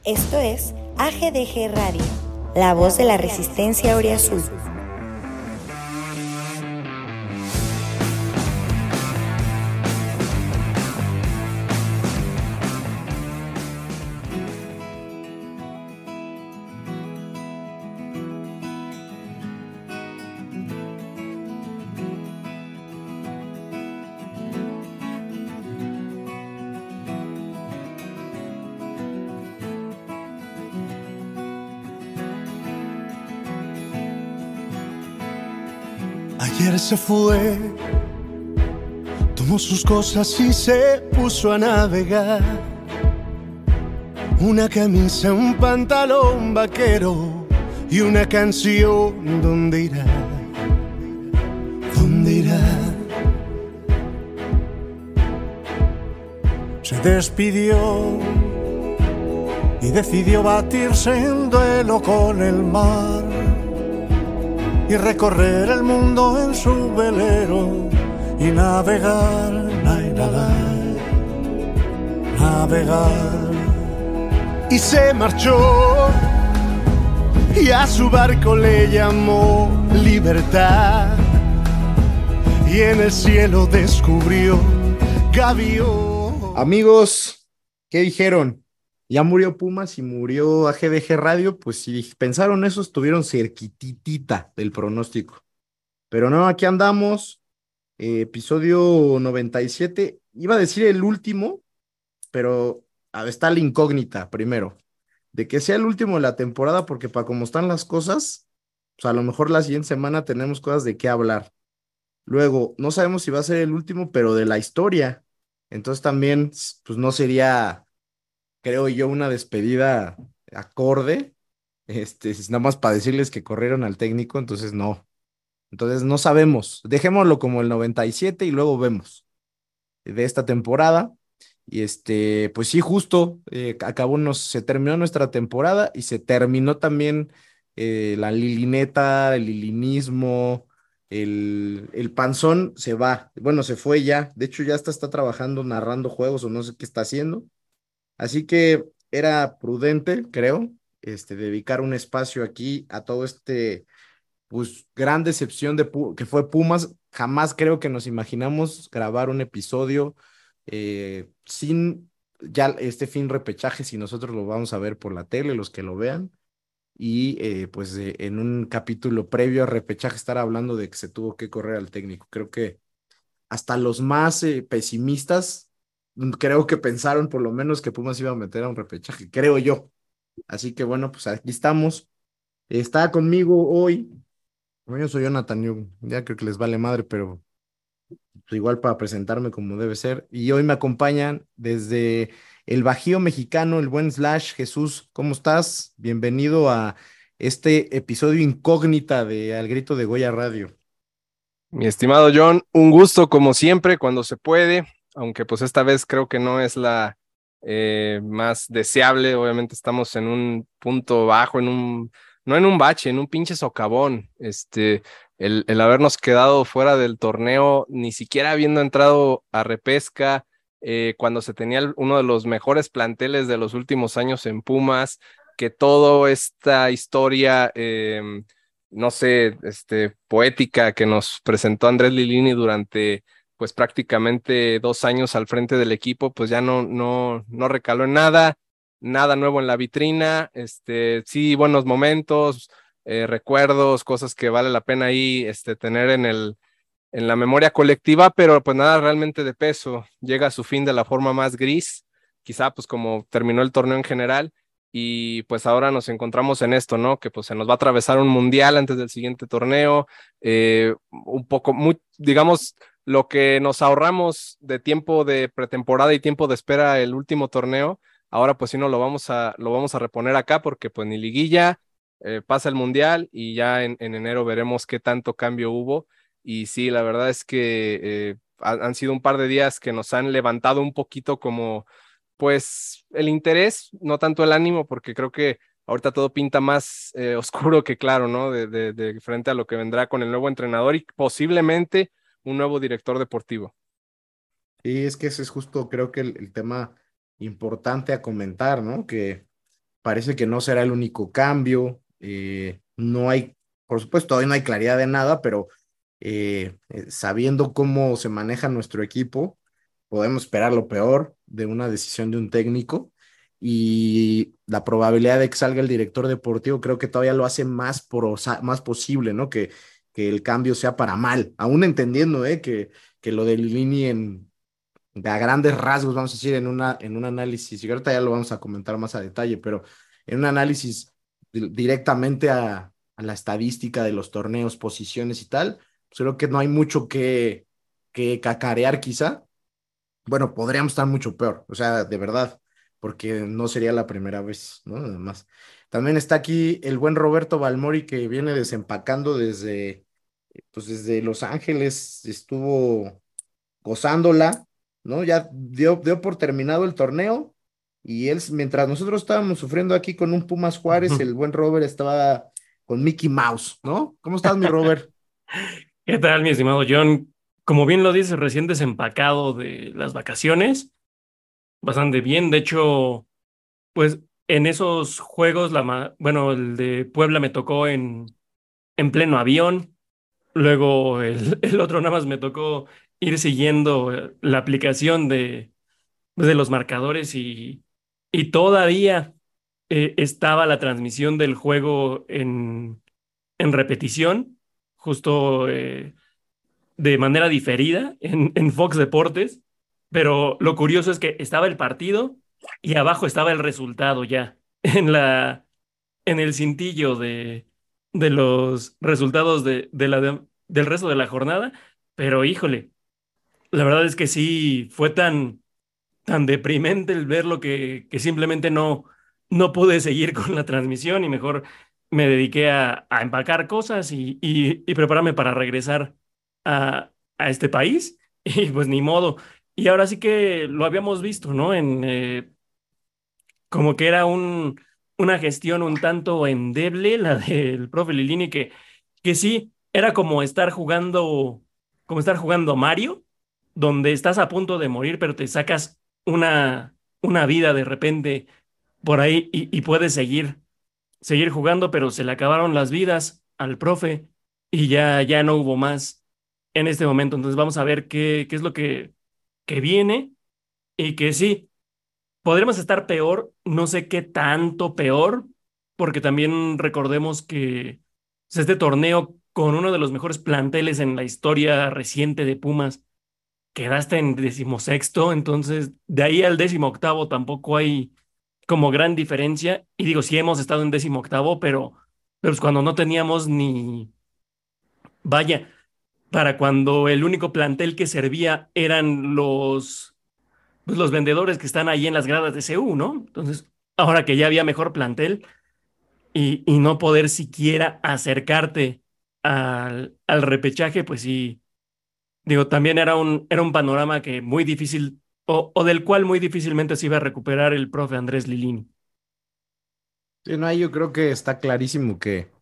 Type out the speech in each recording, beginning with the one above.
Esto es AGDG Radio, la voz de la resistencia auriazul. Ayer se fue, tomó sus cosas y se puso a navegar. Una camisa, un pantalón vaquero y una canción. ¿Dónde irá? ¿Dónde irá? Se despidió y decidió batirse en duelo con el mar y recorrer el mundo en su velero y navegar, navegar. Y se marchó y a su barco le llamó Libertad y en el cielo descubrió Gavión. Amigos, ¿qué dijeron? Ya murió Pumas y murió AGDG Radio, pues si pensaron eso, estuvieron cerquititita del pronóstico. Pero no, aquí andamos, episodio 97. Iba a decir el último, pero está la incógnita primero, de que sea el último de la temporada, porque para cómo están las cosas, pues a lo mejor la siguiente semana tenemos cosas de qué hablar. Luego, no sabemos si va a ser el último, pero de la historia. Entonces también, pues no sería, creo yo, una despedida acorde, es nada más para decirles que corrieron al técnico, entonces no. Entonces no sabemos. Dejémoslo como el 97 y luego vemos de esta temporada. Y pues sí, justo se terminó nuestra temporada y se terminó también la lilineta, el lilinismo, el panzón se va. Bueno, se fue ya. De hecho, ya está trabajando, narrando juegos o no sé qué está haciendo. Así que era prudente, creo, dedicar un espacio aquí a todo pues, gran decepción que fue Pumas. Jamás creo que nos imaginamos grabar un episodio sin ya este fin repechaje, si nosotros lo vamos a ver por la tele, los que lo vean, y pues en un capítulo previo a repechaje estar hablando de que se tuvo que correr al técnico. Creo que hasta los más pesimistas, creo que pensaron por lo menos que Pumas iba a meter a un repechaje, creo yo. Así que bueno, pues aquí estamos. Está conmigo hoy, bueno, yo soy Jonathan, ya creo que les vale madre, pero pues, igual para presentarme como debe ser. Y hoy me acompañan desde el Bajío mexicano, el buen Slash. Jesús, ¿cómo estás? Bienvenido a este episodio incógnita de Al Grito de Goya Radio. Mi estimado John, un gusto como siempre cuando se puede, aunque pues esta vez creo que no es la más deseable. Obviamente estamos en un punto bajo, no en un bache, en un pinche socavón. El habernos quedado fuera del torneo, ni siquiera habiendo entrado a repesca, cuando se tenía uno de los mejores planteles de los últimos años en Pumas, que toda esta historia no sé, poética que nos presentó Andrés Lilini durante pues prácticamente 2 años al frente del equipo, pues ya no recaló en nada, nada nuevo en la vitrina, sí, buenos momentos, recuerdos, cosas que vale la pena ahí tener en la memoria colectiva, pero pues nada realmente de peso. Llega a su fin de la forma más gris, quizá pues como terminó el torneo en general, y pues ahora nos encontramos en esto, ¿no? Que pues se nos va a atravesar un mundial antes del siguiente torneo, un poco, digamos, lo que nos ahorramos de tiempo de pretemporada y tiempo de espera el último torneo, ahora pues sí no lo vamos a reponer acá porque pues ni liguilla, pasa el mundial y ya en enero veremos qué tanto cambio hubo. Y sí, la verdad es que han sido un par de días que nos han levantado un poquito como, pues, el interés, no tanto el ánimo, porque creo que ahorita todo pinta más oscuro que claro, ¿no? De frente a lo que vendrá con el nuevo entrenador y posiblemente un nuevo director deportivo. Y es que ese es justo, creo que el tema importante a comentar, ¿no? Que parece que no será el único cambio. No hay, por supuesto, hoy no hay claridad de nada, pero sabiendo cómo se maneja nuestro equipo, podemos esperar lo peor de una decisión de un técnico y la probabilidad de que salga el director deportivo creo que todavía lo hace más posible, ¿no? Que el cambio sea para mal, aún entendiendo, que lo de Lini a grandes rasgos, vamos a decir, en un análisis, y ahorita ya lo vamos a comentar más a detalle, pero en un análisis directamente a la estadística de los torneos, posiciones y tal, pues creo que no hay mucho que cacarear quizá. Bueno, podríamos estar mucho peor, o sea, de verdad, porque no sería la primera vez, ¿no? Además, también está aquí el buen Roberto Balmori que viene desempacando pues desde Los Ángeles, estuvo gozándola, ¿no? Ya dio por terminado el torneo y él, mientras nosotros estábamos sufriendo aquí con un Pumas Juárez, el buen Robert estaba con Mickey Mouse, ¿no? ¿Cómo estás, mi Robert? ¿Qué tal, mi estimado John? Como bien lo dices, recién desempacado de las vacaciones, bastante bien. De hecho, pues en esos juegos, bueno, el de Puebla me tocó en pleno avión. Luego el otro nada más me tocó ir siguiendo la aplicación de los marcadores y todavía estaba la transmisión del juego en repetición, justo de manera diferida en Fox Deportes, pero lo curioso es que estaba el partido y abajo estaba el resultado ya en el cintillo de los resultados del resto de la jornada, pero híjole, la verdad es que sí fue tan deprimente el verlo que simplemente no pude seguir con la transmisión y mejor me dediqué a empacar cosas y prepararme para regresar a este país y pues ni modo. Y ahora sí que lo habíamos visto, ¿no? Como que era una gestión un tanto endeble la del profe Lilini que sí, era como estar jugando Mario, donde estás a punto de morir, pero te sacas una vida de repente por ahí y puedes seguir jugando, pero se le acabaron las vidas al profe y ya no hubo más en este momento. Entonces vamos a ver qué es lo que viene y que sí, podremos estar peor, no sé qué tanto peor, porque también recordemos que pues, este torneo con uno de los mejores planteles en la historia reciente de Pumas quedaste en 16º, entonces de ahí al 18º tampoco hay como gran diferencia. Y digo, sí hemos estado en 18º, pero pues cuando no teníamos vaya, para cuando el único plantel que servía eran pues, los vendedores que están ahí en las gradas de CU, ¿no? Entonces, ahora que ya había mejor plantel y no poder siquiera acercarte al repechaje, pues sí. Digo, también era un panorama que muy difícil, o del cual muy difícilmente se iba a recuperar el profe Andrés Lilini. Sí, no, ahí yo creo que está clarísimo que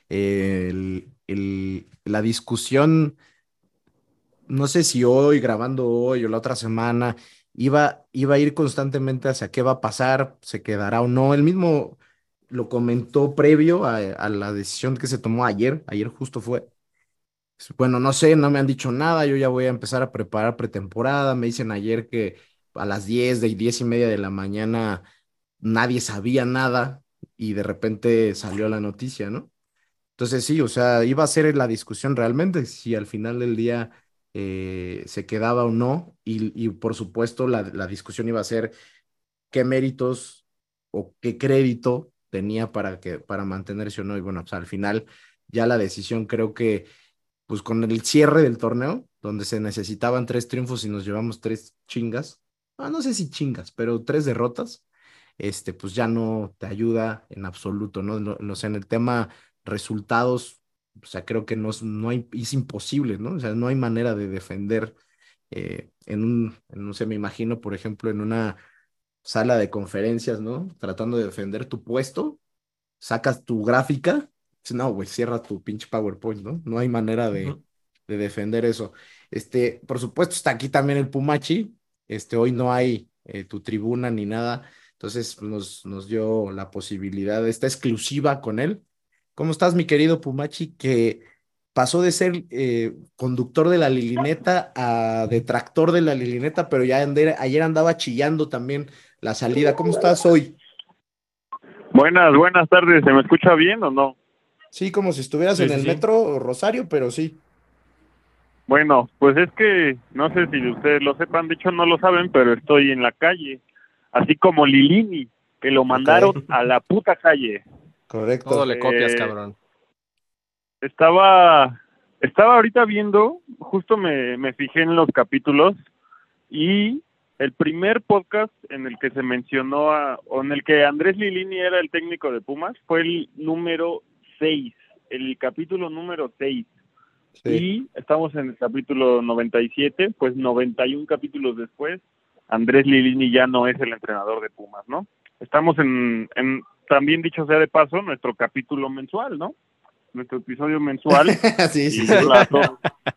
la discusión, no sé si hoy, grabando hoy o la otra semana, iba a ir constantemente hacia qué va a pasar, se quedará o no. Él mismo lo comentó previo a la decisión que se tomó ayer justo fue. Bueno, no sé, no me han dicho nada, yo ya voy a empezar a preparar pretemporada, me dicen ayer que a las 10:30 de la mañana nadie sabía nada y de repente salió la noticia, ¿no? Entonces sí, o sea, iba a ser la discusión realmente si al final del día se quedaba o no y por supuesto la discusión iba a ser qué méritos o qué crédito tenía para mantenerse o no y bueno, pues al final ya la decisión creo que pues con el cierre del torneo, donde se necesitaban 3 triunfos y nos llevamos 3 chingas, no sé si chingas, pero 3 derrotas, pues ya no te ayuda en absoluto, ¿no? No sé, en el tema resultados, o sea, creo que es imposible, ¿no? O sea, no hay manera de defender no sé, me imagino, por ejemplo, en una sala de conferencias, ¿no? Tratando de defender tu puesto, sacas tu gráfica, no, güey, cierra tu pinche PowerPoint, ¿no? No hay manera Ujú. de defender eso. Por supuesto, está aquí también el Pumachi. Hoy no hay tu tribuna ni nada. Entonces nos dio la posibilidad de esta exclusiva con él. ¿Cómo estás, mi querido Pumachi? Que pasó de ser conductor de la Lilineta a detractor de la Lilineta, pero ya ayer andaba chillando también la salida. ¿Cómo estás hoy? Buenas tardes. ¿Se me escucha bien o no? Sí, como si estuvieras Sí, en sí, el sí. metro Rosario, pero sí. Bueno, pues es que no sé si ustedes lo sepan, de hecho no lo saben, pero estoy en la calle, así como Lilini, que lo mandaron Ok, a la puta calle. Todo correcto. le copias, cabrón. Estaba ahorita viendo, justo me fijé en los capítulos y el primer podcast en el que se mencionó o en el que Andrés Lilini era el técnico de Pumas fue el número 6, el capítulo número 6. Sí. Y estamos en el capítulo 97, pues 91 capítulos después, Andrés Lilini ya no es el entrenador de Pumas, ¿no? Estamos también dicho sea de paso, nuestro capítulo mensual, ¿no? Nuestro episodio mensual. Sí, sí, Y sí. hola a todos.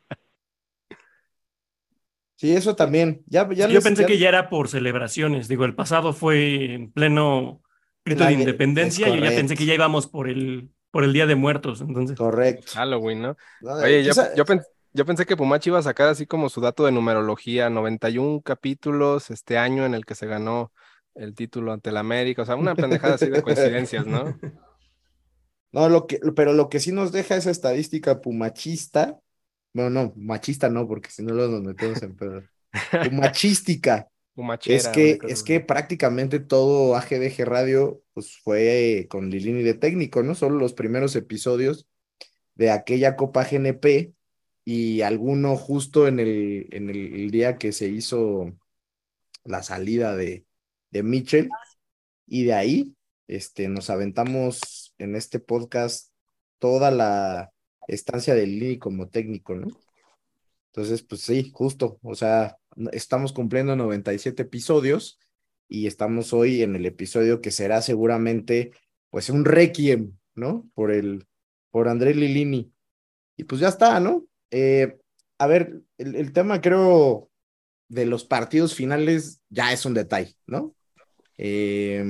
Sí, eso también. Es que yo pensé que ya era por celebraciones. Digo, el pasado fue en pleno grito de Es independencia. Yo ya pensé correcto, que ya íbamos por el Día de Muertos. Entonces, correcto. Halloween, ¿no? No, Oye, quizá, yo pensé que Pumachi iba a sacar así como su dato de numerología, 91 capítulos este año en el que se ganó el título ante el América, o sea, una pendejada así de coincidencias, ¿no? No, pero lo que sí nos deja esa estadística pumachista, bueno, no, machista no, porque si no nos metemos en pedo. Pumachística, Pumachera, una cosa es que así. prácticamente todo AGDG Radio pues fue con Lilini de técnico, ¿no? Solo los primeros episodios de aquella Copa GNP y alguno justo el día que se hizo la salida de Mitchell. Y de ahí, nos aventamos en este podcast toda la estancia de Lini como técnico, ¿no? Entonces, pues sí, justo, o sea, estamos cumpliendo 97 episodios y estamos hoy en el episodio que será seguramente, pues, un requiem, ¿no? Por Andrés Lilini. Y pues ya está, ¿no? A ver, el tema creo de los partidos finales ya es un detalle, ¿no? Eh,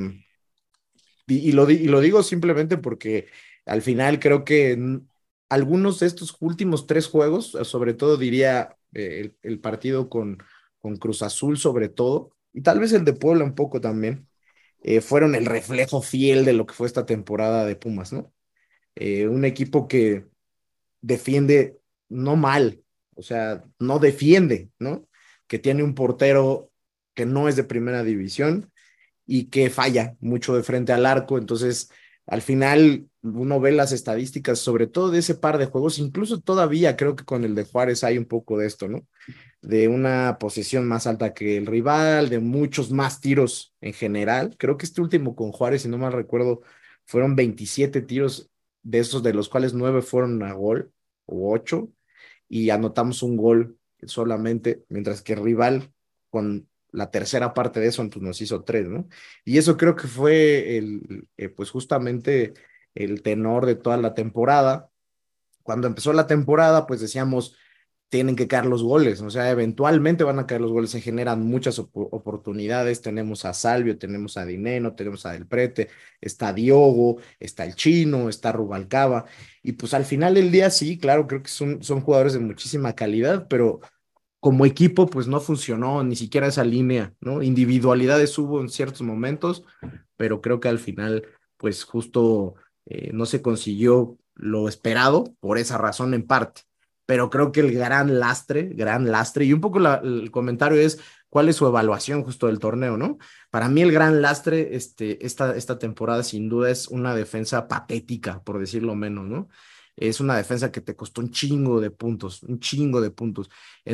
y lo digo simplemente porque al final creo que algunos de estos últimos tres juegos, sobre todo diría el partido con Cruz Azul sobre todo, y tal vez el de Puebla un poco también, fueron el reflejo fiel de lo que fue esta temporada de Pumas, ¿no? Un equipo que defiende no mal, o sea, no defiende, ¿no? Que tiene un portero que no es de primera división y que falla mucho de frente al arco. Entonces, al final, uno ve las estadísticas, sobre todo de ese par de juegos, incluso todavía creo que con el de Juárez hay un poco de esto, ¿no? De una posesión más alta que el rival, de muchos más tiros en general. Creo que este último con Juárez, si no mal recuerdo, fueron 27 tiros, de esos de los cuales 9 fueron a gol o 8 y anotamos un gol solamente, mientras que el rival con la tercera parte de eso pues nos hizo 3, ¿no? Y eso creo que fue pues justamente el tenor de toda la temporada. Cuando empezó la temporada, pues decíamos, tienen que caer los goles, o sea, eventualmente van a caer los goles, se generan muchas oportunidades, tenemos a Salvio, tenemos a Dineno, tenemos a Del Prete, está Diogo, está el Chino, está Rubalcaba, y pues al final del día sí, claro, creo que son jugadores de muchísima calidad, pero como equipo pues no funcionó ni siquiera esa línea, ¿no? Individualidades hubo en ciertos momentos, pero creo que al final pues justo no se consiguió lo esperado por esa razón en parte. Pero creo que el gran lastre, y un poco el comentario es cuál es su evaluación justo del torneo, ¿no? Para mí el gran lastre esta temporada sin duda es una defensa patética, por decirlo menos, ¿no? Es una defensa que te costó un chingo de puntos, un chingo de puntos.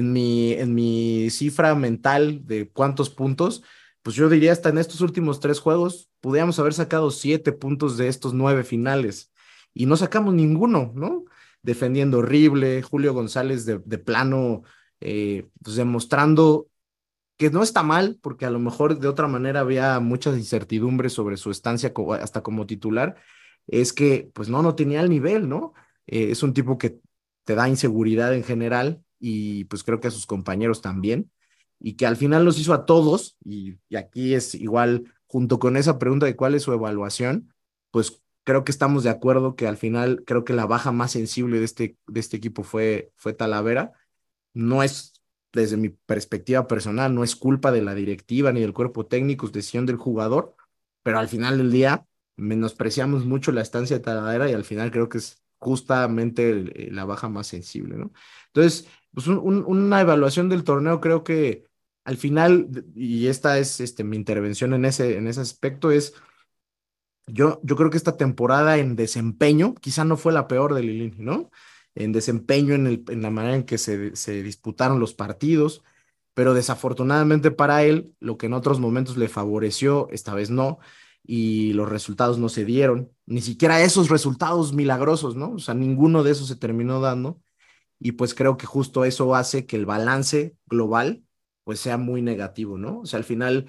En mi cifra mental de cuántos puntos, pues yo diría hasta en estos últimos tres juegos, pudiéramos haber sacado 7 puntos de estos 9 finales y no sacamos ninguno, ¿no? Defendiendo horrible, Julio González de plano, pues demostrando que no está mal, porque a lo mejor de otra manera había muchas incertidumbres sobre su estancia hasta como titular, es que pues no tenía el nivel, ¿no? Es un tipo que te da inseguridad en general y pues creo que a sus compañeros también, y que al final los hizo a todos, y aquí es igual junto con esa pregunta de cuál es su evaluación, pues creo que estamos de acuerdo que al final creo que la baja más sensible de este equipo fue Talavera. No es, desde mi perspectiva personal, no es culpa de la directiva ni del cuerpo técnico, es decisión del jugador, pero al final del día menospreciamos mucho la estancia de Talavera y al final creo que es justamente la baja más sensible, ¿no? Entonces, pues una evaluación del torneo creo que al final, y esta es mi intervención en ese aspecto, es yo creo que esta temporada en desempeño quizá no fue la peor de Lilini, ¿no? En desempeño, en la manera en que se disputaron los partidos, pero desafortunadamente para él, lo que en otros momentos le favoreció, esta vez no, y los resultados no se dieron, ni siquiera esos resultados milagrosos, ¿no? O sea, ninguno de esos se terminó dando, y pues creo que justo eso hace que el balance global pues sea muy negativo, ¿no? O sea, al final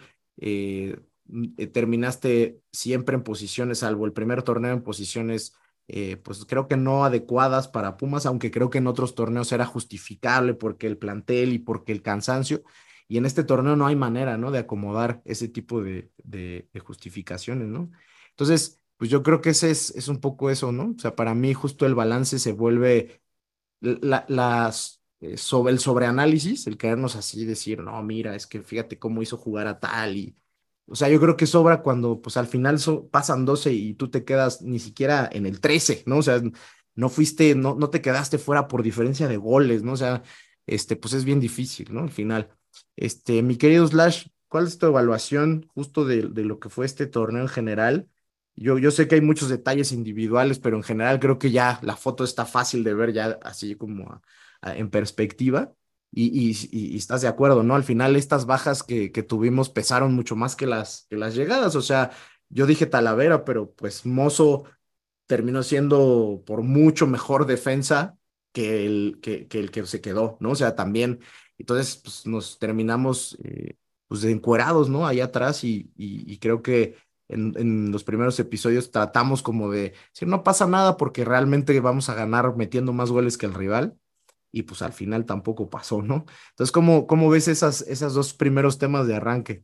terminaste siempre en posiciones, salvo el primer torneo en posiciones pues creo que no adecuadas para Pumas, aunque creo que en otros torneos era justificable porque el plantel y porque el cansancio, y en este torneo no hay manera, ¿no? De acomodar ese tipo de justificaciones, ¿no? Entonces, pues yo creo que es un poco eso, ¿no? O sea, para mí justo el balance se vuelve sobre el sobreanálisis, el querernos así decir, no, mira, es que fíjate cómo hizo jugar a tal y, o sea, yo creo que sobra cuando pues al final pasan 12 y tú te quedas ni siquiera en el 13, ¿no? O sea, no te quedaste fuera por diferencia de goles, ¿no? O sea, pues es bien difícil, ¿no? Al final, mi querido Slash, ¿cuál es tu evaluación justo de lo que fue este torneo en general? Yo sé que hay muchos detalles individuales, pero en general creo que ya la foto está fácil de ver ya así como en perspectiva. Y estás de acuerdo, ¿no? Al final estas bajas que tuvimos pesaron mucho más que que las llegadas. O sea, yo dije Talavera, pero pues Mozo terminó siendo por mucho mejor defensa que el que se quedó, ¿no? O sea, también, entonces, pues nos terminamos pues encuerados, ¿no? Allá atrás y creo que en los primeros episodios tratamos como de decir, no pasa nada porque realmente vamos a ganar metiendo más goles que el rival y pues al final tampoco pasó, ¿no? Entonces, ¿cómo ves esas dos primeros temas de arranque?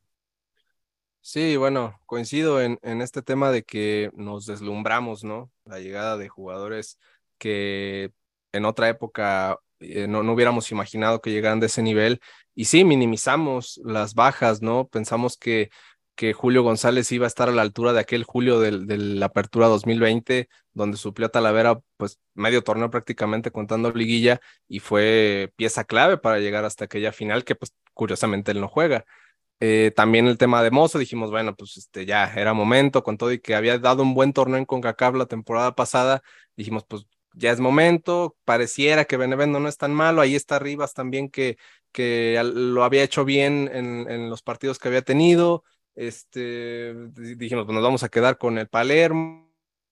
Sí, bueno, coincido en este tema de que nos deslumbramos, ¿no? La llegada de jugadores que en otra época no hubiéramos imaginado que llegaran de ese nivel. Y sí, minimizamos las bajas, ¿no? Pensamos que Julio González iba a estar a la altura de aquel Julio de la Apertura 2020, donde suplió a Talavera, pues medio torneo prácticamente contando liguilla, y fue pieza clave para llegar hasta aquella final que, pues, curiosamente él no juega. También el tema de Mozo, dijimos, bueno, pues ya era momento, con todo y que había dado un buen torneo en CONCACAF la temporada pasada, dijimos, pues ya es momento, pareciera que Benevento no es tan malo, ahí está Rivas también que lo había hecho bien en los partidos que había tenido, dijimos, pues nos vamos a quedar con el Palermo,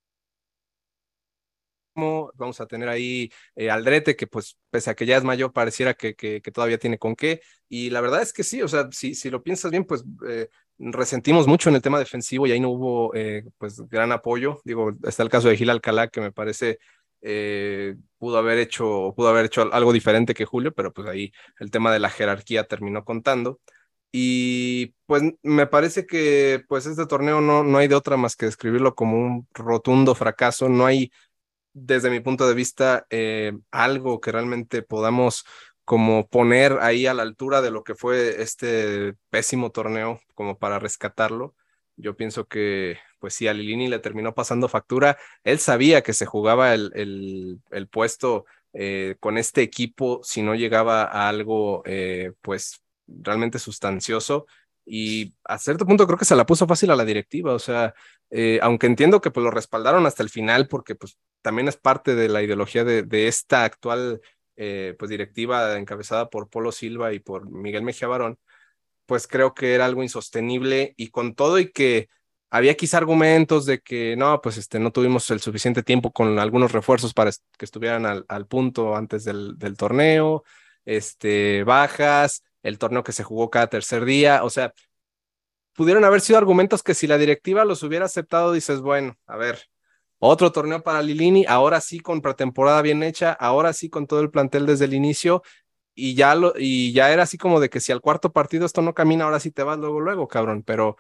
vamos a tener ahí Aldrete, que pues pese a que ya es mayor, pareciera que todavía tiene con qué, y la verdad es que sí, o sea, si lo piensas bien, pues resentimos mucho en el tema defensivo y ahí no hubo pues gran apoyo, digo, está el caso de Gil Alcalá, que me parece pudo haber hecho algo diferente que Julio, pero pues ahí el tema de la jerarquía terminó contando. Y pues me parece que pues este torneo no hay de otra más que describirlo como un rotundo fracaso, no hay desde mi punto de vista, algo que realmente podamos como poner ahí a la altura de lo que fue este pésimo torneo, como para rescatarlo. Yo pienso que, pues sí, a Lilini le terminó pasando factura. Él sabía que se jugaba el puesto con este equipo si no llegaba a algo, pues realmente sustancioso. Y a cierto punto creo que se la puso fácil a la directiva, o sea, aunque entiendo que pues lo respaldaron hasta el final porque pues también es parte de la ideología de esta actual pues directiva encabezada por Polo Silva y por Miguel Mejía Barón, pues creo que era algo insostenible y con todo y que había quizá argumentos de que no, pues no tuvimos el suficiente tiempo con algunos refuerzos para que estuvieran al punto antes del torneo, bajas, el torneo que se jugó cada tercer día, o sea, pudieron haber sido argumentos que si la directiva los hubiera aceptado, dices, bueno, a ver, otro torneo para Lilini, ahora sí con pretemporada bien hecha, ahora sí con todo el plantel desde el inicio, y ya era así como de que si al cuarto partido esto no camina, ahora sí te vas luego, luego, cabrón, pero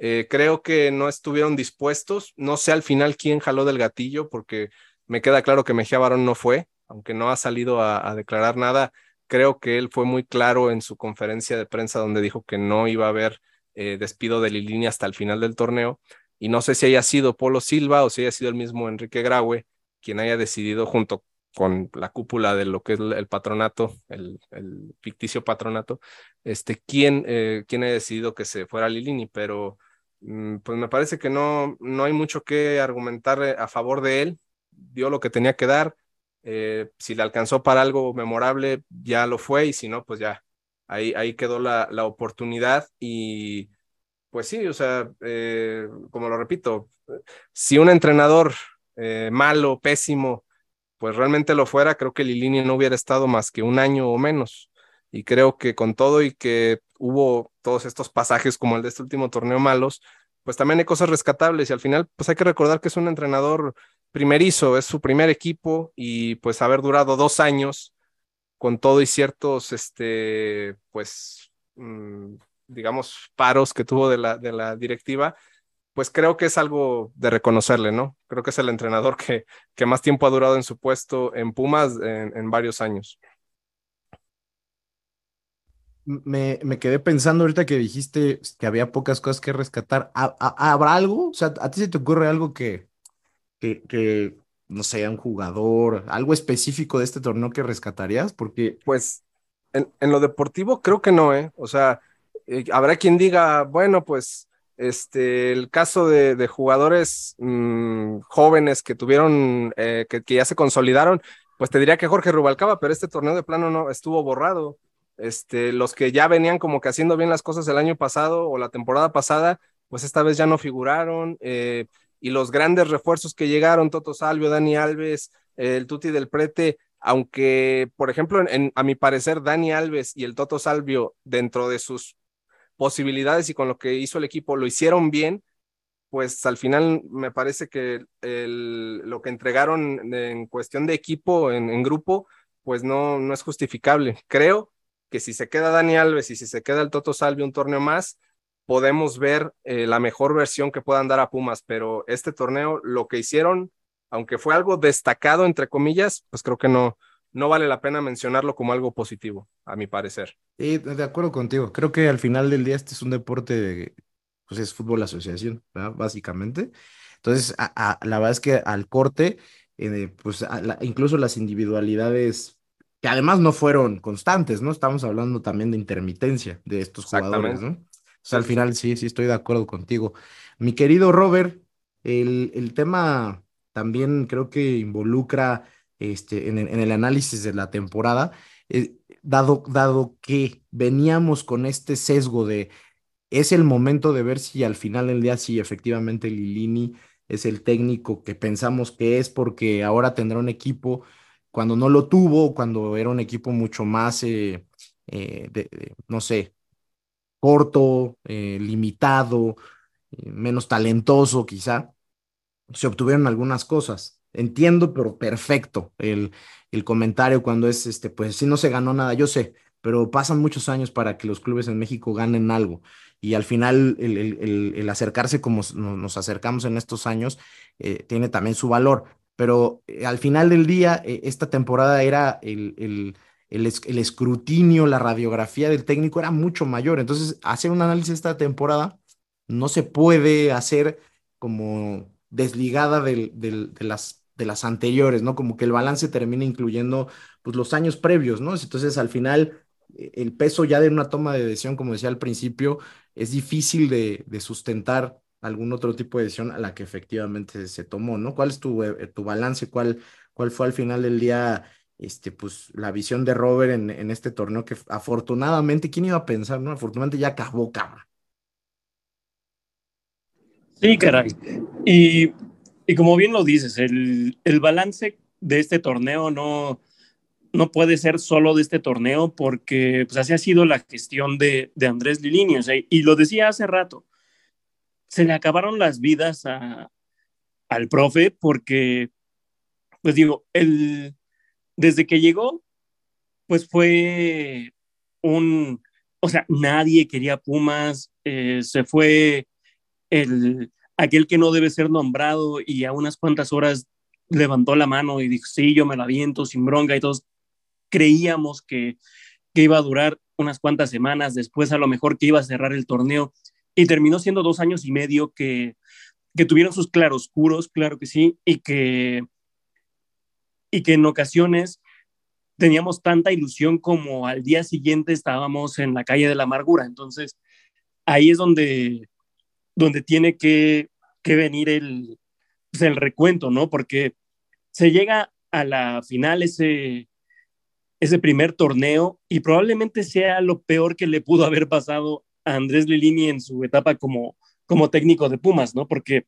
Creo que no estuvieron dispuestos. No sé al final quién jaló del gatillo, porque me queda claro que Mejía Barón no fue, aunque no ha salido a declarar nada. Creo que él fue muy claro en su conferencia de prensa donde dijo que no iba a haber despido de Lilini hasta el final del torneo. Y no sé si haya sido Polo Silva o si haya sido el mismo Enrique Graue quien haya decidido, junto con la cúpula de lo que es el patronato, el ficticio patronato, quién haya decidido que se fuera Lilini, pero pues me parece que no hay mucho que argumentar a favor de él. Dio lo que tenía que dar. Si le alcanzó para algo memorable, ya lo fue, y si no, pues ya ahí quedó la oportunidad. Y pues sí, o sea, como lo repito, si un entrenador malo, pésimo, pues realmente lo fuera, creo que Lilini no hubiera estado más que un año o menos. Y creo que con todo y que hubo todos estos pasajes como el de este último torneo malos, pues también hay cosas rescatables, y al final pues hay que recordar que es un entrenador primerizo, es su primer equipo, y pues haber durado 2 años con todo y ciertos, pues, digamos, paros que tuvo de la directiva, pues creo que es algo de reconocerle, ¿no? Creo que es el entrenador que más tiempo ha durado en su puesto en Pumas en varios años. Me quedé pensando ahorita que dijiste que había pocas cosas que rescatar. ¿Habrá algo? O sea, ¿a ti se te ocurre algo que no sé, un jugador, algo específico de este torneo que rescatarías? Porque, Pues en lo deportivo creo que no, ¿eh? O sea, habrá quien diga, bueno, pues el caso de jugadores jóvenes que tuvieron, que ya se consolidaron, pues te diría que Jorge Rubalcaba, pero este torneo de plano no estuvo borrado. Los que ya venían como que haciendo bien las cosas el año pasado o la temporada pasada, pues esta vez ya no figuraron. Y los grandes refuerzos que llegaron, Toto Salvio, Dani Alves, el Tuti del Prete, aunque, por ejemplo, a mi parecer, Dani Alves y el Toto Salvio, dentro de sus posibilidades y con lo que hizo el equipo, lo hicieron bien, pues al final me parece que lo que entregaron en cuestión de equipo, en grupo, pues no es justificable. Creo que si se queda Dani Alves y si se queda el Toto Salvio un torneo más, podemos ver la mejor versión que puedan dar a Pumas, pero este torneo, lo que hicieron, aunque fue algo destacado, entre comillas, pues creo que no vale la pena mencionarlo como algo positivo, a mi parecer. de acuerdo contigo, creo que al final del día este es un deporte, pues es fútbol asociación, ¿verdad? Básicamente. Entonces, la verdad es que al corte, pues incluso las individualidades, que además no fueron constantes, ¿no? Estamos hablando también de intermitencia de estos jugadores, Exactamente. ¿no? O sea, Sí, al sí, sí. final sí estoy de acuerdo contigo. Mi querido Robert, el tema también creo que involucra en el análisis de la temporada, dado que veníamos con este sesgo de es el momento de ver si al final del día sí efectivamente Lilini es el técnico que pensamos que es, porque ahora tendrá un equipo cuando no lo tuvo, cuando era un equipo mucho más, no sé, corto, limitado, menos talentoso quizá, se obtuvieron algunas cosas. Entiendo, pero perfecto el comentario cuando es, pues sí no se ganó nada, yo sé, pero pasan muchos años para que los clubes en México ganen algo. Y al final el acercarse como nos acercamos en estos años tiene también su valor. Pero al final del día, esta temporada era el escrutinio, la radiografía del técnico era mucho mayor. Entonces, hacer un análisis de esta temporada no se puede hacer como desligada de las anteriores, ¿no? Como que el balance termina incluyendo pues los años previos, ¿no? Entonces al final el peso ya de una toma de decisión, como decía al principio, es difícil de sustentar algún otro tipo de decisión a la que efectivamente se tomó, ¿no? ¿Cuál es tu balance? ¿Cuál fue al final del día? Pues la visión de Robert en este torneo que afortunadamente, ¿quién iba a pensar, no? Afortunadamente ya acabó, cabrón. Sí, caray. Y, y como bien lo dices, el balance de este torneo no puede ser solo de este torneo porque pues, así ha sido la gestión de Andrés Lilini. O sea, y lo decía hace rato, se le acabaron las vidas al profe porque, pues digo, desde que llegó, pues fue un, o sea, nadie quería Pumas, se fue aquel que no debe ser nombrado, y a unas cuantas horas levantó la mano y dijo, sí, yo me la aviento sin bronca, y todos creíamos que iba a durar unas cuantas semanas, después a lo mejor que iba a cerrar el torneo, y terminó siendo 2 años y medio que tuvieron sus claroscuros, claro que sí, y que en ocasiones teníamos tanta ilusión como al día siguiente estábamos en la calle de la amargura. Entonces, ahí es donde tiene que venir pues el recuento, ¿no? Porque se llega a la final ese primer torneo y probablemente sea lo peor que le pudo haber pasado a Andrés Lilini en su etapa como técnico de Pumas, ¿no? Porque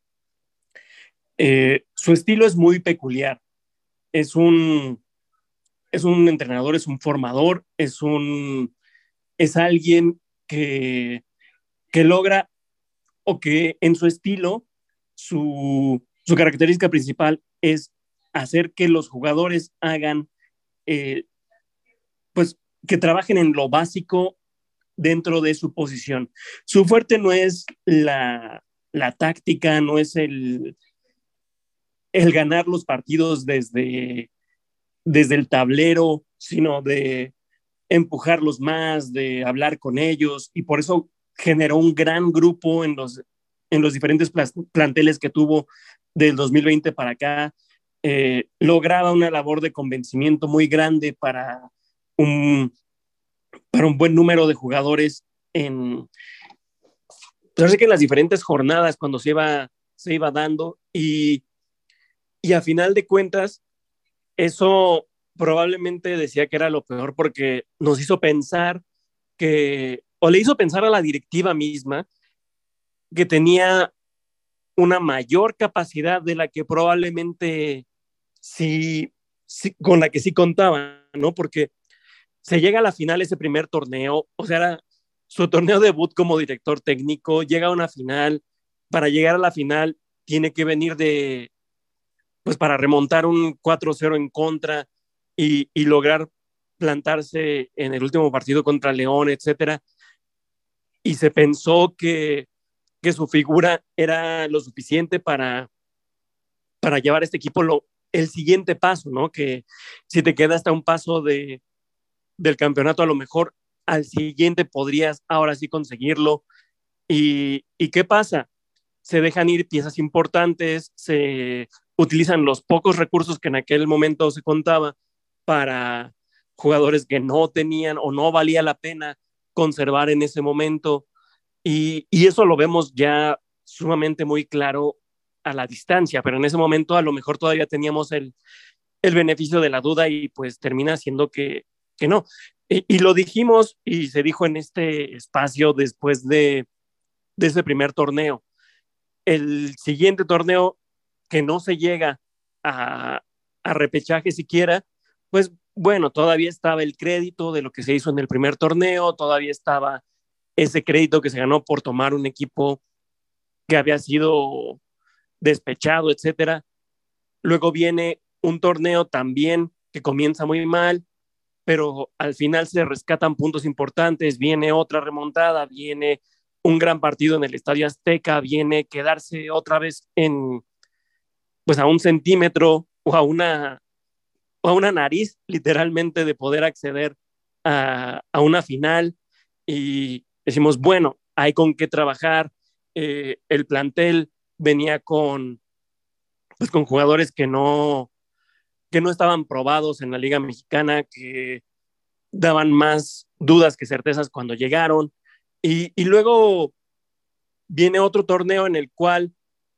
su estilo es muy peculiar. Es es un entrenador, es un formador, es alguien que logra, o que en su estilo, su característica principal es hacer que los jugadores hagan, eh, pues, que trabajen en lo básico dentro de su posición. Su fuerte no es la táctica, no es el ganar los partidos desde el tablero, sino de empujarlos más, de hablar con ellos, y por eso generó un gran grupo en los diferentes planteles que tuvo del 2020 para acá. Lograba una labor de convencimiento muy grande un, para un buen número de jugadores pues así que en las diferentes jornadas cuando se iba dando, y a final de cuentas eso probablemente decía que era lo peor porque nos hizo pensar o le hizo pensar a la directiva misma que tenía una mayor capacidad de la que probablemente con la que sí contaba, ¿no? Porque se llega a la final ese primer torneo, o sea, era su torneo debut como director técnico, llega a una final, para llegar a la final tiene que venir pues para remontar un 4-0 en contra y lograr plantarse en el último partido contra León, etcétera. Y se pensó que su figura era lo suficiente para llevar a este equipo el siguiente paso, ¿no? Que si te queda hasta un paso del campeonato, a lo mejor al siguiente podrías ahora sí conseguirlo. ¿Y qué pasa? Se dejan ir piezas importantes, se utilizan los pocos recursos que en aquel momento se contaba para jugadores que no tenían o no valía la pena conservar en ese momento. Y eso lo vemos ya sumamente muy claro a la distancia, pero en ese momento a lo mejor todavía teníamos el beneficio de la duda y pues termina siendo que no. Y lo dijimos y se dijo en este espacio después de ese primer torneo. El siguiente torneo que no se llega a repechaje siquiera, pues bueno, todavía estaba el crédito de lo que se hizo en el primer torneo, todavía estaba ese crédito que se ganó por tomar un equipo que había sido despechado, etcétera. Luego viene un torneo también que comienza muy mal, pero al final se rescatan puntos importantes, viene otra remontada, viene un gran partido en el Estadio Azteca, viene quedarse otra vez pues a un centímetro o a una nariz, literalmente, de poder acceder a una final, y decimos, bueno, hay con qué trabajar. El plantel venía pues, con jugadores que no estaban probados en la Liga Mexicana, que daban más dudas que certezas cuando llegaron. Y luego viene otro torneo en el cual,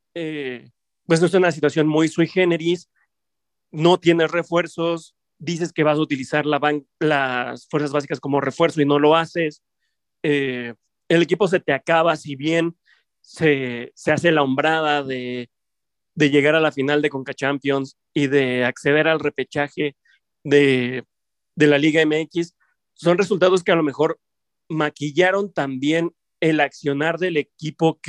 pues es una situación muy sui generis, no tienes refuerzos, dices que vas a utilizar las fuerzas básicas como refuerzo y no lo haces. Eh, el equipo se te acaba, si bien se hace la hombrada de llegar a la final de Conca Champions y de acceder al repechaje de, de la Liga MX. Son resultados que a lo mejor maquillaron también el accionar del equipo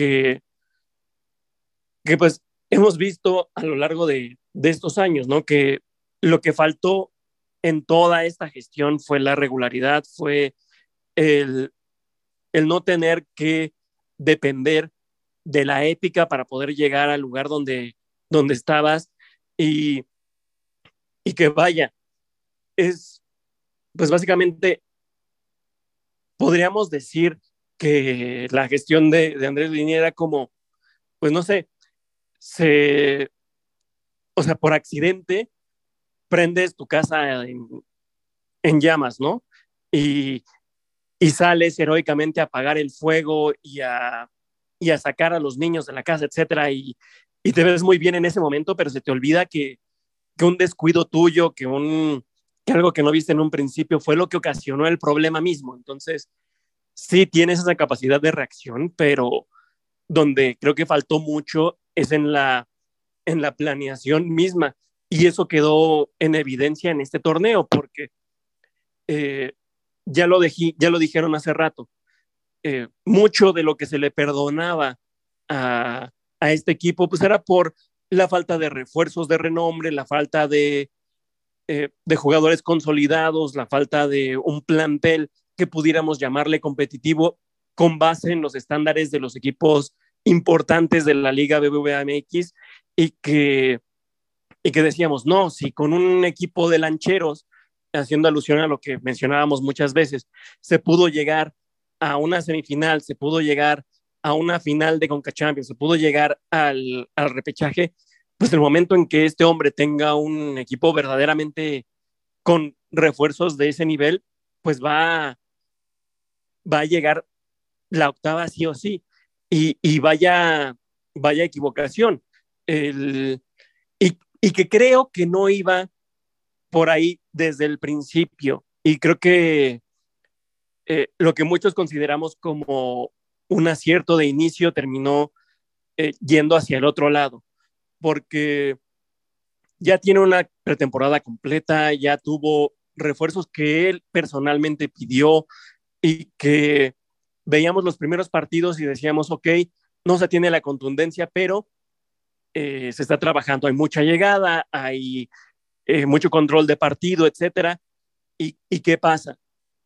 que pues hemos visto a lo largo de estos años, ¿no? Que lo que faltó en toda esta gestión fue la regularidad, fue el, el no tener que depender de la épica para poder llegar al lugar donde estabas y, y que vaya, es pues básicamente podríamos decir que la gestión de Andrés Lini era como, pues no sé, o sea, por accidente prendes tu casa en llamas, ¿no? Y, y sales heroicamente a apagar el fuego y a sacar a los niños de la casa, etcétera, y te ves muy bien en ese momento, pero se te olvida que un descuido tuyo, que algo que no viste en un principio fue lo que ocasionó el problema mismo. Entonces, sí tienes esa capacidad de reacción, pero donde creo que faltó mucho es en la planeación misma. Y eso quedó en evidencia en este torneo, porque eh, ya lo dijeron hace rato, mucho de lo que se le perdonaba a este equipo, pues era por la falta de refuerzos de renombre, la falta de jugadores consolidados, la falta de un plantel que pudiéramos llamarle competitivo con base en los estándares de los equipos importantes de la Liga BBVA MX y que, y que decíamos, no, si con un equipo de lancheros, haciendo alusión a lo que mencionábamos muchas veces, se pudo llegar a una semifinal, se pudo llegar a una final de Conca Champions, se pudo llegar al repechaje, pues el momento en que este hombre tenga un equipo verdaderamente con refuerzos de ese nivel, pues va a llegar la octava sí o sí. Y vaya equivocación. Y que creo que no iba por ahí desde el principio. Y creo que lo que muchos consideramos como un acierto de inicio terminó yendo hacia el otro lado, porque ya tiene una pretemporada completa, ya tuvo refuerzos que él personalmente pidió y que veíamos los primeros partidos y decíamos, ok, no se tiene la contundencia, pero se está trabajando, hay mucha llegada, hay mucho control de partido, etcétera. ¿Y qué pasa?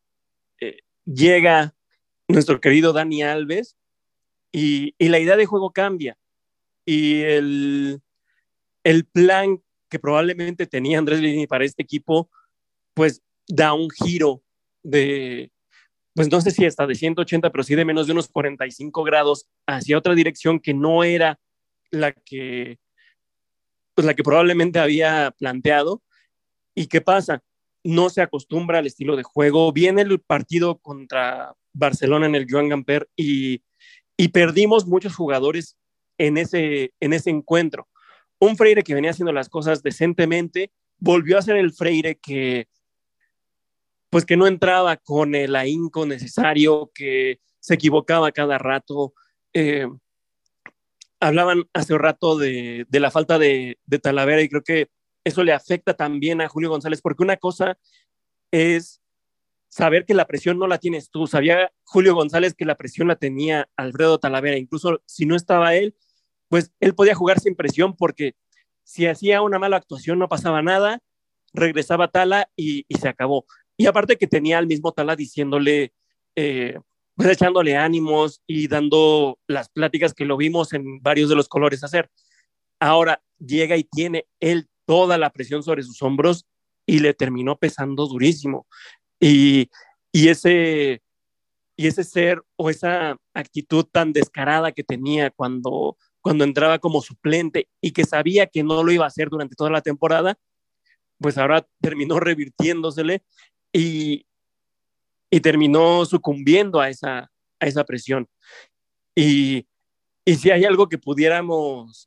Llega nuestro querido Dani Alves y la idea de juego cambia y el plan que probablemente tenía Andrés Lini para este equipo, pues da un giro de, pues no sé si hasta de 180, pero sí de menos de unos 45 grados hacia otra dirección que no era la que, pues la que probablemente había planteado. ¿Y qué pasa? No se acostumbra al estilo de juego. Viene el partido contra Barcelona en el Joan Gamper y perdimos muchos jugadores en ese encuentro. Un Freire que venía haciendo las cosas decentemente volvió a ser el Freire que pues que no entraba con el ahínco necesario, que se equivocaba cada rato. Eh, Hablaban hace un rato de la falta de Talavera y creo que eso le afecta también a Julio González, porque una cosa es saber que la presión no la tienes tú. Sabía Julio González que la presión la tenía Alfredo Talavera. Incluso si no estaba él, pues él podía jugar sin presión porque si hacía una mala actuación no pasaba nada, regresaba Tala y se acabó. Y aparte que tenía al mismo Tala diciéndole, pues echándole ánimos y dando las pláticas que lo vimos en varios de los colores hacer. Ahora llega y tiene él toda la presión sobre sus hombros y le terminó pesando durísimo. Y, y, ese, y ese ser o esa actitud tan descarada que tenía cuando entraba como suplente y que sabía que no lo iba a hacer durante toda la temporada, pues ahora terminó revirtiéndosele y, y terminó sucumbiendo a esa presión. Y, y si hay algo que pudiéramos,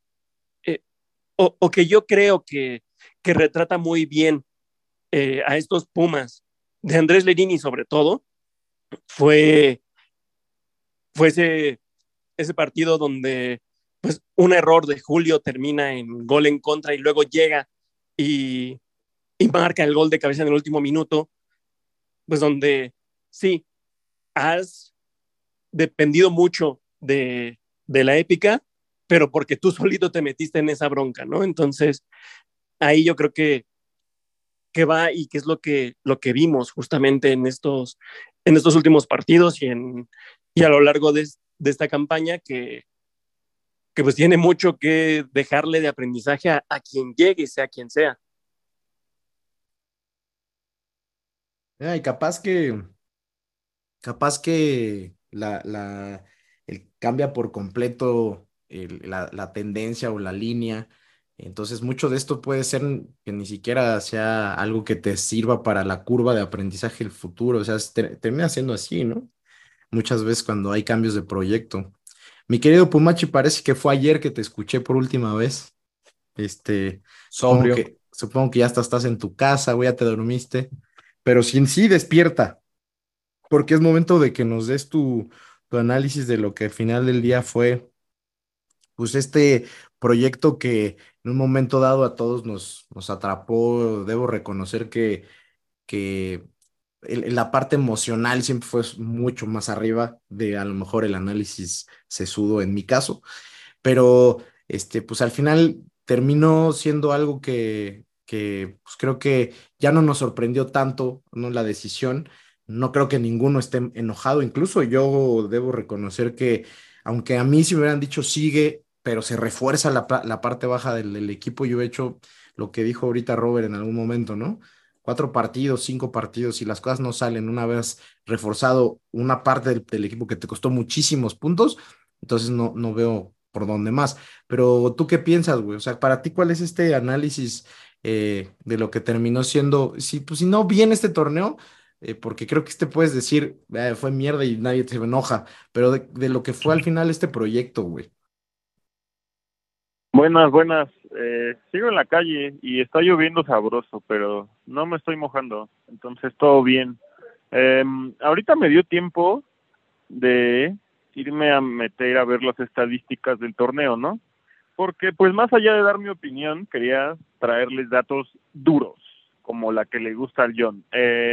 o que yo creo que retrata muy bien a estos Pumas, de Andrés Lilini sobre todo, fue, fue ese partido donde pues un error de Julio termina en gol en contra y luego llega y, y marca el gol de cabeza en el último minuto, pues donde sí, has dependido mucho de la épica, pero porque tú solito te metiste en esa bronca, ¿no? Entonces, ahí yo creo que va y que es lo que vimos justamente en estos últimos partidos y a lo largo de esta campaña, que pues tiene mucho que dejarle de aprendizaje a quien llegue, sea quien sea. Y capaz que cambia por completo la tendencia o la línea. Entonces, mucho de esto puede ser que ni siquiera sea algo que te sirva para la curva de aprendizaje del futuro. O sea, termina siendo así, ¿no? Muchas veces cuando hay cambios de proyecto. Mi querido Pumachi, parece que fue ayer que te escuché por última vez. Supongo Sobrio. que ya estás en tu casa, güey, ya te dormiste. Pero si en sí despierta, porque es momento de que nos des tu análisis de lo que al final del día fue, pues este proyecto que en un momento dado a todos nos atrapó. Debo reconocer que la parte emocional siempre fue mucho más arriba de a lo mejor el análisis sesudo en mi caso, pero pues al final terminó siendo algo que pues creo que ya no nos sorprendió tanto, ¿no? La decisión. No creo que ninguno esté enojado. Incluso yo debo reconocer que, aunque a mí si me hubieran dicho sigue, pero se refuerza la parte baja del equipo, yo he hecho lo que dijo ahorita Robert en algún momento, ¿no? 4 partidos, 5 partidos, y las cosas no salen una vez reforzado una parte del equipo que te costó muchísimos puntos, entonces no veo por dónde más. Pero ¿tú qué piensas, güey? O sea, para ti, ¿cuál es este análisis de lo que terminó siendo, si, pues, si no bien este torneo? Porque creo que puedes decir, fue mierda y nadie se enoja, pero de lo que fue al final este proyecto, güey. Buenas, buenas. Sigo en la calle y está lloviendo sabroso, pero no me estoy mojando, entonces todo bien. Ahorita me dio tiempo de irme a meter a ver las estadísticas del torneo, ¿no? Porque pues más allá de dar mi opinión, quería traerles datos duros, como la que le gusta al John.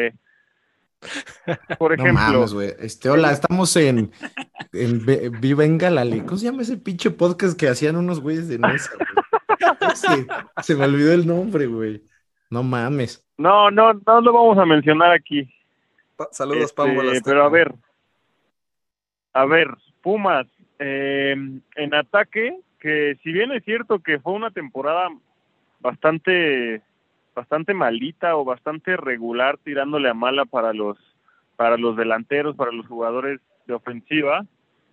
Por No ejemplo, mames, güey. Hola, estamos en Venga la Ley. ¿Cómo se llama ese pinche podcast que hacían unos güeyes de Nesa, güey? Se me olvidó el nombre, güey. No mames. no lo vamos a mencionar aquí. Saludos, Pambo Pero Azteca. a ver, Pumas, en ataque, que si bien es cierto que fue una temporada bastante malita o bastante regular, tirándole a mala para los delanteros, para los jugadores de ofensiva,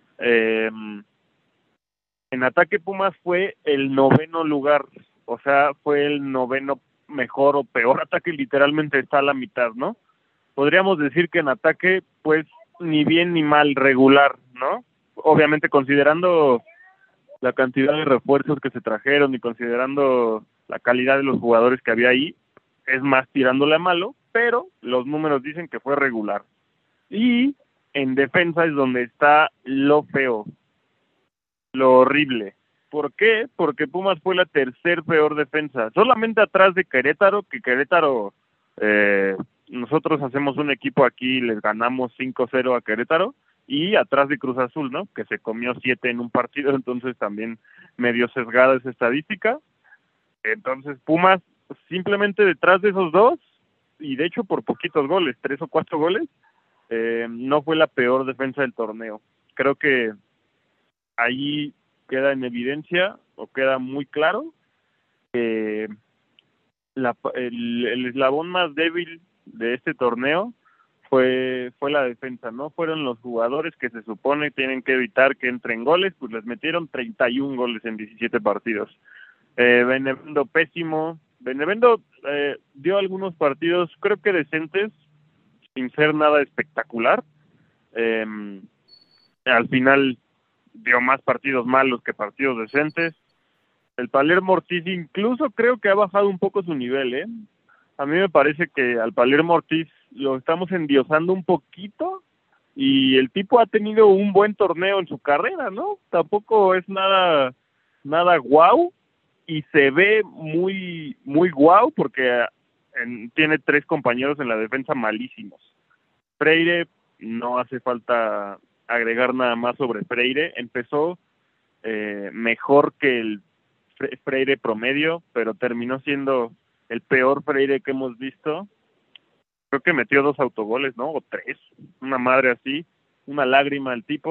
en ataque Pumas fue el 9º lugar, o sea, fue el 9º mejor o peor ataque, literalmente está a la mitad, ¿no? Podríamos decir que en ataque, pues, ni bien ni mal, regular, ¿no? Obviamente considerando la cantidad de refuerzos que se trajeron y considerando la calidad de los jugadores que había ahí, es más tirándole a malo, pero los números dicen que fue regular. Y en defensa es donde está lo feo, lo horrible. ¿Por qué? Porque Pumas fue la tercer peor defensa, solamente atrás de Querétaro, que Querétaro, nosotros hacemos un equipo aquí y les ganamos 5-0 a Querétaro, y atrás de Cruz Azul, ¿no? Que se comió 7 en un partido, entonces también medio sesgada esa estadística. Entonces Pumas simplemente detrás de esos dos, y de hecho por poquitos goles, 3 o 4 goles, no fue la peor defensa del torneo. Creo que ahí queda en evidencia o queda muy claro que el eslabón más débil de este torneo fue la defensa, ¿no? Fueron los jugadores que se supone tienen que evitar que entren goles, pues les metieron 31 goles en 17 partidos. Benevendo pésimo. Benevendo dio algunos partidos, creo que decentes, sin ser nada espectacular. Al final dio más partidos malos que partidos decentes. El Palermo Ortiz incluso creo que ha bajado un poco su nivel, ¿eh? A mí me parece que al Palermo Ortiz lo estamos endiosando un poquito, y el tipo ha tenido un buen torneo en su carrera, ¿no? Tampoco es nada guau, y se ve muy guau porque tiene 3 compañeros en la defensa malísimos. Freire, no hace falta agregar nada más sobre Freire. Empezó mejor que el Freire promedio, pero terminó siendo el peor Freire que hemos visto. Creo que metió 2 autogoles, ¿no? O 3, una madre así, una lágrima al tipo.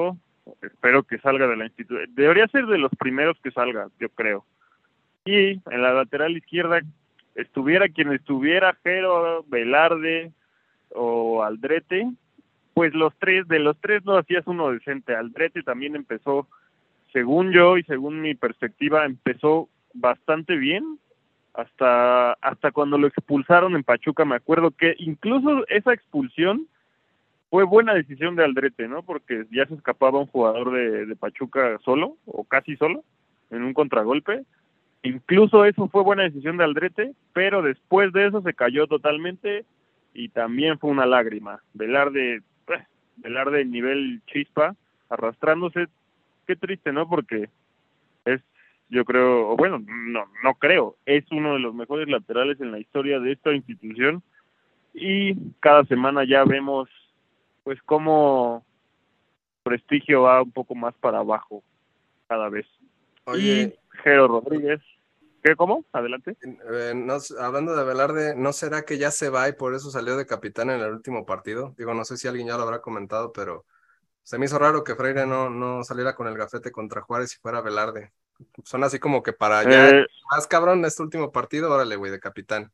Espero que salga de la institución. Debería ser de los primeros que salga, yo creo. Y en la lateral izquierda, estuviera quien estuviera, Jero, Velarde o Aldrete, pues de los tres no hacías uno decente. Aldrete también empezó, según yo y según mi perspectiva, empezó bastante bien, hasta cuando lo expulsaron en Pachuca. Me acuerdo que incluso esa expulsión fue buena decisión de Aldrete, ¿no? Porque ya se escapaba un jugador de Pachuca solo, o casi solo, en un contragolpe. Incluso eso fue buena decisión de Aldrete, pero después de eso se cayó totalmente y también fue una lágrima. Velarde nivel chispa, arrastrándose. Qué triste, ¿no? Porque es, yo creo, o bueno, no creo, es uno de los mejores laterales en la historia de esta institución y cada semana ya vemos pues cómo prestigio va un poco más para abajo cada vez. Oye, Y Jero Rodríguez, ¿qué, cómo? Adelante. hablando de Velarde, ¿no será que ya se va y por eso salió de capitán en el último partido? Digo, no sé si alguien ya lo habrá comentado, pero se me hizo raro que Freire no saliera con el gafete contra Juárez y fuera Velarde. Son así como que para ya, más cabrón, este último partido, órale, güey, de capitán.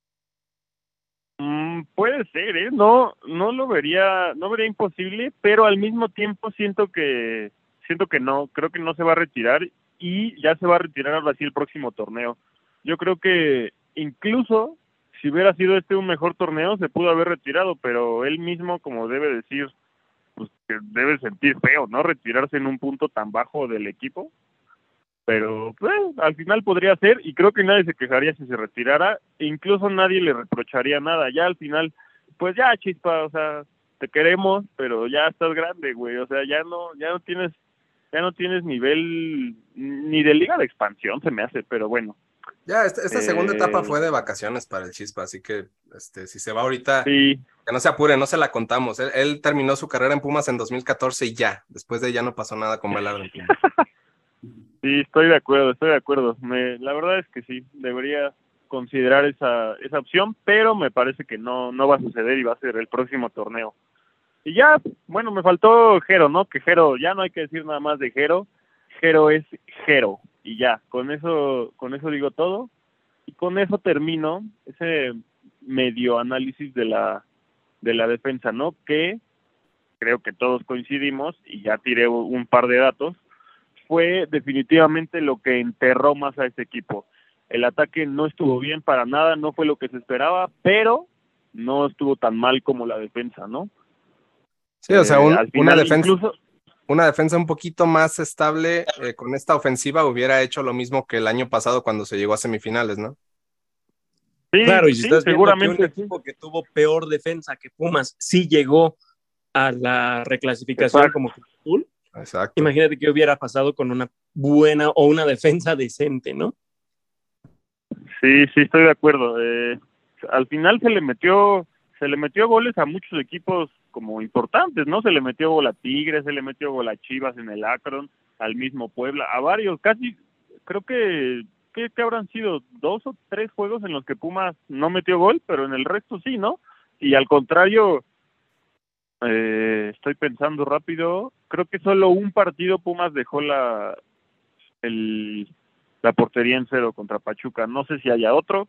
Puede ser, ¿eh? No lo vería, no vería imposible, pero al mismo tiempo siento que no, creo que no se va a retirar y ya se va a retirar ahora sí el próximo torneo. Yo creo que incluso si hubiera sido un mejor torneo se pudo haber retirado, pero él mismo, como debe decir, pues que debe sentir feo, ¿no? Retirarse en un punto tan bajo del equipo. Pero pues, al final podría ser, y creo que nadie se quejaría si se retirara, e incluso nadie le reprocharía nada. Ya al final, pues ya, Chispa, o sea, te queremos, pero ya estás grande, güey, o sea, ya no tienes nivel ni de liga de expansión, se me hace, pero bueno. Ya, esta segunda etapa fue de vacaciones para el Chispa, así que si se va ahorita, sí. Que no se apure, no se la contamos. Él terminó su carrera en Pumas en 2014 y ya, después de ya no pasó nada con Velarde en Pumas. Sí, estoy de acuerdo. La verdad es que sí, debería considerar esa opción, pero me parece que no va a suceder y va a ser el próximo torneo. Y ya, bueno, me faltó Jero, ¿no? Que Jero, ya no hay que decir nada más de Jero. Jero es Jero. Y ya, con eso digo todo. Y con eso termino ese medio análisis de la defensa, ¿no? Que creo que todos coincidimos, y ya tiré un par de datos, fue definitivamente lo que enterró más a este equipo. El ataque no estuvo bien para nada, no fue lo que se esperaba, pero no estuvo tan mal como la defensa, ¿no? Sí, o sea, al final una defensa un poquito más estable con esta ofensiva hubiera hecho lo mismo que el año pasado cuando se llegó a semifinales, ¿no? Sí, claro, y si sí, estás viendo seguramente que un equipo que tuvo peor defensa que Pumas sí llegó a la reclasificación como Cruz Azul, exacto. Imagínate qué hubiera pasado con una buena o una defensa decente, ¿no? Sí, estoy de acuerdo. Al final se le metió goles a muchos equipos como importantes, ¿no? Se le metió gol a Tigres, se le metió gol a Chivas en el Akron, al mismo Puebla, a varios, casi, creo que habrán sido 2 o 3 juegos en los que Pumas no metió gol, pero en el resto sí, ¿no? Y al contrario, estoy pensando rápido, creo que solo un partido Pumas dejó la portería en 0 contra Pachuca, no sé si haya otro,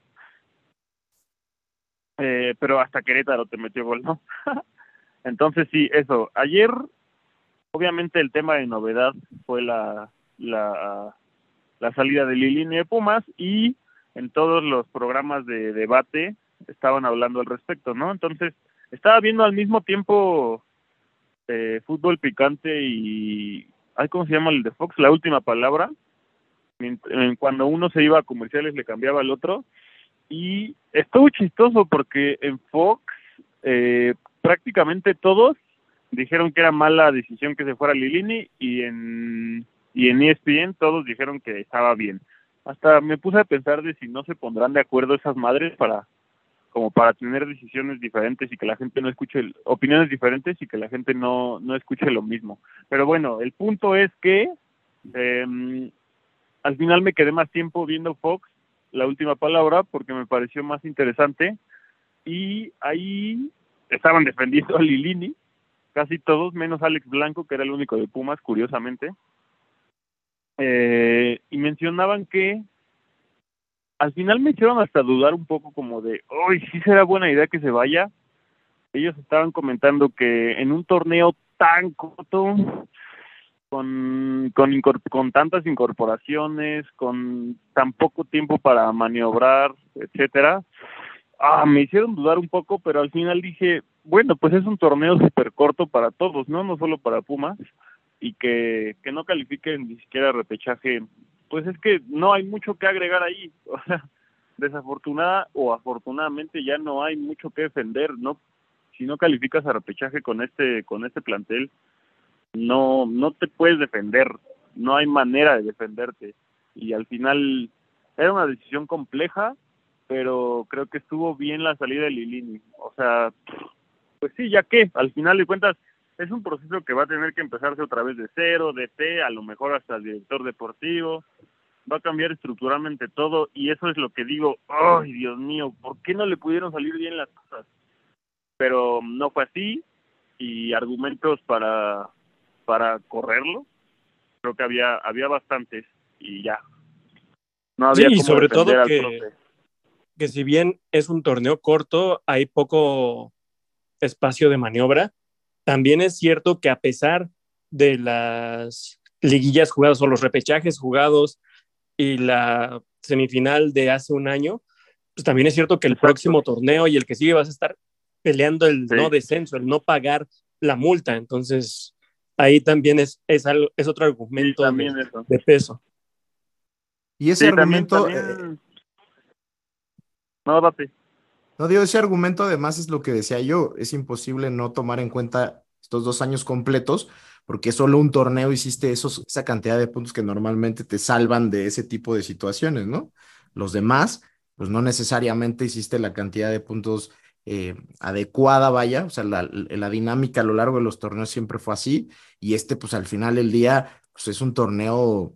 pero hasta Querétaro te metió gol, ¿no? Entonces sí, eso, ayer obviamente el tema de novedad fue la salida de Lilini de Pumas, y en todos los programas de debate estaban hablando al respecto, ¿no? Entonces estaba viendo al mismo tiempo Fútbol Picante y ¿cómo se llama el de Fox? La Última Palabra. Cuando uno se iba a comerciales le cambiaba al otro, y estuvo chistoso porque en Fox prácticamente todos dijeron que era mala decisión que se fuera Lilini, y en ESPN todos dijeron que estaba bien. Hasta me puse a pensar de si no se pondrán de acuerdo esas madres para tener decisiones diferentes y que la gente no escuche opiniones diferentes y que la gente no escuche lo mismo. Pero bueno, el punto es que al final me quedé más tiempo viendo Fox, La Última Palabra, porque me pareció más interesante, y ahí estaban defendiendo a Lilini, casi todos, menos Alex Blanco, que era el único de Pumas, curiosamente. Y mencionaban que al final me hicieron hasta dudar un poco como de, uy, sí será buena idea que se vaya. Ellos estaban comentando que en un torneo tan corto, con tantas incorporaciones, con tan poco tiempo para maniobrar, etcétera, me hicieron dudar un poco, pero al final dije, bueno, pues es un torneo súper corto para todos, ¿no? No solo para Pumas, y que no califiquen ni siquiera repechaje, pues es que no hay mucho que agregar ahí, o sea, desafortunada o afortunadamente ya no hay mucho que defender, ¿no? Si no calificas a repechaje con este plantel, no te puedes defender, no hay manera de defenderte, y al final era una decisión compleja, pero creo que estuvo bien la salida de Lilini. O sea, pues sí, ya que al final de cuentas es un proceso que va a tener que empezarse otra vez de cero, de T, a lo mejor hasta el director deportivo, va a cambiar estructuralmente todo, y eso es lo que digo, ay, Dios mío, ¿por qué no le pudieron salir bien las cosas? Pero no fue así, y argumentos para correrlo, creo que había bastantes, y ya, no había Sí, y cómo sobre defender todo al profe. que si bien es un torneo corto, hay poco espacio de maniobra. También es cierto que a pesar de las liguillas jugadas o los repechajes jugados y la semifinal de hace un año, pues también es cierto que el Exacto. próximo torneo y el que sigue vas a estar peleando el Sí. no descenso, el no pagar la multa. Entonces, ahí también es otro argumento Sí, eso. de peso. Y ese Sí, argumento, también... No, date. no digo, ese argumento además es lo que decía yo, es imposible no tomar en cuenta estos 2 años completos, porque solo un torneo hiciste esa cantidad de puntos que normalmente te salvan de ese tipo de situaciones, ¿no? Los demás, pues no necesariamente hiciste la cantidad de puntos adecuada, vaya, o sea, la dinámica a lo largo de los torneos siempre fue así, y pues al final del día, pues es un torneo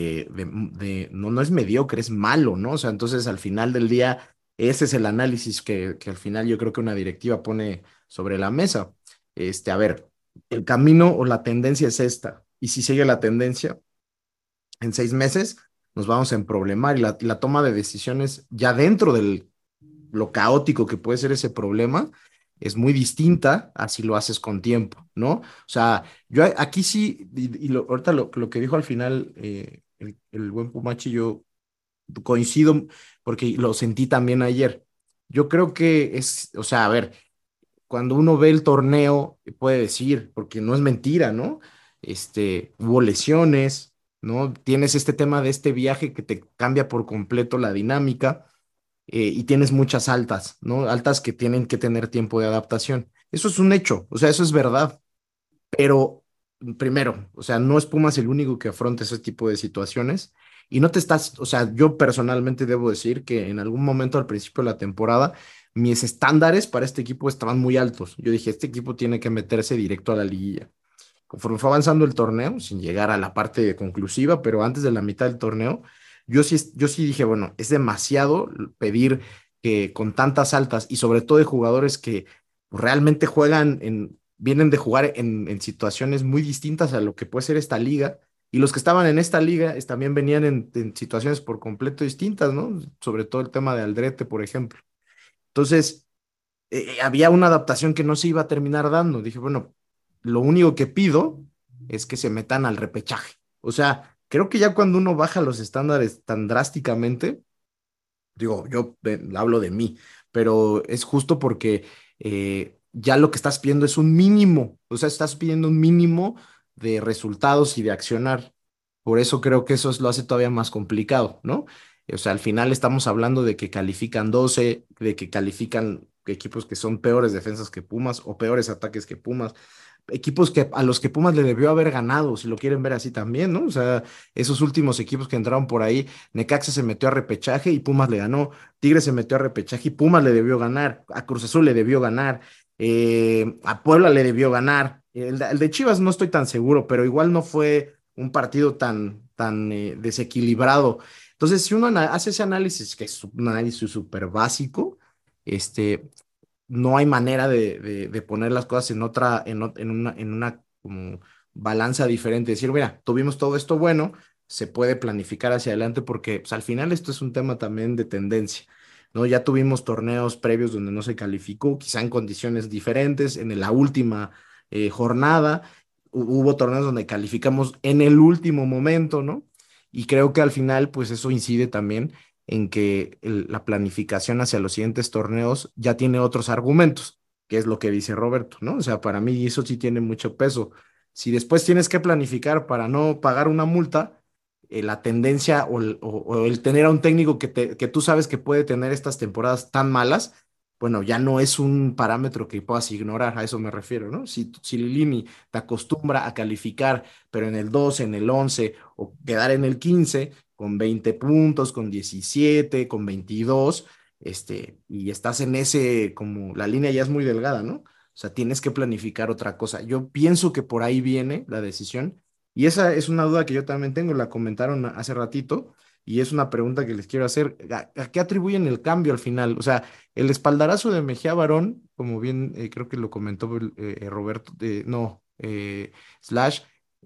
no es mediocre, es malo, ¿no? O sea, entonces al final del día ese es el análisis que al final yo creo que una directiva pone sobre la mesa. A ver, el camino o la tendencia es esta. Y si sigue la tendencia, en 6 meses nos vamos a emproblemar y la toma de decisiones ya dentro de lo caótico que puede ser ese problema es muy distinta a si lo haces con tiempo, ¿no? O sea, yo aquí sí, ahorita lo que dijo al final el buen Pumachi, yo coincido porque lo sentí también ayer. Yo creo que o sea, a ver, cuando uno ve el torneo, puede decir, porque no es mentira, ¿no? Hubo lesiones, ¿no? Tienes este tema de este viaje que te cambia por completo la dinámica y tienes muchas altas, ¿no? Altas que tienen que tener tiempo de adaptación. Eso es un hecho, o sea, eso es verdad. Pero primero, o sea, no es Pumas el único que afronta ese tipo de situaciones y no te estás, o sea, yo personalmente debo decir que en algún momento al principio de la temporada mis estándares para este equipo estaban muy altos. Yo dije, este equipo tiene que meterse directo a la liguilla. Conforme fue avanzando el torneo, sin llegar a la parte conclusiva, pero antes de la mitad del torneo, yo sí dije, bueno, es demasiado pedir que con tantas altas y sobre todo de jugadores que realmente vienen de jugar en situaciones muy distintas a lo que puede ser esta liga. Y los que estaban en esta liga también venían en situaciones por completo distintas, ¿no? Sobre todo el tema de Aldrete, por ejemplo. Entonces, había una adaptación que no se iba a terminar dando. Dije, bueno, lo único que pido es que se metan al repechaje. O sea, creo que ya cuando uno baja los estándares tan drásticamente, digo, yo hablo de mí, pero es justo porque ya lo que estás pidiendo es un mínimo, o sea, estás pidiendo un mínimo de resultados y de accionar. Por eso creo que lo hace todavía más complicado, ¿no? O sea, al final estamos hablando de que califican 12, de que califican equipos que son peores defensas que Pumas o peores ataques que Pumas, equipos a los que Pumas le debió haber ganado, si lo quieren ver así también, ¿no? O sea, esos últimos equipos que entraron por ahí, Necaxa se metió a repechaje y Pumas le ganó, Tigres se metió a repechaje y Pumas le debió ganar, a Cruz Azul le debió ganar, a Puebla le debió ganar, el de Chivas no estoy tan seguro, pero igual no fue un partido tan desequilibrado. Entonces, si uno hace ese análisis, que es un análisis súper básico, este, no hay manera de poner las cosas en una como balanza diferente. Decir, mira, tuvimos todo esto bueno, se puede planificar hacia adelante porque pues, al final esto es un tema también de tendencia, ¿no? Ya tuvimos torneos previos donde no se calificó, quizá en condiciones diferentes, en la última jornada, hubo torneos donde calificamos en el último momento, ¿no? Y creo que al final, pues eso incide también en que la planificación hacia los siguientes torneos ya tiene otros argumentos, que es lo que dice Roberto, ¿no? O sea, para mí eso sí tiene mucho peso. Si después tienes que planificar para no pagar una multa, la tendencia o el tener a un técnico que tú sabes que puede tener estas temporadas tan malas, bueno, ya no es un parámetro que puedas ignorar, a eso me refiero, ¿no? Si Lilini te acostumbra a calificar, pero en el 12, en el 11 o quedar en el 15 con 20 puntos, con 17, con 22, y estás en ese, como la línea ya es muy delgada, ¿no? O sea, tienes que planificar otra cosa. Yo pienso que por ahí viene la decisión y esa es una duda que yo también tengo, la comentaron hace ratito y es una pregunta que les quiero hacer. ¿A qué atribuyen el cambio al final? O sea, el espaldarazo de Mejía Barón, como bien creo que lo comentó Roberto, no, Slash,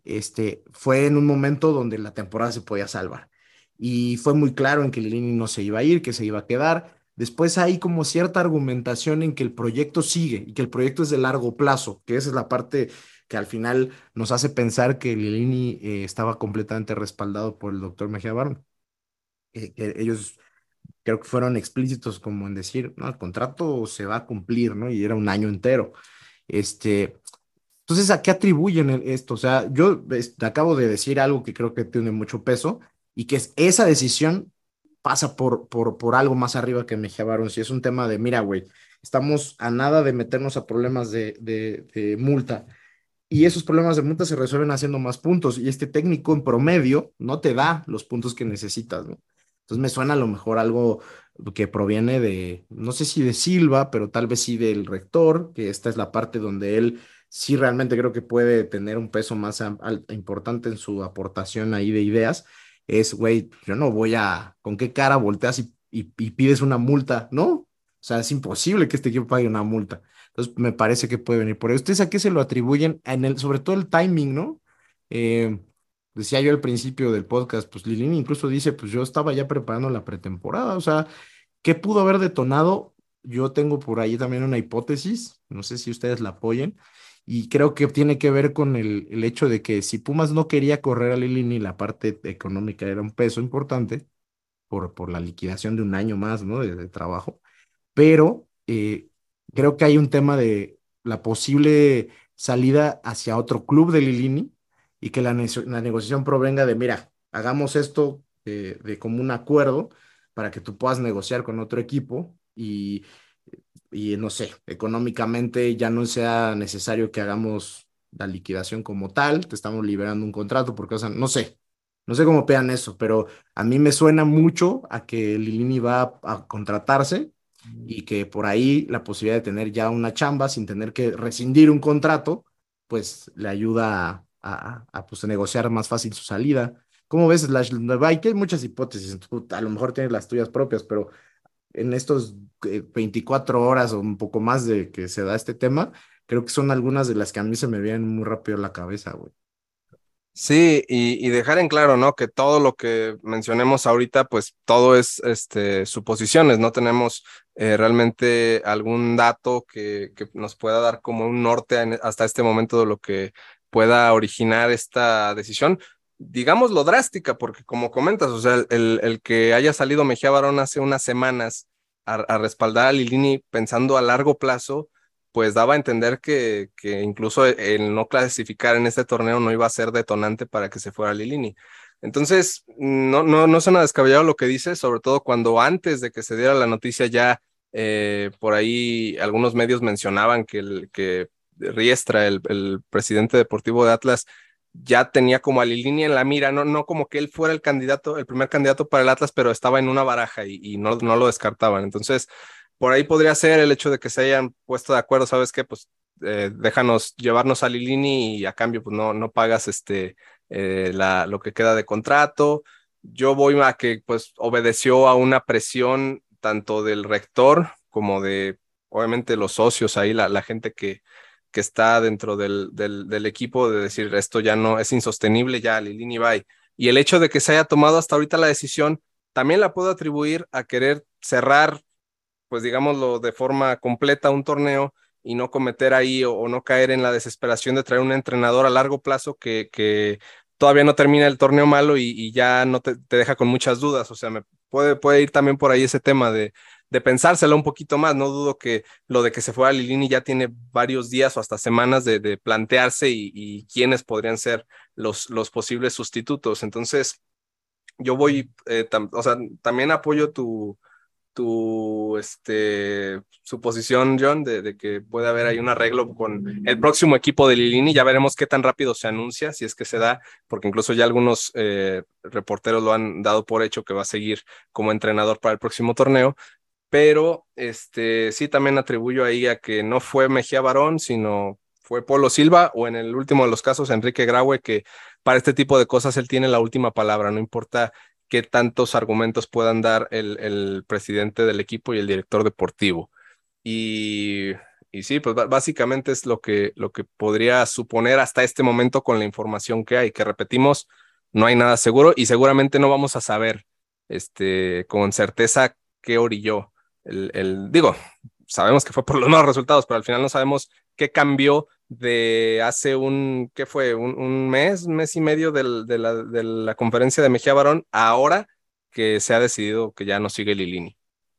fue en un momento donde la temporada se podía salvar. Y fue muy claro en que Lilini no se iba a ir, que se iba a quedar. Después hay como cierta argumentación en que el proyecto sigue y que el proyecto es de largo plazo, que esa es la parte que al final nos hace pensar que Lilini estaba completamente respaldado por el doctor Mejía Barón. Que ellos creo que fueron explícitos como en decir, no, el contrato se va a cumplir, ¿no? Y era un año entero. Este, entonces, ¿a qué atribuyen esto? O sea, yo acabo de decir algo que creo que tiene mucho peso y que es esa decisión pasa por algo más arriba que Mejía Barón. Si es un tema de, mira, güey, estamos a nada de meternos a problemas de multa y esos problemas de multa se resuelven haciendo más puntos y este técnico en promedio no te da los puntos que necesitas, ¿no? Entonces me suena a lo mejor algo que proviene de, no sé si de Silva, pero tal vez sí del rector, que esta es la parte donde él sí realmente creo que puede tener un peso más importante en su aportación ahí de ideas. Es, güey, yo no voy ¿con qué cara volteas y pides una multa? ¿No? O sea, es imposible que este equipo pague una multa. Entonces, me parece que puede venir por ahí. ¿Ustedes a qué se lo atribuyen? Sobre todo el timing, ¿no? Eh, Decía yo al principio del podcast, pues Lilini incluso dice, pues yo estaba ya preparando la pretemporada, o sea, ¿qué pudo haber detonado? Yo tengo por ahí también una hipótesis, no sé si ustedes la apoyen, y creo que tiene que ver con el hecho de que si Pumas no quería correr a Lilini, la parte económica era un peso importante por la liquidación de un año más, ¿no? De trabajo, pero creo que hay un tema de la posible salida hacia otro club de Lilini y que la negociación provenga de, mira, hagamos esto de común acuerdo para que tú puedas negociar con otro equipo y no sé, económicamente ya no sea necesario que hagamos la liquidación como tal, te estamos liberando un contrato porque, o sea, no sé cómo pegan eso, pero a mí me suena mucho a que Lilini va a contratarse y que por ahí la posibilidad de tener ya una chamba sin tener que rescindir un contrato, pues le ayuda pues, a negociar más fácil su salida. ¿Cómo ves, Slash? Hay que hay muchas hipótesis, tú a lo mejor tienes las tuyas propias, pero en estos 24 horas o un poco más de que se da este tema, creo que son algunas de las que a mí se me vienen muy rápido a la cabeza, güey. Sí, y dejar en claro, ¿no? Que todo lo que mencionemos ahorita, pues todo es suposiciones, no tenemos realmente algún dato que nos pueda dar como un norte hasta este momento de lo que pueda originar esta decisión, digamos lo drástica, porque como comentas, o sea, el que haya salido Mejía Barón hace unas semanas a respaldar a Lilini pensando a largo plazo pues daba a entender que incluso el no clasificar en este torneo no iba a ser detonante para que se fuera Lilini. Entonces, no suena descabellado lo que dice, sobre todo cuando antes de que se diera la noticia ya por ahí algunos medios mencionaban que Riestra, el presidente deportivo de Atlas, ya tenía como a Lilini en la mira, no como que él fuera el candidato, el primer candidato para el Atlas, pero estaba en una baraja y no lo descartaban. Entonces, por ahí podría ser el hecho de que se hayan puesto de acuerdo, ¿sabes qué? Pues déjanos llevarnos a Lilini y a cambio pues no pagas lo que queda de contrato. Yo voy a que pues obedeció a una presión tanto del rector como de obviamente los socios ahí, la gente que está dentro del equipo, de decir esto ya no es insostenible, ya Lilini bye. Y el hecho de que se haya tomado hasta ahorita la decisión, también la puedo atribuir a querer cerrar, pues digámoslo, de forma completa un torneo y no cometer ahí o no caer en la desesperación de traer un entrenador a largo plazo que todavía no termina el torneo malo y ya no te deja con muchas dudas. O sea, puede ir también por ahí ese tema de pensárselo un poquito más. No dudo que lo de que se fuera Lilini ya tiene varios días o hasta semanas de plantearse y quiénes podrían ser los posibles sustitutos. Entonces, yo voy, o sea, también apoyo tu suposición, John, de que puede haber ahí un arreglo con el próximo equipo de Lilini. Ya veremos qué tan rápido se anuncia, si es que se da, porque incluso ya algunos reporteros lo han dado por hecho que va a seguir como entrenador para el próximo torneo. Pero sí, también atribuyo ahí a que no fue Mejía Barón, sino fue Polo Silva, o en el último de los casos, Enrique Graue, que para este tipo de cosas él tiene la última palabra, no importa qué tantos argumentos puedan dar el presidente del equipo y el director deportivo. Y, y sí, pues básicamente es lo que podría suponer hasta este momento con la información que hay, que repetimos, no hay nada seguro y seguramente no vamos a saber con certeza qué orilló. Digo, sabemos que fue por los nuevos resultados, pero al final no sabemos qué cambió de hace ¿qué fue? Un mes y medio de la conferencia de Mejía Barón, a ahora que se ha decidido que ya no sigue Lilini.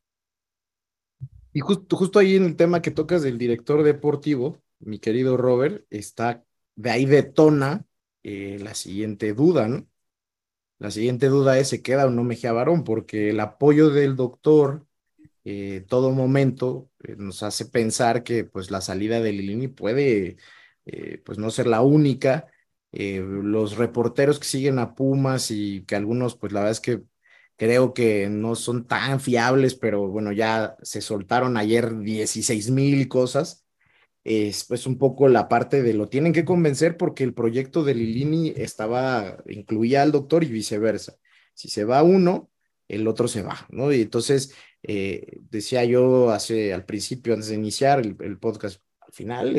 Y justo ahí en el tema que tocas del director deportivo, mi querido Robert, de ahí detona la siguiente duda, ¿no? La siguiente duda es, ¿se queda o no Mejía Barón? Porque el apoyo del doctor todo momento nos hace pensar que pues la salida de Lilini puede pues no ser la única. Los reporteros que siguen a Pumas y que algunos pues la verdad es que creo que no son tan fiables, pero bueno, ya se soltaron ayer 16,000 cosas. Es pues un poco la parte de lo tienen que convencer porque el proyecto de Lilini incluía al doctor y viceversa. Si se va uno, el otro se va, ¿no? Y entonces decía yo al principio, antes de iniciar el podcast, al final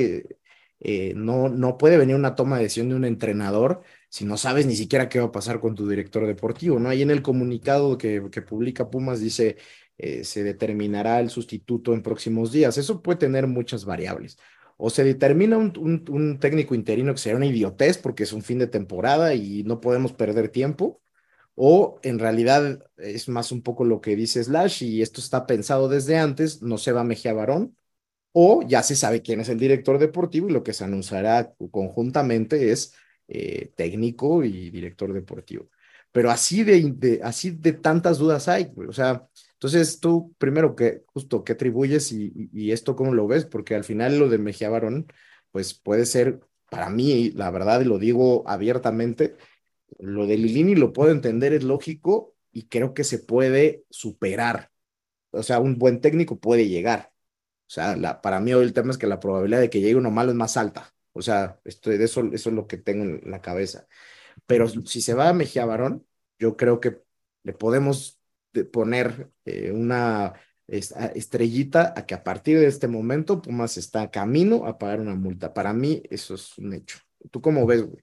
no puede venir una toma de decisión de un entrenador si no sabes ni siquiera qué va a pasar con tu director deportivo, ¿no? Ahí en el comunicado que publica Pumas dice, se determinará el sustituto en próximos días. Eso puede tener muchas variables. O se determina un técnico interino que será una idiotez porque es un fin de temporada y no podemos perder tiempo, o en realidad es más un poco lo que dice Slash y esto está pensado desde antes, no se va Mejía Barón, o ya se sabe quién es el director deportivo y lo que se anunciará conjuntamente es técnico y director deportivo. Pero así de tantas dudas hay, güey. O sea, entonces tú primero justo qué atribuyes y esto cómo lo ves, porque al final lo de Mejía Barón, pues puede ser, para mí, la verdad, y lo digo abiertamente, lo de Lilini lo puedo entender, es lógico y creo que se puede superar. O sea, un buen técnico puede llegar. O sea, para mí hoy el tema es que la probabilidad de que llegue uno malo es más alta. O sea, eso es lo que tengo en la cabeza. Pero si se va a Mejía Barón, yo creo que le podemos poner una estrellita a que a partir de este momento Pumas está camino a pagar una multa. Para mí eso es un hecho. ¿Tú cómo ves, güey?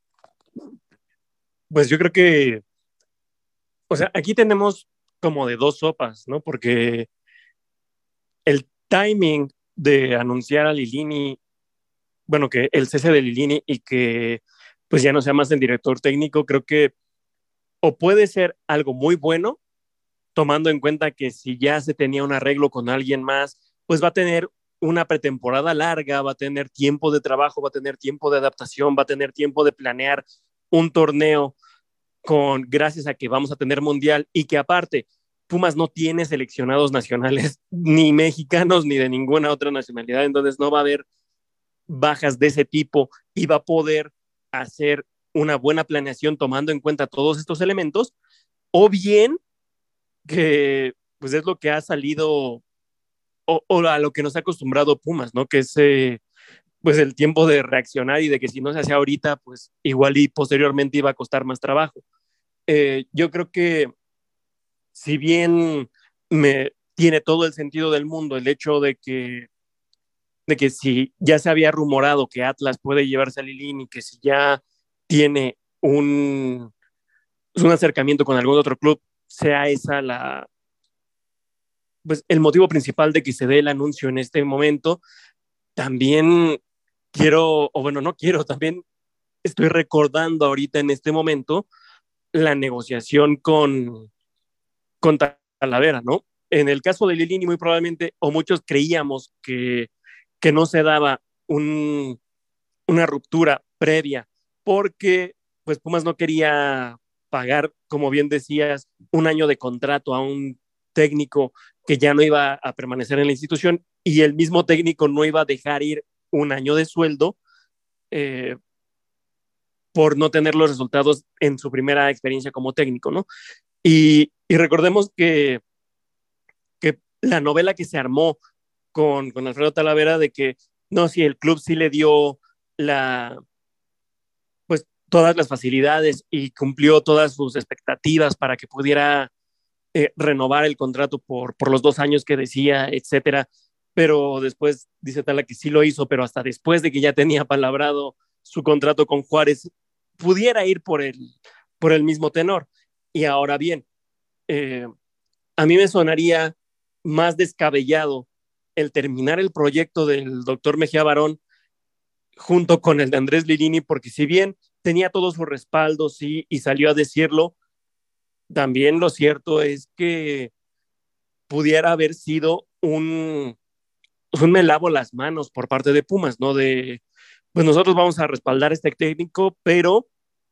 Pues yo creo que, o sea, aquí tenemos como de dos sopas, ¿no? Porque el timing de anunciar a Lilini, bueno, que el cese de Lilini y que pues ya no sea más el director técnico, creo que o puede ser algo muy bueno, tomando en cuenta que si ya se tenía un arreglo con alguien más, pues va a tener una pretemporada larga, va a tener tiempo de trabajo, va a tener tiempo de adaptación, va a tener tiempo de planear un torneo gracias a que vamos a tener mundial y que aparte Pumas no tiene seleccionados nacionales ni mexicanos ni de ninguna otra nacionalidad, entonces no va a haber bajas de ese tipo y va a poder hacer una buena planeación tomando en cuenta todos estos elementos, o bien que pues es lo que ha salido o a lo que nos ha acostumbrado Pumas, ¿no? Que es pues el tiempo de reaccionar y de que si no se hace ahorita, pues igual y posteriormente iba a costar más trabajo. Yo creo que si bien tiene todo el sentido del mundo el hecho de que si ya se había rumorado que Atlas puede llevarse a Lilini, que si ya tiene un acercamiento con algún otro club, sea esa pues el motivo principal de que se dé el anuncio en este momento. También quiero, o bueno, no quiero, también estoy recordando ahorita en este momento la negociación con Talavera, ¿no? En el caso de Lilini, muy probablemente, o muchos creíamos que no se daba una ruptura previa, porque pues Pumas no quería pagar, como bien decías, un año de contrato a un técnico que ya no iba a permanecer en la institución y el mismo técnico no iba a dejar ir un año de sueldo eh, por no tener los resultados en su primera experiencia como técnico, ¿no? Y recordemos que la novela que se armó con Alfredo Talavera de que no, si el club sí le dio la, pues todas las facilidades y cumplió todas sus expectativas para que pudiera renovar el contrato por los 2 años que decía, etcétera. Pero después dice Tala que sí lo hizo, pero hasta después de que ya tenía palabrado su contrato con Juárez, pudiera ir por el mismo tenor. Y ahora bien, eh, a mí me sonaría más descabellado el terminar el proyecto del doctor Mejía Barón junto con el de Andrés Lirini, porque si bien tenía todos sus respaldos y salió a decirlo, también lo cierto es que pudiera haber sido un me lavo las manos por parte de Pumas, ¿no? De, pues nosotros vamos a respaldar a este técnico, pero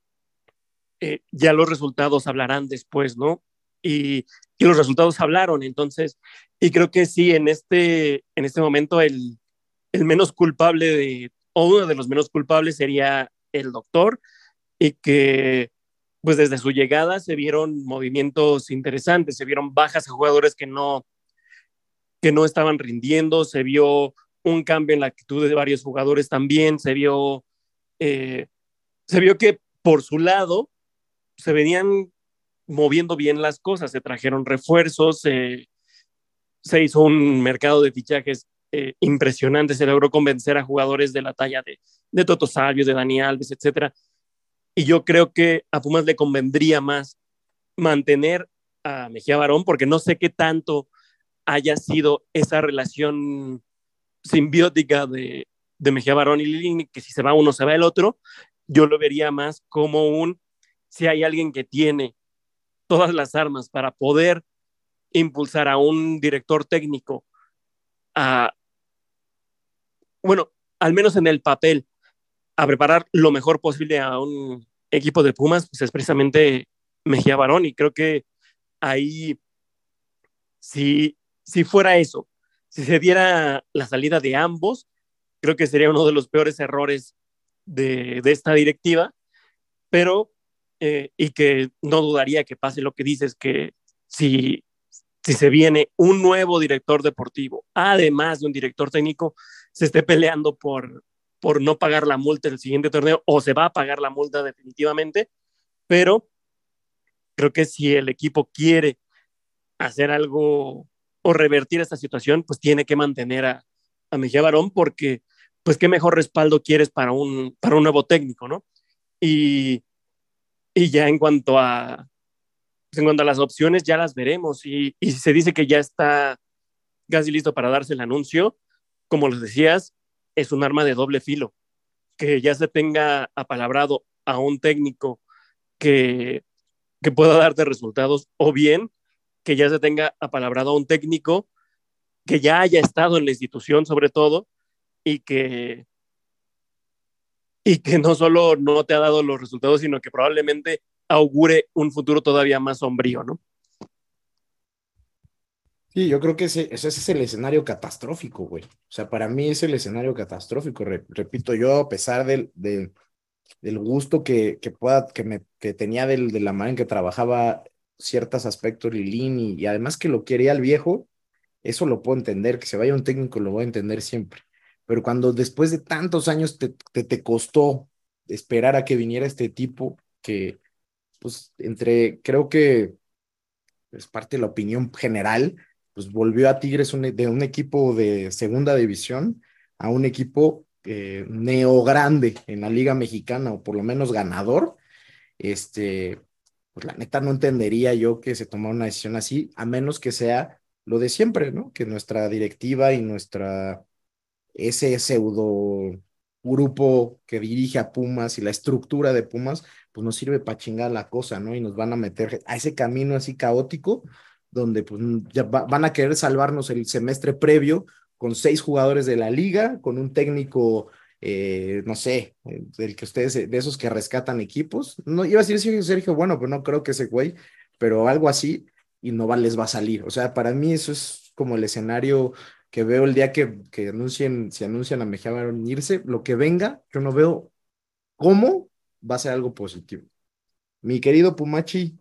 ya los resultados hablarán después, ¿no? Y los resultados hablaron, entonces, y creo que sí, en este momento el menos culpable o uno de los menos culpables sería el doctor, y que pues desde su llegada se vieron movimientos interesantes, se vieron bajas a jugadores que no estaban rindiendo, se vio un cambio en la actitud de varios jugadores también, eh, se vio que por su lado se venían moviendo bien las cosas, se trajeron refuerzos, se hizo un mercado de fichajes impresionante, se logró convencer a jugadores de la talla de Toto Salvio, de Dani Alves, etcétera. Y yo creo que a Pumas le convendría más mantener a Mejía Barón, porque no sé qué tanto haya sido esa relación simbiótica de Mejía Barón y Lilini, que si se va uno, se va el otro. Yo lo vería más como si hay alguien que tiene todas las armas para poder impulsar a un director técnico a, bueno, al menos en el papel, a preparar lo mejor posible a un equipo de Pumas, pues es precisamente Mejía Barón. Y creo que ahí, si fuera eso, si se diera la salida de ambos, creo que sería uno de los peores errores de esta directiva, pero, y que no dudaría que pase lo que dices, que si, si se viene un nuevo director deportivo, además de un director técnico, se esté peleando por no pagar la multa el siguiente torneo, o se va a pagar la multa definitivamente, pero creo que si el equipo quiere hacer algo o revertir esta situación, pues tiene que mantener a Mejía Barón, porque pues qué mejor respaldo quieres para un nuevo técnico, ¿no? Y, y ya en cuanto a las opciones, ya las veremos. Y si se dice que ya está casi listo para darse el anuncio, como les decías, es un arma de doble filo. Que ya se tenga apalabrado a un técnico que, que pueda darte resultados, o bien que ya se tenga apalabrado a un técnico que ya haya estado en la institución, sobre todo, y que, y que no solo no te ha dado los resultados, sino que probablemente augure un futuro todavía más sombrío, ¿no? Sí, yo creo que ese es el escenario catastrófico, güey. O sea, para mí es el escenario catastrófico. Repito, yo a pesar del gusto que tenía de la manera en que trabajaba ciertos aspectos Lilín y además que lo quería el viejo, eso lo puedo entender, que se vaya un técnico lo voy a entender siempre. Pero cuando después de tantos años te costó esperar a que viniera este tipo, que pues creo que es parte de la opinión general, pues volvió a Tigres de un equipo de segunda división a un equipo neo grande en la Liga Mexicana, o por lo menos ganador. Pues la neta no entendería yo que se tomara una decisión así, a menos que sea lo de siempre, ¿no? Que nuestra directiva y ese pseudo grupo que dirige a Pumas y la estructura de Pumas, pues nos sirve para chingar la cosa, ¿no? Y nos van a meter a ese camino así caótico, donde pues ya van a querer salvarnos el semestre previo con 6 jugadores de la liga, con un técnico, no sé, del que ustedes, de esos que rescatan equipos. No iba a decir Sergio, bueno, pero no creo que ese güey, pero algo así, y no les va a salir. O sea, para mí eso es como el escenario que veo el día que si anuncian a Mejía Barón irse, lo que venga, yo no veo cómo va a ser algo positivo. Mi querido Pumachi,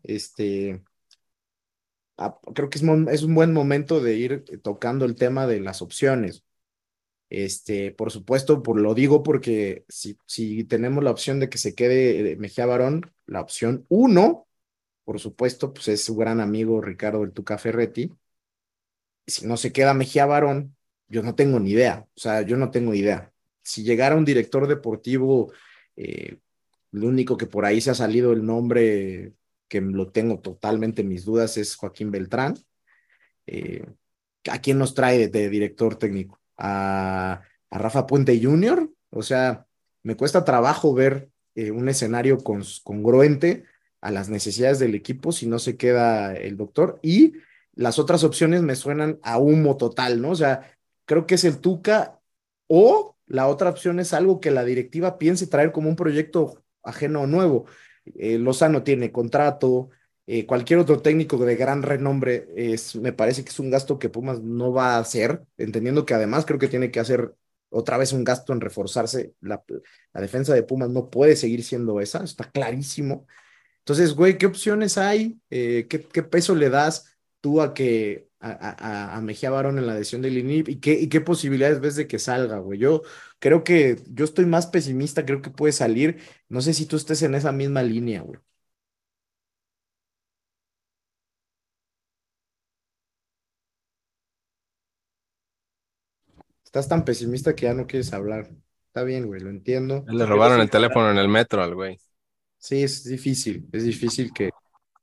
creo que es un buen momento de ir tocando el tema de las opciones. Por supuesto, lo digo porque si tenemos la opción de que se quede Mejía Barón, la opción uno, por supuesto, pues es su gran amigo Ricardo el Tuca Ferretti. Si no se queda Mejía Barón, yo no tengo ni idea. O sea, yo no tengo idea. Si llegara un director deportivo, lo único que por ahí se ha salido el nombre, que lo tengo totalmente en mis dudas, es Joaquín Beltrán. Eh, ¿A quién nos trae de director técnico? ¿A Rafa Puente Jr.? O sea, me cuesta trabajo ver un escenario congruente a las necesidades del equipo si no se queda el doctor. Y las otras opciones me suenan a humo total, ¿no? O sea, creo que es el Tuca, o la otra opción es algo que la directiva piense traer como un proyecto ajeno o nuevo. Lozano tiene contrato, cualquier otro técnico de gran renombre, me parece que es un gasto que Pumas no va a hacer, entendiendo que además creo que tiene que hacer otra vez un gasto en reforzarse. La defensa de Pumas no puede seguir siendo esa, está clarísimo. Entonces, güey, ¿qué opciones hay? ¿Qué peso le das tú a Mejía Barón en la decisión del INIP? ¿Y qué posibilidades ves de que salga, güey? Yo estoy más pesimista, creo que puede salir. No sé si tú estés en esa misma línea, güey. Estás tan pesimista que ya no quieres hablar. Está bien, güey, lo entiendo. Le Yo robaron sí, el teléfono en el metro al güey. Sí, es difícil que...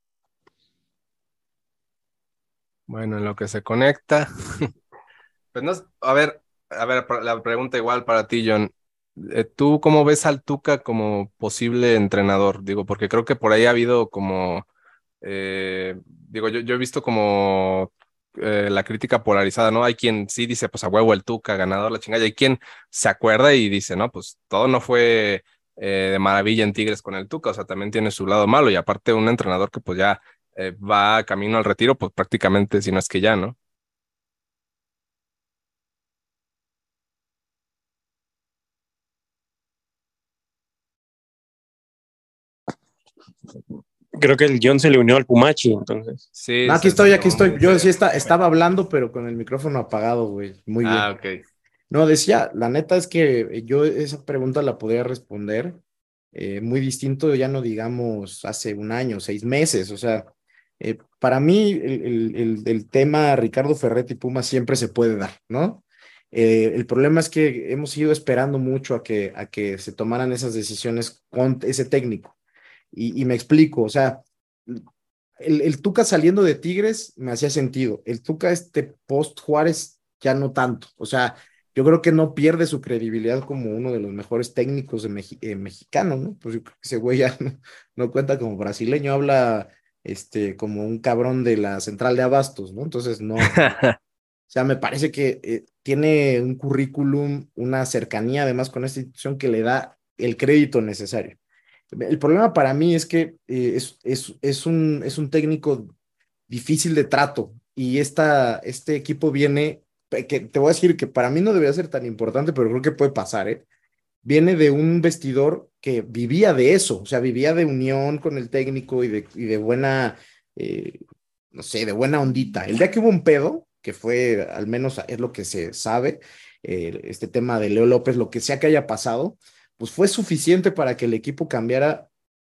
Bueno, en lo que se conecta. Pues no, a ver, la pregunta igual para ti, John. ¿Tú cómo ves al Tuca como posible entrenador? Digo, porque creo que por ahí ha habido como, digo, yo he visto como la crítica polarizada, ¿no? Hay quien sí dice, pues a huevo el Tuca, ganador, la chingada, y hay quien se acuerda y dice, no, pues todo no fue de maravilla en Tigres con el Tuca, o sea, también tiene su lado malo, y aparte un entrenador que pues ya va camino al retiro, pues prácticamente, si no es que ya, ¿no? Creo que el John se le unió al Pumachi, entonces. Sí, No, aquí se estoy, aquí tomó estoy. Yo sí mucho. estaba hablando, pero con el micrófono apagado, güey. Muy bien. Ah, ok. No, decía, la neta es que yo esa pregunta la podría responder muy distinto, ya no digamos hace un año, 6 meses. O sea, para mí el tema Ricardo Ferretti Puma siempre se puede dar, ¿no? El problema es que hemos ido esperando mucho a que se tomaran esas decisiones con ese técnico. Y me explico, o sea, el Tuca saliendo de Tigres me hacía sentido. El Tuca post Juárez ya no tanto. O sea, yo creo que no pierde su credibilidad como uno de los mejores técnicos mexicano, ¿no? Pues yo creo que ese güey ya no cuenta como brasileño, habla como un cabrón de la central de abastos, ¿no? Entonces no. O sea, me parece que tiene un currículum, una cercanía además con esta institución que le da el crédito necesario. El problema para mí es que es un técnico difícil de trato, y este equipo viene, que te voy a decir que para mí no debería ser tan importante, pero creo que puede pasar, ¿eh? Viene de un vestidor que vivía de eso, o sea, vivía de unión con el técnico y de buena, eh, no sé, de buena ondita. El día que hubo un pedo, que fue, al menos es lo que se sabe, este tema de Leo López, lo que sea que haya pasado, pues fue suficiente para que el equipo cambiara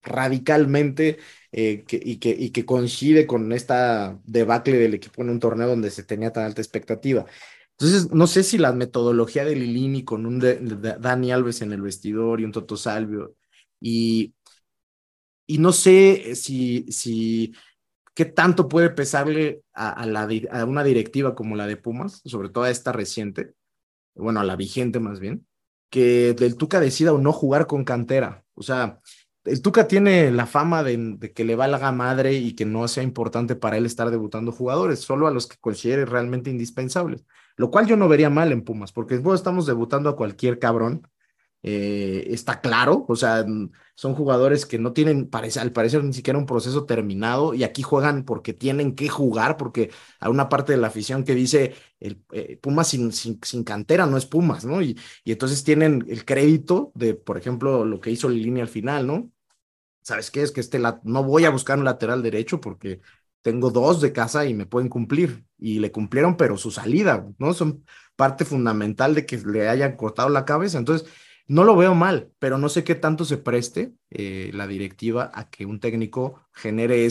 radicalmente y que coincide con esta debacle del equipo en un torneo donde se tenía tan alta expectativa. Entonces, no sé si la metodología de Lilini con un Dani Alves en el vestidor y un Toto Salvio, y, y no sé si qué tanto puede pesarle a una directiva como la de Pumas, sobre todo a esta reciente, bueno, a la vigente más bien, que el Tuca decida o no jugar con cantera. O sea, el Tuca tiene la fama de que le valga madre y que no sea importante para él estar debutando jugadores, solo a los que considere realmente indispensables. Lo cual yo no vería mal en Pumas, porque bueno, estamos debutando a cualquier cabrón, está claro, o sea, son jugadores que no tienen, al parecer, ni siquiera un proceso terminado y aquí juegan porque tienen que jugar, porque hay una parte de la afición que dice, Pumas sin cantera no es Pumas, ¿no? Y entonces tienen el crédito de, por ejemplo, lo que hizo Lilini al final, ¿no? ¿Sabes qué? Es que no voy a buscar un lateral derecho porque tengo dos de casa y me pueden cumplir. Y le cumplieron, pero su salida, ¿no? Son parte fundamental de que le hayan cortado la cabeza. Entonces, no lo veo mal, pero no sé qué tanto se preste la directiva a que un técnico genere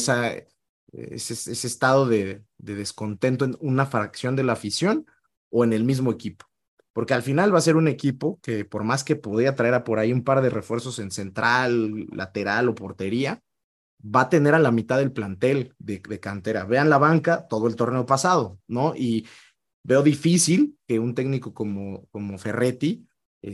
ese estado de descontento en una fracción de la afición o en el mismo equipo. Porque al final va a ser un equipo que por más que podía traer a por ahí un par de refuerzos en central, lateral o portería, va a tener a la mitad del plantel de cantera. Vean la banca todo el torneo pasado, ¿no? Y veo difícil que un técnico como Ferretti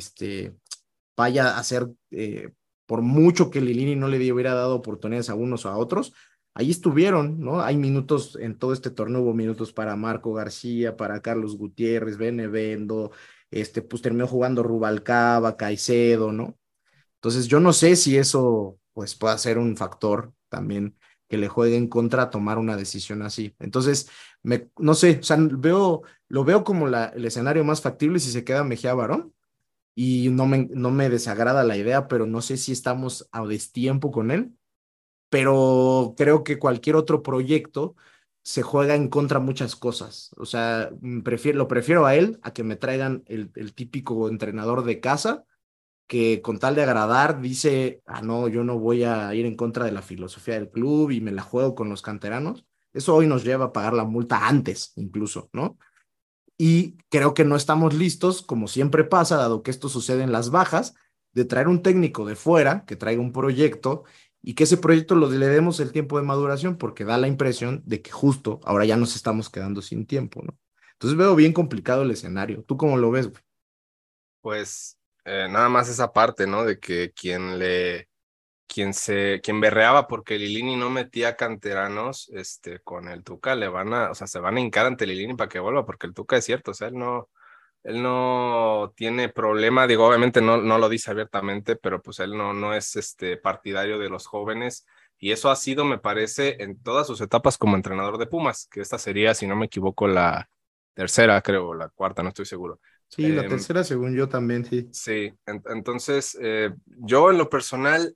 vaya a hacer, por mucho que Lilini no le hubiera dado oportunidades a unos o a otros, ahí estuvieron, ¿no? Hay minutos en todo este torneo, hubo minutos para Marco García, para Carlos Gutiérrez, Benevendo, pues terminó jugando Rubalcaba, Caicedo, ¿no? Entonces yo no sé si eso pues pueda ser un factor también que le juegue en contra a tomar una decisión así. Entonces, no sé, o sea, lo veo como el escenario más factible si se queda Mejía Barón y no me desagrada la idea, pero no sé si estamos a destiempo con él, pero creo que cualquier otro proyecto se juega en contra muchas cosas. O sea, lo prefiero a él a que me traigan el típico entrenador de casa que con tal de agradar dice, no, yo no voy a ir en contra de la filosofía del club y me la juego con los canteranos. Eso hoy nos lleva a pagar la multa antes, incluso, ¿no? Y creo que no estamos listos, como siempre pasa, dado que esto sucede en las bajas, de traer un técnico de fuera que traiga un proyecto y que ese proyecto le demos el tiempo de maduración, porque da la impresión de que justo ahora ya nos estamos quedando sin tiempo, ¿no? Entonces veo bien complicado el escenario. ¿Tú cómo lo ves, güey? Pues nada más esa parte, ¿no? De que quien berreaba porque Lilini no metía canteranos, con el Tuca o sea, se van a hincar ante Lilini para que vuelva, porque el Tuca es cierto, o sea, él no tiene problema, digo, obviamente no lo dice abiertamente, pero pues él no es partidario de los jóvenes, y eso ha sido, me parece, en todas sus etapas como entrenador de Pumas, que esta sería, si no me equivoco, la tercera, creo, o la cuarta, no estoy seguro. Sí, la tercera, según yo también, sí. Sí, entonces yo en lo personal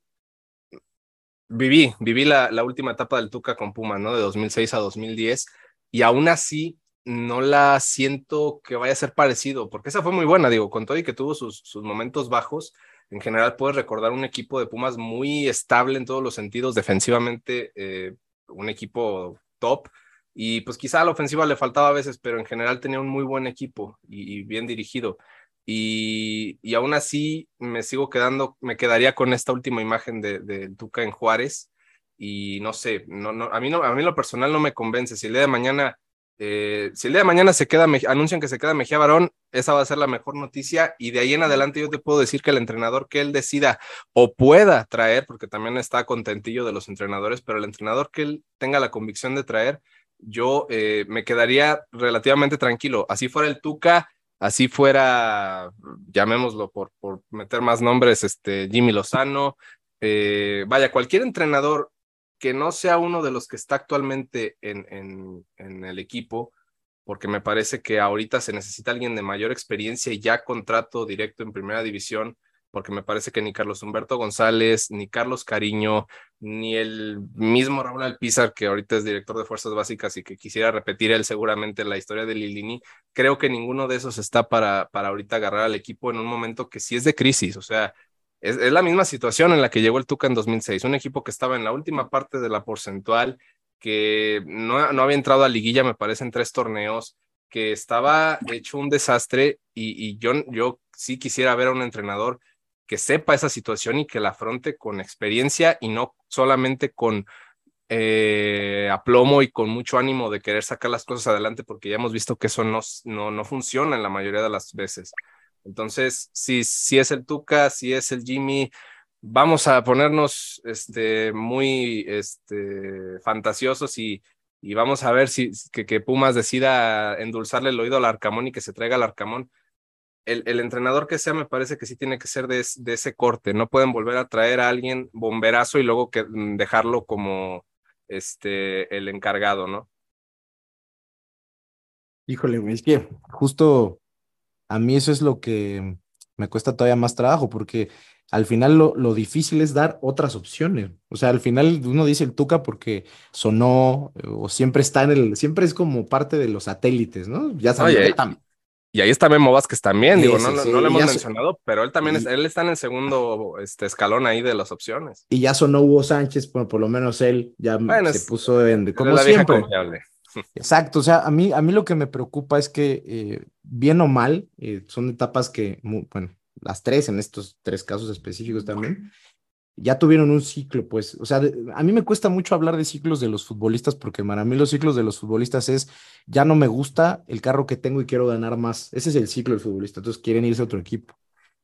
viví la última etapa del Tuca con Pumas, ¿no? De 2006 a 2010, y aún así no la siento que vaya a ser parecido, porque esa fue muy buena, digo, con todo y que tuvo sus momentos bajos. En general puedes recordar un equipo de Pumas muy estable en todos los sentidos, defensivamente un equipo top, y pues quizá a la ofensiva le faltaba a veces, pero en general tenía un muy buen equipo y bien dirigido. Y aún así me quedaría con esta última imagen de Tuca en Juárez, y no sé, a mí en lo personal no me convence. Si el día de mañana anuncian que se queda Mejía Barón, esa va a ser la mejor noticia, y de ahí en adelante yo te puedo decir que el entrenador que él decida o pueda traer, porque también está contentillo de los entrenadores, pero el entrenador que él tenga la convicción de traer, yo me quedaría relativamente tranquilo. Así fuera el Tuca, así fuera, llamémoslo por meter más nombres, Jimmy Lozano, vaya, cualquier entrenador que no sea uno de los que está actualmente en el equipo, porque me parece que ahorita se necesita alguien de mayor experiencia y ya contrato directo en primera división, porque me parece que ni Carlos Humberto González, ni Carlos Cariño, ni el mismo Raúl Alpizar, que ahorita es director de Fuerzas Básicas y que quisiera repetir él seguramente la historia de Lilini, creo que ninguno de esos está para ahorita agarrar al equipo en un momento que sí es de crisis. O sea, es la misma situación en la que llegó el Tuca en 2006, un equipo que estaba en la última parte de la porcentual, que no había entrado a liguilla, me parece, en 3 torneos, que estaba hecho un desastre y yo sí quisiera ver a un entrenador que sepa esa situación y que la afronte con experiencia y no solamente con aplomo y con mucho ánimo de querer sacar las cosas adelante, porque ya hemos visto que eso no funciona en la mayoría de las veces. Entonces, si es el Tuca, si es el Jimmy, vamos a ponernos muy fantasiosos y vamos a ver que Pumas decida endulzarle el oído al Arcamón y que se traiga al Arcamón. El entrenador que sea me parece que sí tiene que ser de ese corte. No pueden volver a traer a alguien bomberazo y luego dejarlo como el encargado, ¿no? Híjole, güey, es que justo a mí eso es lo que me cuesta todavía más trabajo, porque al final lo difícil es dar otras opciones. O sea, al final uno dice el Tuca porque sonó o siempre está siempre es como parte de los satélites, ¿no? Ya sabemos, Oye, y ahí está Memo Vázquez también, digo, sí, no sí, lo y hemos mencionado, pero él también y, él está en el segundo escalón ahí de las opciones. y ya sonó Hugo Sánchez, bueno, por lo menos él ya Bueno, se puso él es como la vieja siempre. confiable. Exacto, o sea, a mí lo que me preocupa es que, bien o mal, son etapas que, bueno, las tres en estos tres casos específicos también, ya tuvieron un ciclo, pues, o sea, a mí me cuesta mucho hablar de ciclos de los futbolistas porque para mí los ciclos de los futbolistas es, ya no me gusta el carro que tengo y quiero ganar más. Ese es el ciclo del futbolista, entonces quieren irse a otro equipo.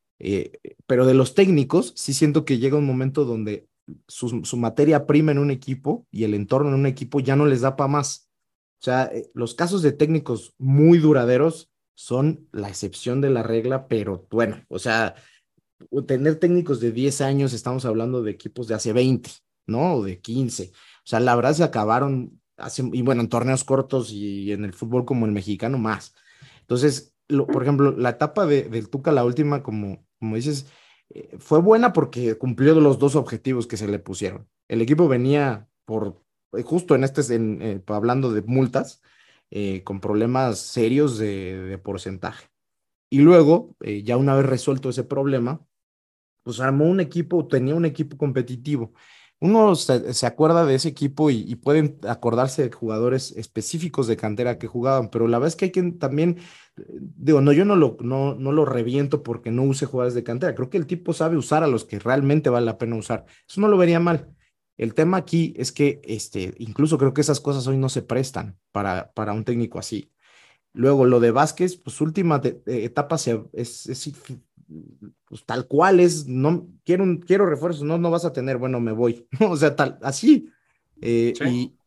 Pero de los técnicos, sí siento que llega un momento donde su materia prima en un equipo y el entorno en un equipo ya no les da para más. O sea, los casos de técnicos muy duraderos son la excepción de la regla, pero bueno, o sea, tener técnicos de 10 años, estamos hablando de equipos de hace 20, ¿no? O de 15. O sea, la verdad se acabaron y bueno, en torneos cortos y en el fútbol como el mexicano más. Entonces, por ejemplo, la etapa del Tuca, la última, como dices, fue buena porque cumplió los dos objetivos que se le pusieron. El equipo venía justo hablando de multas, con problemas serios de porcentaje. Y luego, ya una vez resuelto ese problema, pues armó un equipo, tenía un equipo competitivo. Uno se acuerda de ese equipo y pueden acordarse de jugadores específicos de cantera que jugaban, pero la verdad es que hay que también, digo, no, yo no lo reviento porque no use jugadores de cantera. Creo que el tipo sabe usar a los que realmente vale la pena usar. Eso no lo vería mal. El tema aquí es que, incluso creo que esas cosas hoy no se prestan para un técnico así. Luego, lo de Vázquez, pues última etapa es pues, tal cual es, no, quiero refuerzos, no vas a tener, bueno, me voy. O sea, así. Sí.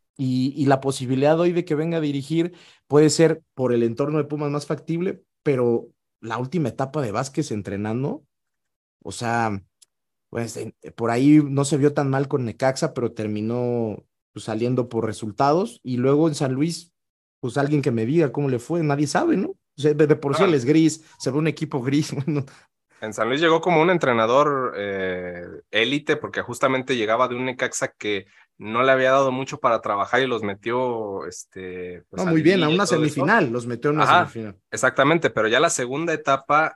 Y la posibilidad hoy de que venga a dirigir puede ser por el entorno de Pumas más factible, pero la última etapa de Vázquez entrenando, o sea, pues por ahí no se vio tan mal con Necaxa, pero terminó pues, saliendo por resultados. Y luego en San Luis, pues alguien que me diga cómo le fue, nadie sabe, ¿no? O sea, de por sí él Ah, es gris, se ve un equipo gris. Bueno, en San Luis llegó como un entrenador élite porque justamente llegaba de un Necaxa que no le había dado mucho para trabajar y los metió pues no, a muy bien, a liguilla y una todo eso. semifinal, los metió en una Ajá, semifinal. exactamente, pero ya la segunda etapa,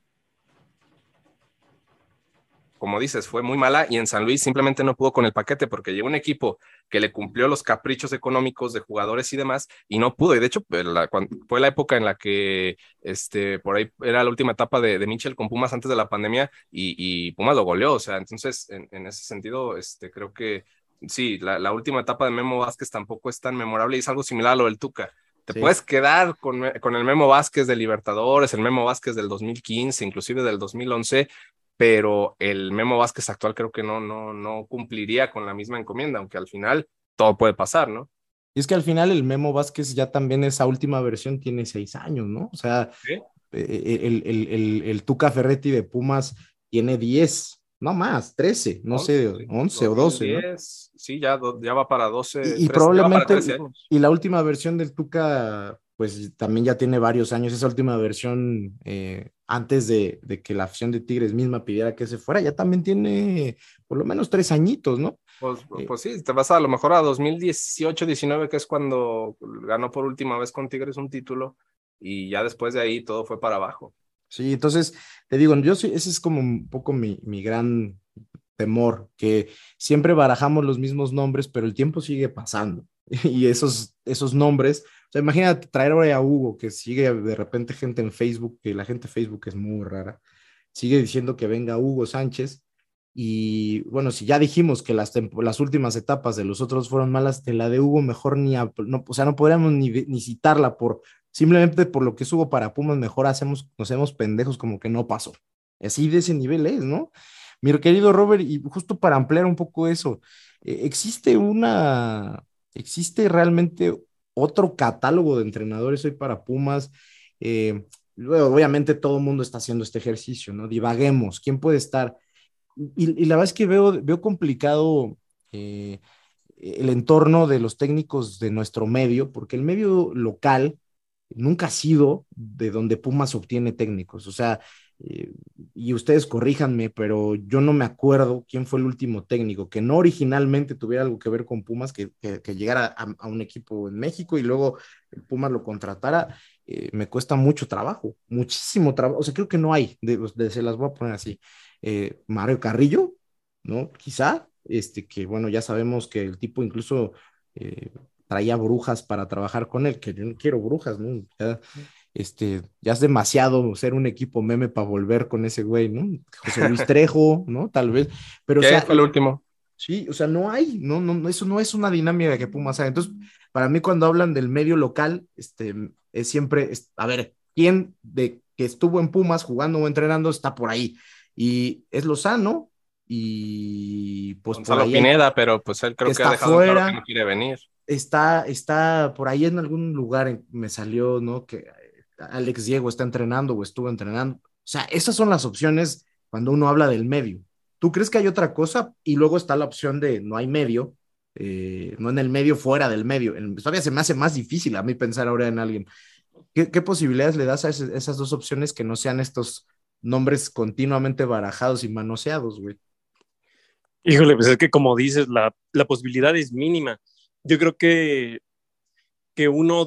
como dices, fue muy mala y en San Luis simplemente no pudo con el paquete porque llegó un equipo que le cumplió los caprichos económicos de jugadores y demás y no pudo. Y de hecho, fue la época en la que por ahí era la última etapa de Mitchell con Pumas antes de la pandemia y Pumas lo goleó. O sea, entonces en ese sentido, creo que sí, la última etapa de Memo Vázquez tampoco es tan memorable y es algo similar a lo del Tuca. Te Sí. puedes quedar con el Memo Vázquez de Libertadores, el Memo Vázquez del 2015, inclusive del 2011, pero el Memo Vázquez actual creo que no cumpliría con la misma encomienda, aunque al final todo puede pasar, ¿no? Y es que al final el Memo Vázquez ya también esa última versión tiene 6 años, ¿no? O sea, ¿Sí? el Tuca Ferretti de Pumas tiene 10, no más, 13, no sé, 11 o 12, ¿no? 2010, sí, ya va para 12, Y 13, ya va para probablemente, 13 años. y la última versión del Tuca, pues también ya tiene varios años. Esa última versión, antes de que la afición de Tigres misma pidiera que se fuera, ya también tiene por lo menos 3 añitos, ¿no? Pues sí, te vas a lo mejor a 2018-19, que es cuando ganó por última vez con Tigres un título, y ya después de ahí todo fue para abajo. Sí, entonces, te digo, yo sí, ese es como un poco mi gran temor, que siempre barajamos los mismos nombres, pero el tiempo sigue pasando. Y esos nombres, o sea, imagínate traer ahora a Hugo, que sigue de repente gente en Facebook, que la gente de Facebook es muy rara, sigue diciendo que venga Hugo Sánchez. Y bueno, si ya dijimos que las últimas etapas de los otros fueron malas, de la de Hugo mejor no, o sea, no podríamos ni citarla simplemente por lo que es Hugo para Pumas, mejor nos hacemos pendejos como que no pasó. Así de ese nivel es, ¿no? Mi querido Robert, y justo para ampliar un poco eso, ¿existe realmente otro catálogo de entrenadores hoy para Pumas? Luego, obviamente todo el mundo está haciendo este ejercicio, ¿no? Divaguemos, ¿quién puede estar? Y la verdad es que veo complicado eh, el entorno de los técnicos de nuestro medio, porque el medio local nunca ha sido de donde Pumas obtiene técnicos. O sea, eh, y ustedes corríjanme, pero yo no me acuerdo quién fue el último técnico que no originalmente tuviera algo que ver con Pumas, que llegara a un equipo en México y luego el Pumas lo contratara. Me cuesta mucho trabajo, muchísimo trabajo. O sea, creo que no hay, se las voy a poner así. Mario Carrillo, ¿no? Quizá, que bueno, ya sabemos que el tipo incluso traía brujas para trabajar con él, que yo no quiero brujas, ¿no? Ya es demasiado ser un equipo meme para volver con ese güey, ¿no? José Luis Trejo, ¿no? Tal vez, pero o ¿Qué sea, fue el último? sí, o sea, no hay, eso no es una dinámica que Pumas haga. Entonces, para mí cuando hablan del medio local, es siempre, a ver, ¿quién de que estuvo en Pumas jugando o entrenando está por ahí? Y es Lozano, y pues por Gonzalo ahí hay Pineda, pero pues él que creo que ha está dejado en claro que fuera, no quiere venir. está por ahí en algún lugar, me salió, ¿no? Que Alex Diego está entrenando o estuvo entrenando. O sea, esas son las opciones cuando uno habla del medio. ¿Tú crees que hay otra cosa? Y luego está la opción de no hay medio, no en el medio, fuera del medio. Todavía se me hace más difícil a mí pensar ahora en alguien. ¿Qué posibilidades le das a esas dos opciones que no sean estos nombres continuamente barajados y manoseados, güey? Híjole, pues es que como dices, la posibilidad es mínima. Yo creo que uno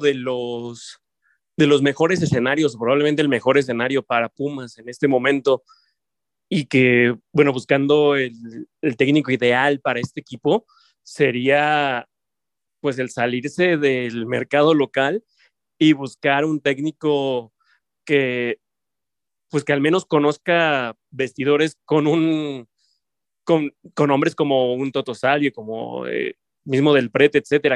de los mejores escenarios, probablemente el mejor escenario para Pumas en este momento, y que, bueno, buscando el técnico ideal para este equipo, sería pues el salirse del mercado local y buscar un técnico que pues que al menos conozca vestidores con hombres como un Toto Salvio, como mismo del Prete, etcétera,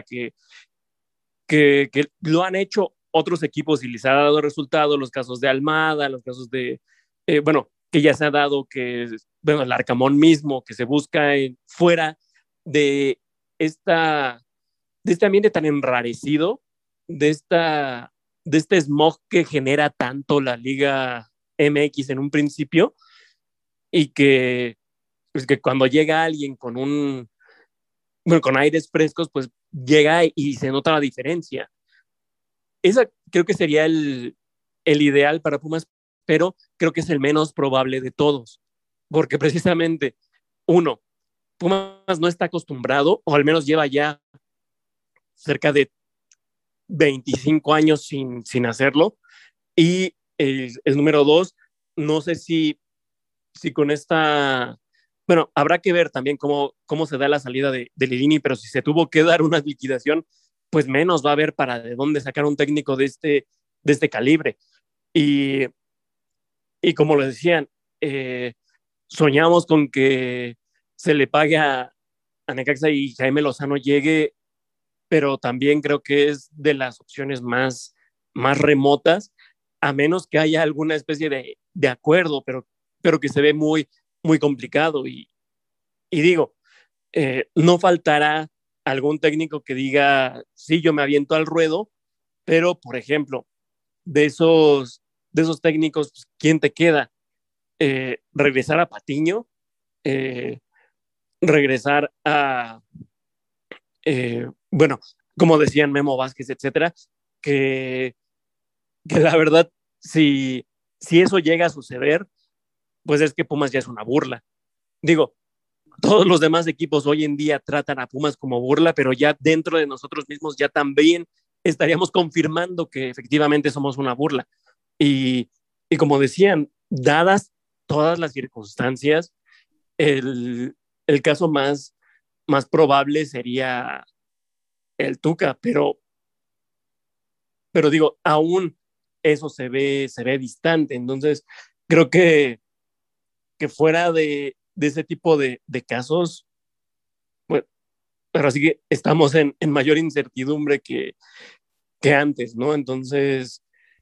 que lo han hecho otros equipos y les ha dado resultados, los casos de Almada, los casos de, bueno, que ya se ha dado que, bueno, el Arcamón mismo, que se busca fuera de esta, de este ambiente tan enrarecido, de esta, de este smog que genera tanto la Liga MX en un principio, y que, pues que cuando llega alguien con bueno, con aires frescos, pues llega y se nota la diferencia. Esa creo que sería el ideal para Pumas, pero creo que es el menos probable de todos, porque precisamente, uno, Pumas no está acostumbrado, o al menos lleva ya cerca de 25 años sin hacerlo, y el número dos, no sé si con esta, bueno, habrá que ver también cómo se da la salida de Lilini, pero si se tuvo que dar una liquidación, pues menos va a haber para de dónde sacar un técnico de este calibre. Y, y como lo decían, soñamos con que se le pague a Necaxa y Jaime Lozano llegue, pero también creo que es de las opciones más remotas, a menos que haya alguna especie de acuerdo, pero que se ve muy complicado. Y digo, no faltará algún técnico que diga, sí, yo me aviento al ruedo, pero, por ejemplo, de esos técnicos, pues, ¿quién te queda? Regresar a Patiño, eh, regresar bueno, como decían Memo Vázquez, etcétera, que, que la verdad, si eso llega a suceder, pues es que Pumas ya es una burla. Digo, todos los demás equipos hoy en día tratan a Pumas como burla, pero ya dentro de nosotros mismos ya también estaríamos confirmando que efectivamente somos una burla. Y, Y como decían, dadas todas las circunstancias, el caso más probable sería el Tuca, pero digo, aún eso se ve distante. Entonces, creo que fuera de ese tipo de casos, bueno, pero así que estamos en mayor incertidumbre que antes, ¿no? Entonces,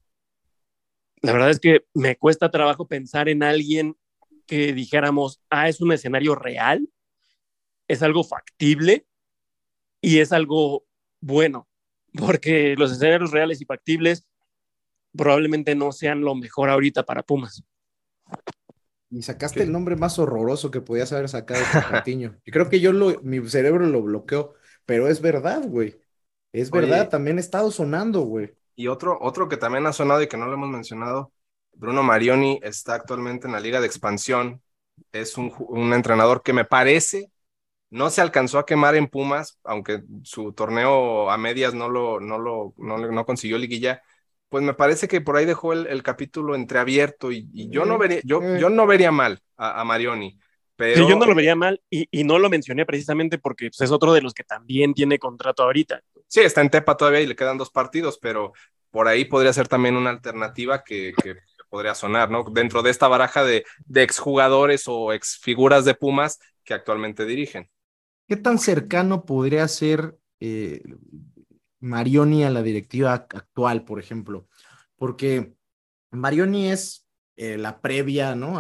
la verdad es que me cuesta trabajo pensar en alguien que dijéramos, es un escenario real, es algo factible y es algo bueno, porque los escenarios reales y factibles probablemente no sean lo mejor ahorita para Pumas. Y sacaste el nombre más horroroso que podías haber sacado, Patiño. Y creo que mi cerebro lo bloqueó, pero es verdad, güey. Es verdad, Oye, también ha estado sonando, güey. y otro que también ha sonado y que no lo hemos mencionado, Bruno Marioni está actualmente en la Liga de Expansión. Es un entrenador que me parece no se alcanzó a quemar en Pumas, aunque su torneo a medias no consiguió liguilla. Pues me parece que por ahí dejó el capítulo entreabierto y yo no vería mal a Marioni, Sí, yo pero no lo vería mal y no lo mencioné precisamente porque pues, es otro de los que también tiene contrato ahorita. sí, está en Tepa todavía y le quedan 2 partidos, pero por ahí podría ser también una alternativa que podría sonar, ¿no? Dentro de esta baraja de exjugadores o exfiguras de Pumas que actualmente dirigen. ¿Qué tan cercano podría ser Marioni a la directiva actual, por ejemplo? Porque Marioni es la previa, ¿no?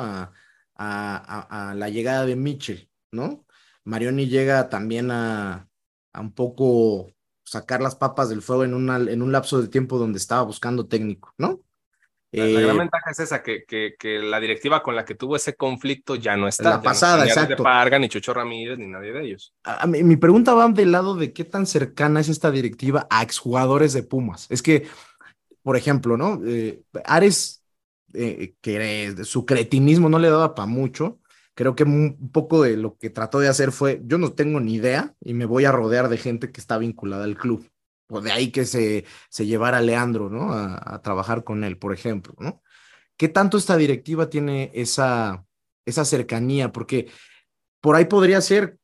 A la llegada de Mitchell, ¿no? Marioni llega también a un poco sacar las papas del fuego en un lapso de tiempo donde estaba buscando técnico, ¿no? La gran Eh, ventaja es esa, que la directiva con la que tuvo ese conflicto ya no está. la Ya no está pasada, ni Ares de exacto. Parga, ni Chucho Ramírez, ni nadie de ellos. Mi pregunta va del lado de qué tan cercana es esta directiva a exjugadores de Pumas. Es que, por ejemplo, ¿no? Ares, que su cretinismo no le daba para mucho. Creo que un poco de lo que trató de hacer fue, yo no tengo ni idea y me voy a rodear de gente que está vinculada al club. O de ahí que se llevara a Leandro, ¿no? A trabajar con él, por ejemplo, ¿no? ¿Qué tanto esta directiva tiene esa cercanía? Porque por ahí podría ser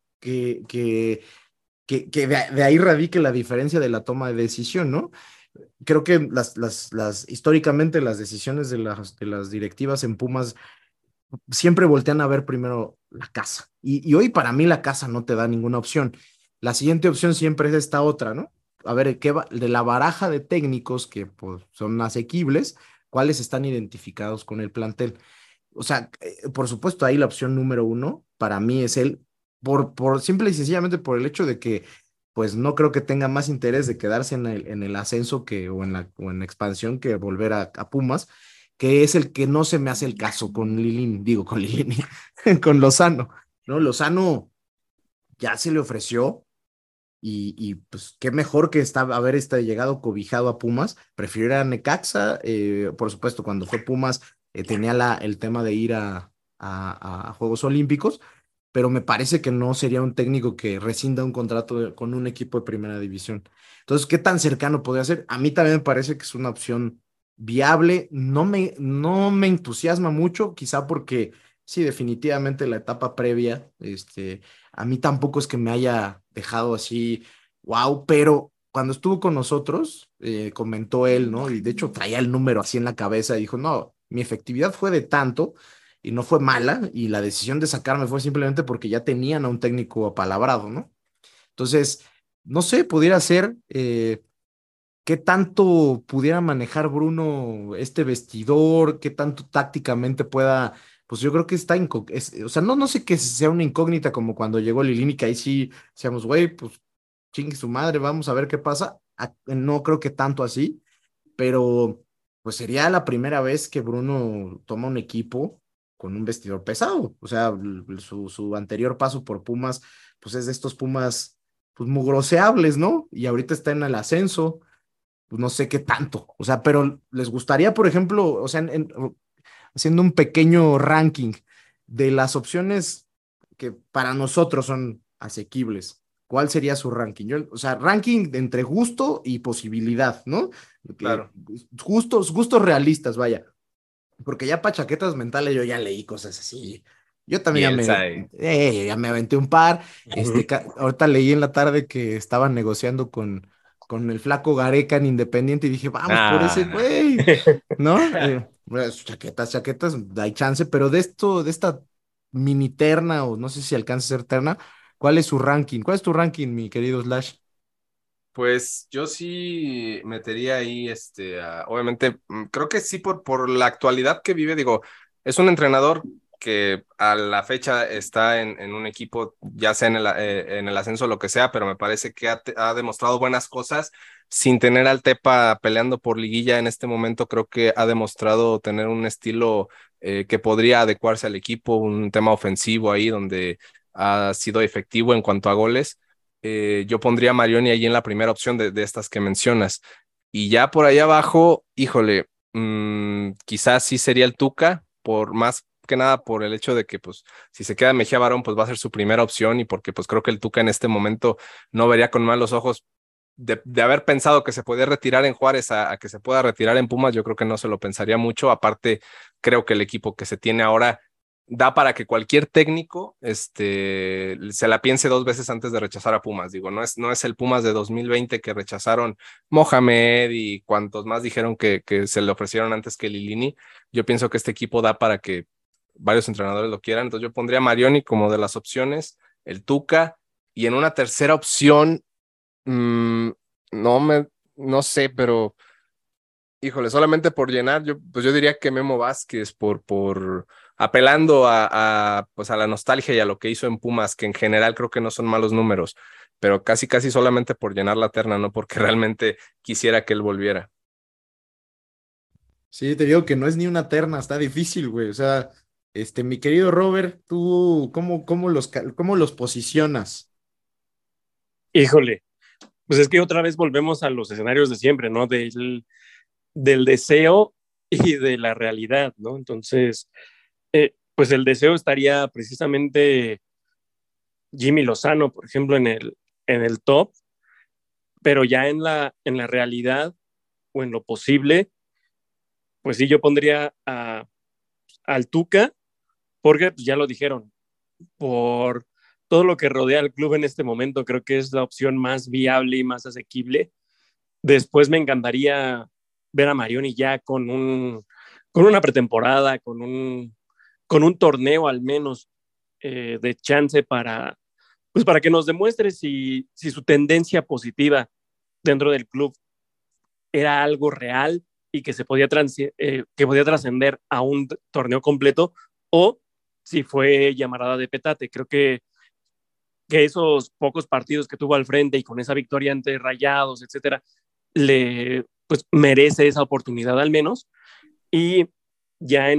que de ahí radique la diferencia de la toma de decisión, ¿no? Creo que históricamente las decisiones de las directivas en Pumas siempre voltean a ver primero la casa. Y hoy para mí la casa no te da ninguna opción. La siguiente opción siempre es esta otra, ¿no? A ver, de la baraja de técnicos que pues, son asequibles, ¿cuáles están identificados con el plantel? O sea, por supuesto, ahí la opción número uno para mí es él, por simple y sencillamente por el hecho de que, pues no creo que tenga más interés de quedarse en el ascenso o en la expansión que volver a Pumas, que es el que no se me hace el caso con Lilini, digo con Lilini, con Lozano, ¿no? Lozano ya se le ofreció pues qué mejor que haber llegado cobijado a Pumas, prefirió ir a Necaxa, por supuesto, cuando fue Pumas tenía el tema de ir a Juegos Olímpicos, pero me parece que no sería un técnico que rescinda un contrato con un equipo de primera división. Entonces, ¿qué tan cercano podría ser? A mí también me parece que es una opción viable, no me entusiasma mucho, quizá porque sí, definitivamente la etapa previa, a mí tampoco es que me haya dejado así, wow, pero cuando estuvo con nosotros, comentó él, ¿no? Y de hecho traía el número así en la cabeza y dijo, no, mi efectividad fue de tanto y no fue mala y la decisión de sacarme fue simplemente porque ya tenían a un técnico apalabrado, ¿no? Entonces, no sé, pudiera ser, qué tanto pudiera manejar Bruno este vestidor, qué tanto tácticamente pueda, pues yo creo que o sea, no sé que sea una incógnita como cuando llegó Lilini, que ahí sí decíamos, güey, pues chingue su madre, vamos a ver qué pasa. No creo que tanto así, pero pues sería la primera vez que Bruno toma un equipo con un vestidor pesado. O sea, su anterior paso por Pumas, pues es de estos Pumas, pues mugroseables, ¿no? Y ahorita está en el ascenso, pues no sé qué tanto. O sea, pero les gustaría, por ejemplo, o sea, haciendo un pequeño ranking de las opciones que para nosotros son asequibles. ¿Cuál sería su ranking? O sea, ranking entre gusto y posibilidad, ¿no? Claro. Gustos realistas, vaya. porque ya para chaquetas mentales yo ya leí cosas así. Yo también Bielsa, eh. ya me aventé un par. Ujú. Ahorita leí en la tarde que estaban negociando con el flaco Gareca en Independiente y dije, vamos por ese Ah, güey, ¿no? Bueno, chaquetas, hay chance, pero de esta mini terna, o no sé si alcanza a ser terna, ¿cuál es su ranking? ¿Cuál es tu ranking, mi querido Slash? pues yo sí metería ahí, obviamente, creo que sí por la actualidad que vive, digo, es un entrenador que a la fecha está en un equipo, ya sea en el ascenso o lo que sea, pero me parece que ha demostrado buenas cosas sin tener al Tepa peleando por liguilla en este momento. Creo que ha demostrado tener un estilo que podría adecuarse al equipo, un tema ofensivo ahí donde ha sido efectivo en cuanto a goles. Yo pondría a Marioni ahí en la primera opción de estas que mencionas. Y ya por ahí abajo, híjole, quizás sí sería el Tuca, por más que nada por el hecho de que, pues, si se queda Mejía Barón, pues va a ser su primera opción y porque, pues, creo que el Tuca en este momento no vería con malos ojos de haber pensado que se podía retirar en Juárez a que se pueda retirar en Pumas. Yo creo que no se lo pensaría mucho. Aparte, creo que el equipo que se tiene ahora da para que cualquier técnico se la piense dos veces antes de rechazar a Pumas. Digo, no es el Pumas de 2020 que rechazaron Mohamed y cuantos más dijeron que se le ofrecieron antes que Lilini. Yo pienso que este equipo da para que varios entrenadores lo quieran. Entonces yo pondría a Marioni como de las opciones, el Tuca, y en una tercera opción, mmm, no no sé, pero híjole, solamente por llenar, pues yo diría que Memo Vázquez, por apelando pues a la nostalgia y a lo que hizo en Pumas, que en general creo que no son malos números, pero casi casi solamente por llenar la terna, no porque realmente quisiera que él volviera. Sí, te digo que no es ni una terna, está difícil, güey. O sea, mi querido Robert, tú, cómo los posicionas? Híjole, pues es que otra vez volvemos a los escenarios de siempre, ¿no? Del deseo y de la realidad, ¿no? Entonces, pues el deseo estaría precisamente Jimmy Lozano, por ejemplo, en el top, pero ya en la realidad o en lo posible, pues sí, yo pondría al Tuca, porque pues, ya lo dijeron, por todo lo que rodea al club en este momento, creo que es la opción más viable y más asequible. Después me encantaría ver a Marioni ya con una pretemporada, con un torneo al menos de chance pues para que nos demuestre si su tendencia positiva dentro del club era algo real y que podía trascender a un torneo completo o si fue llamarada de petate. Creo que esos pocos partidos que tuvo al frente y con esa victoria ante Rayados, etcétera, le pues merece esa oportunidad al menos. Y ya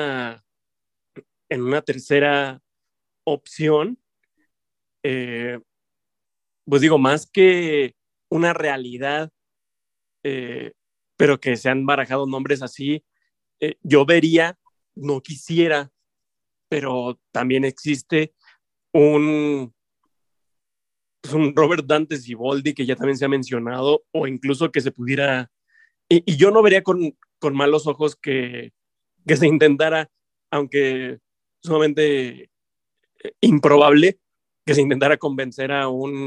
en una tercera opción, eh, pues digo, más que una realidad, eh, pero que se han barajado nombres así, yo vería, no quisiera, pero también existe un, pues un Robert Dante Siboldi que ya también se ha mencionado, o incluso que se pudiera, y yo no vería con malos ojos que se intentara, aunque sumamente improbable, que se intentara convencer a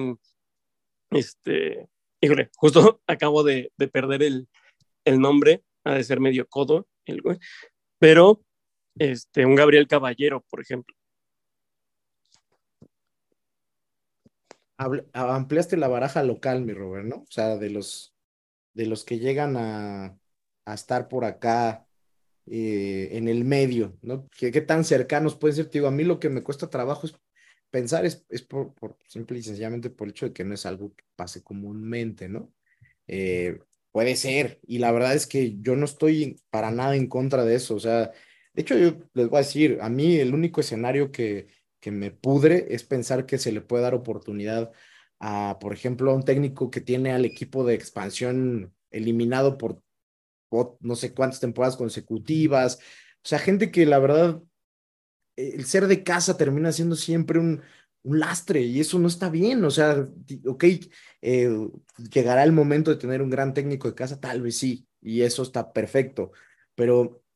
híjole, justo acabo de perder el nombre, ha de ser medio codo, el güey, pero un Gabriel Caballero, por ejemplo. Ampliaste la baraja local, mi Robert, ¿no? O sea, de los que llegan a estar por acá en el medio, ¿no? ¿Qué tan cercanos pueden ser? Te digo, a mí lo que me cuesta trabajo es pensar, es por simple y sencillamente por el hecho de que no es algo que pase comúnmente, ¿no? Puede ser, y la verdad es que yo no estoy para nada en contra de eso, o sea, de hecho yo les voy a decir, a mí el único escenario que me pudre es pensar que se le puede dar oportunidad a, por ejemplo, a un técnico que tiene al equipo de expansión eliminado por no sé cuántas temporadas consecutivas, o sea, gente que la verdad, el ser de casa termina siendo siempre un lastre y eso no está bien, o sea, ok, eh, llegará el momento de tener un gran técnico de casa, tal vez sí, y eso está perfecto, pero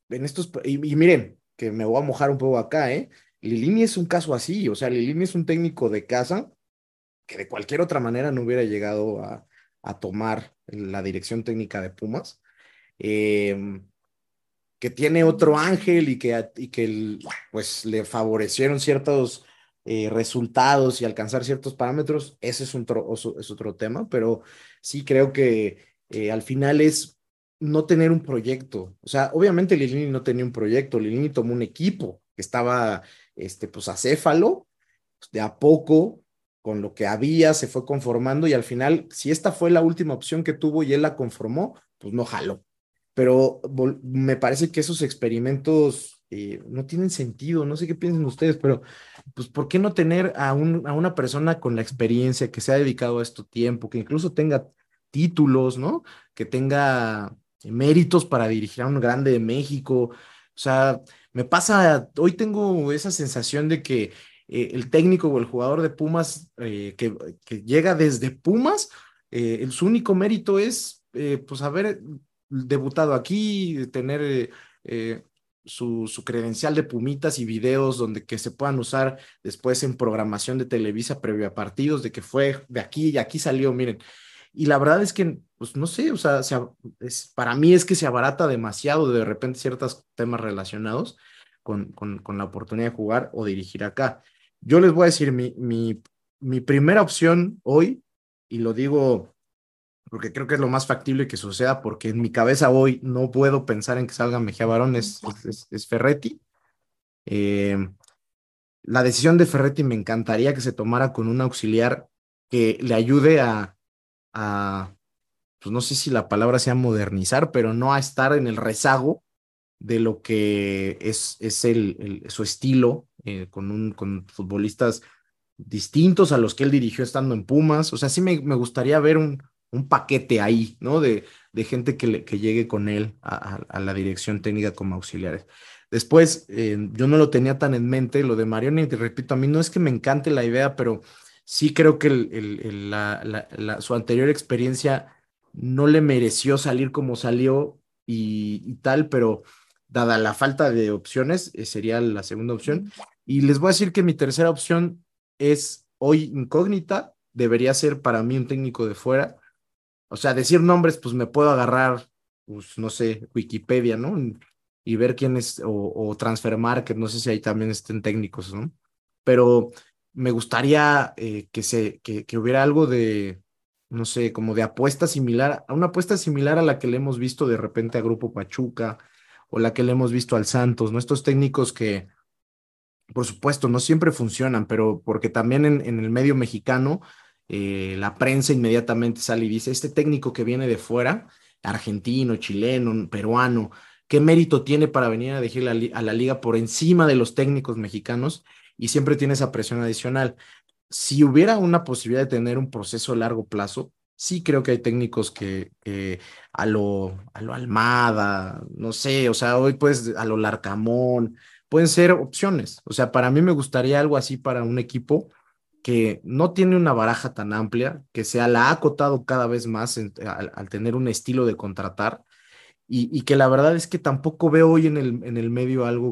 y miren, que me voy a mojar un poco acá, ¿eh? Lilini es un caso así, o sea, Lilini es un técnico de casa que de cualquier otra manera no hubiera llegado a tomar la dirección técnica de Pumas. Eh, que tiene otro ángel y que pues le favorecieron ciertos resultados y alcanzar ciertos parámetros, ese es otro tema, pero sí creo que al final es no tener un proyecto. O sea, obviamente Lilini no tenía un proyecto, Lilini tomó un equipo que estaba pues acéfalo, pues, de a poco, con lo que había, se fue conformando y al final, si esta fue la última opción que tuvo y él la conformó, pues no jaló. Pero me parece que esos experimentos no tienen sentido, no sé qué piensan ustedes, pero pues ¿por qué no tener a una persona con la experiencia que se ha dedicado a esto tiempo, que incluso tenga títulos, ¿no? Que tenga méritos para dirigir a un grande de México. O sea, me pasa, hoy tengo esa sensación de que el técnico o el jugador de Pumas que llega desde Pumas, su único mérito es pues haber debutado aquí, tener su credencial de Pumitas y videos donde que se puedan usar después en programación de Televisa previo a partidos, de que fue de aquí y aquí salió, miren. Y la verdad es que, pues no sé, o sea, para mí es que se abarata demasiado de repente ciertos temas relacionados con la oportunidad de jugar o dirigir acá. Yo les voy a decir, mi primera opción hoy, y lo digo porque creo que es lo más factible que suceda, porque en mi cabeza hoy no puedo pensar en que salga Mejía Barón, es Ferretti. Eh, la decisión de Ferretti me encantaría que se tomara con un auxiliar que le ayude a, pues no sé si la palabra sea modernizar, pero no a estar en el rezago de lo que es su estilo, con futbolistas distintos a los que él dirigió estando en Pumas. O sea, sí me gustaría ver un paquete ahí, ¿no? De gente que llegue con él a la dirección técnica como auxiliares. Después, yo no lo tenía tan en mente, lo de Marioni, te repito, a mí no es que me encante la idea, pero sí creo que su anterior experiencia no le mereció salir como salió y tal, pero dada la falta de opciones, sería la segunda opción. Y les voy a decir que mi tercera opción es hoy incógnita, debería ser para mí un técnico de fuera. O sea, decir nombres, pues me puedo agarrar, pues no sé, Wikipedia, ¿no? Y ver quién es, o Transfer Market, no sé si ahí también estén técnicos, ¿no? Pero me gustaría que hubiera algo de, no sé, como de apuesta similar, a una apuesta similar a la que le hemos visto de repente a Grupo Pachuca o la que le hemos visto al Santos, ¿no? Estos técnicos que por supuesto, no siempre funcionan, pero porque también en el medio mexicano, la prensa inmediatamente sale y dice, este técnico que viene de fuera, argentino, chileno, peruano, ¿qué mérito tiene para venir a dirigir a la liga por encima de los técnicos mexicanos? Y siempre tiene esa presión adicional. Si hubiera una posibilidad de tener un proceso a largo plazo, sí creo que hay técnicos que a lo Almada, no sé, o sea, hoy pues a lo Larcamón, pueden ser opciones. O sea, para mí me gustaría algo así para un equipo que no tiene una baraja tan amplia, que se la ha acotado cada vez más al tener un estilo de contratar y que la verdad es que tampoco veo hoy en el medio algo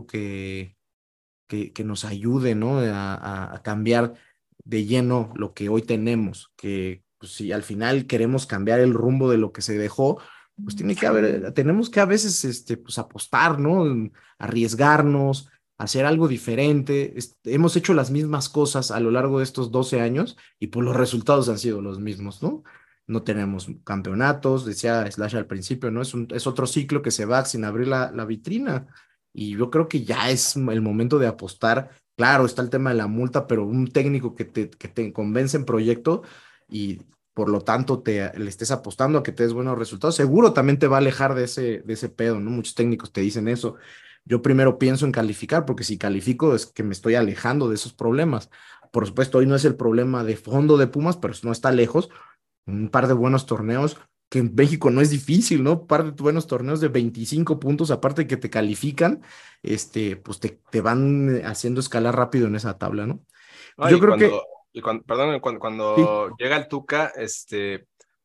que nos ayude, ¿no? A cambiar de lleno lo que hoy tenemos, que pues, si al final queremos cambiar el rumbo de lo que se dejó, pues tenemos que a veces pues apostar, ¿no? Arriesgarnos, hacer algo diferente. Hemos hecho las mismas cosas a lo largo de estos 12 años y pues los resultados han sido los mismos, ¿no? No tenemos campeonatos, decía Slash al principio, ¿no? Es otro ciclo que se va sin abrir la vitrina. Y yo creo que ya es el momento de apostar. Claro, está el tema de la multa, pero un técnico que te convence en proyecto y por lo tanto le estés apostando a que te des buenos resultados, seguro también te va a alejar de ese pedo, ¿no? Muchos técnicos te dicen eso. Yo primero pienso en calificar, porque si califico es que me estoy alejando de esos problemas. Por supuesto, hoy no es el problema de fondo de Pumas, pero no está lejos. Un par de buenos torneos que en México no es difícil, ¿no? Un par de buenos torneos de 25 puntos, aparte de que te califican, pues te van haciendo escalar rápido en esa tabla, ¿no? Pues No, yo creo que perdón, sí, cuando llega el Tuca,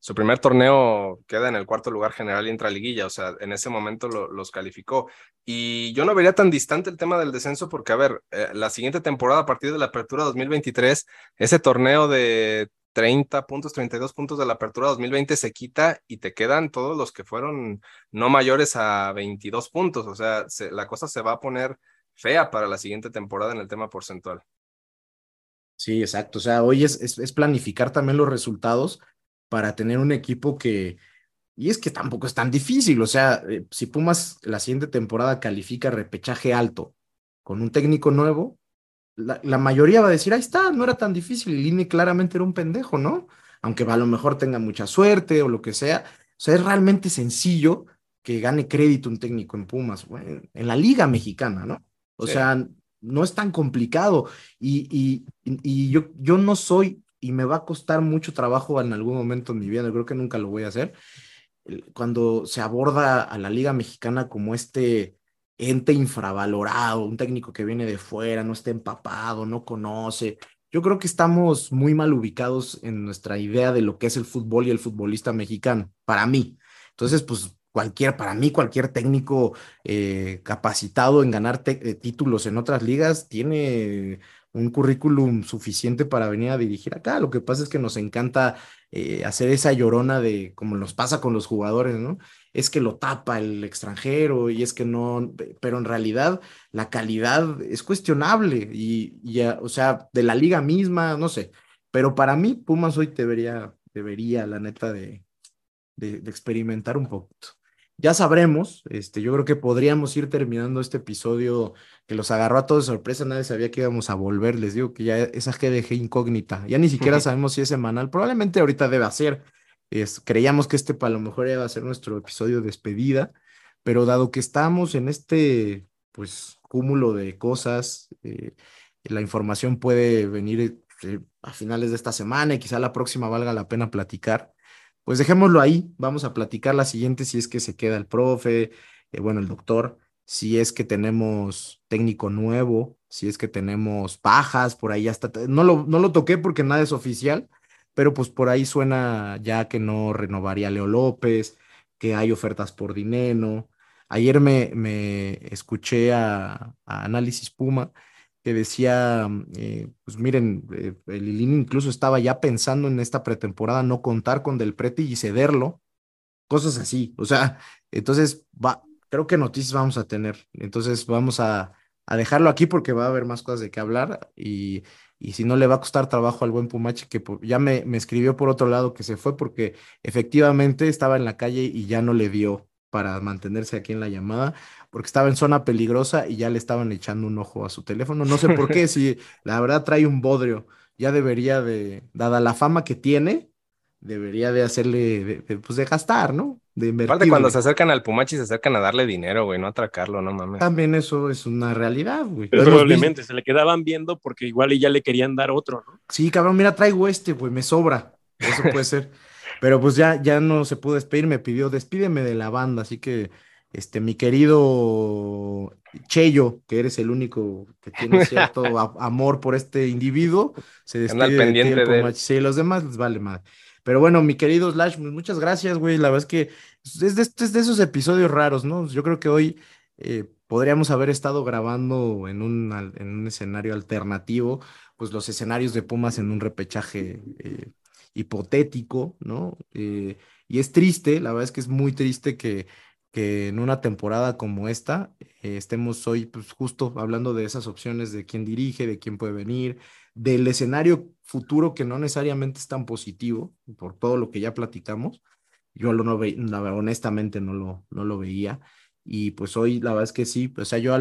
su primer torneo queda en el cuarto lugar general y entra a liguilla, o sea, en ese momento los calificó. Y yo no vería tan distante el tema del descenso porque, a ver, la siguiente temporada a partir de la apertura 2023, ese torneo de 30 puntos, 32 puntos de la apertura 2020 se quita y te quedan todos los que fueron no mayores a 22 puntos, o sea, la cosa se va a poner fea para la siguiente temporada en el tema porcentual. Sí, exacto. O sea, hoy es planificar también los resultados para tener un equipo que, y es que tampoco es tan difícil. O sea, si Pumas la siguiente temporada califica repechaje alto con un técnico nuevo, la mayoría va a decir, ahí está, no era tan difícil. Y Lini claramente era un pendejo, ¿no? Aunque a lo mejor tenga mucha suerte o lo que sea. O sea, es realmente sencillo que gane crédito un técnico en Pumas, bueno, en la Liga Mexicana, ¿no? O Sí. sea, no es tan complicado. Y yo no soy, y me va a costar mucho trabajo en algún momento en mi vida, yo creo que nunca lo voy a hacer, cuando se aborda a la Liga Mexicana como este ente infravalorado, un técnico que viene de fuera, no está empapado, no conoce. Yo creo que estamos muy mal ubicados en nuestra idea de lo que es el fútbol y el futbolista mexicano, para mí. Entonces, pues para mí, cualquier técnico capacitado en ganar títulos en otras ligas tiene un currículum suficiente para venir a dirigir acá. Lo que pasa es que nos encanta hacer esa llorona de, como nos pasa con los jugadores, ¿no? Es que lo tapa el extranjero y es que no, pero en realidad la calidad es cuestionable o sea, de la liga misma, no sé, pero para mí Pumas hoy debería, la neta, de experimentar un poquito. Ya sabremos, yo creo que podríamos ir terminando este episodio que los agarró a todos de sorpresa, nadie sabía que íbamos a volver, les digo que ya esa GDG incógnita, ya ni siquiera sabemos si es semanal, probablemente ahorita debe ser, creíamos que a lo mejor iba a ser nuestro episodio de despedida, pero dado que estamos en este, pues, cúmulo de cosas, la información puede venir a finales de esta semana y quizá la próxima valga la pena platicar. Pues dejémoslo ahí, vamos a platicar la siguiente si es que se queda el profe, bueno, el doctor, si es que tenemos técnico nuevo, si es que tenemos bajas, por ahí hasta, no lo toqué porque nada es oficial, pero pues por ahí suena ya que no renovaría Leo López, que hay ofertas por Dineno. Ayer me escuché a Análisis Puma que decía, pues miren, el Lilini incluso estaba ya pensando en esta pretemporada no contar con Del Prete y cederlo, cosas así, o sea, entonces creo que noticias vamos a tener, entonces vamos a dejarlo aquí porque va a haber más cosas de qué hablar y si no le va a costar trabajo al buen Pumachi que ya me escribió por otro lado que se fue porque efectivamente estaba en la calle y ya no le dio para mantenerse aquí en la llamada porque estaba en zona peligrosa y ya le estaban echando un ojo a su teléfono. No sé por qué, si la verdad trae un bodrio, ya debería dada la fama que tiene, debería de hacerle, pues de gastar, ¿no? De Aparte, cuando se invertirle. acercan al Pumachi, se acercan a darle dinero, güey, no a atracarlo, no mames. También eso es una realidad, güey. Lo Pues hemos visto. probablemente se le quedaban viendo porque igual y ya le querían dar otro, ¿no? Sí, cabrón, mira, traigo güey, me sobra. Eso puede ser. Pero pues ya no se pudo despedir, me pidió, despídeme de la banda, así que, mi querido Cheyo, que eres el único que tiene cierto amor por este individuo, se Anda al despide de ti el pendiente de él. Pomachi. Sí, los demás les vale más. Pero bueno, mi querido Slash, pues, muchas gracias, güey. La verdad es que es de esos episodios raros, ¿no? Yo creo que hoy podríamos haber estado grabando en un escenario alternativo pues los escenarios de Pumas en un repechaje hipotético, ¿no? Y es triste, la verdad es que es muy triste que en una temporada como esta estemos hoy pues justo hablando de esas opciones de quién dirige, de quién puede venir, del escenario futuro que no necesariamente es tan positivo por todo lo que ya platicamos. Yo no honestamente no lo veía. Y pues hoy la verdad es que sí, o sea, yo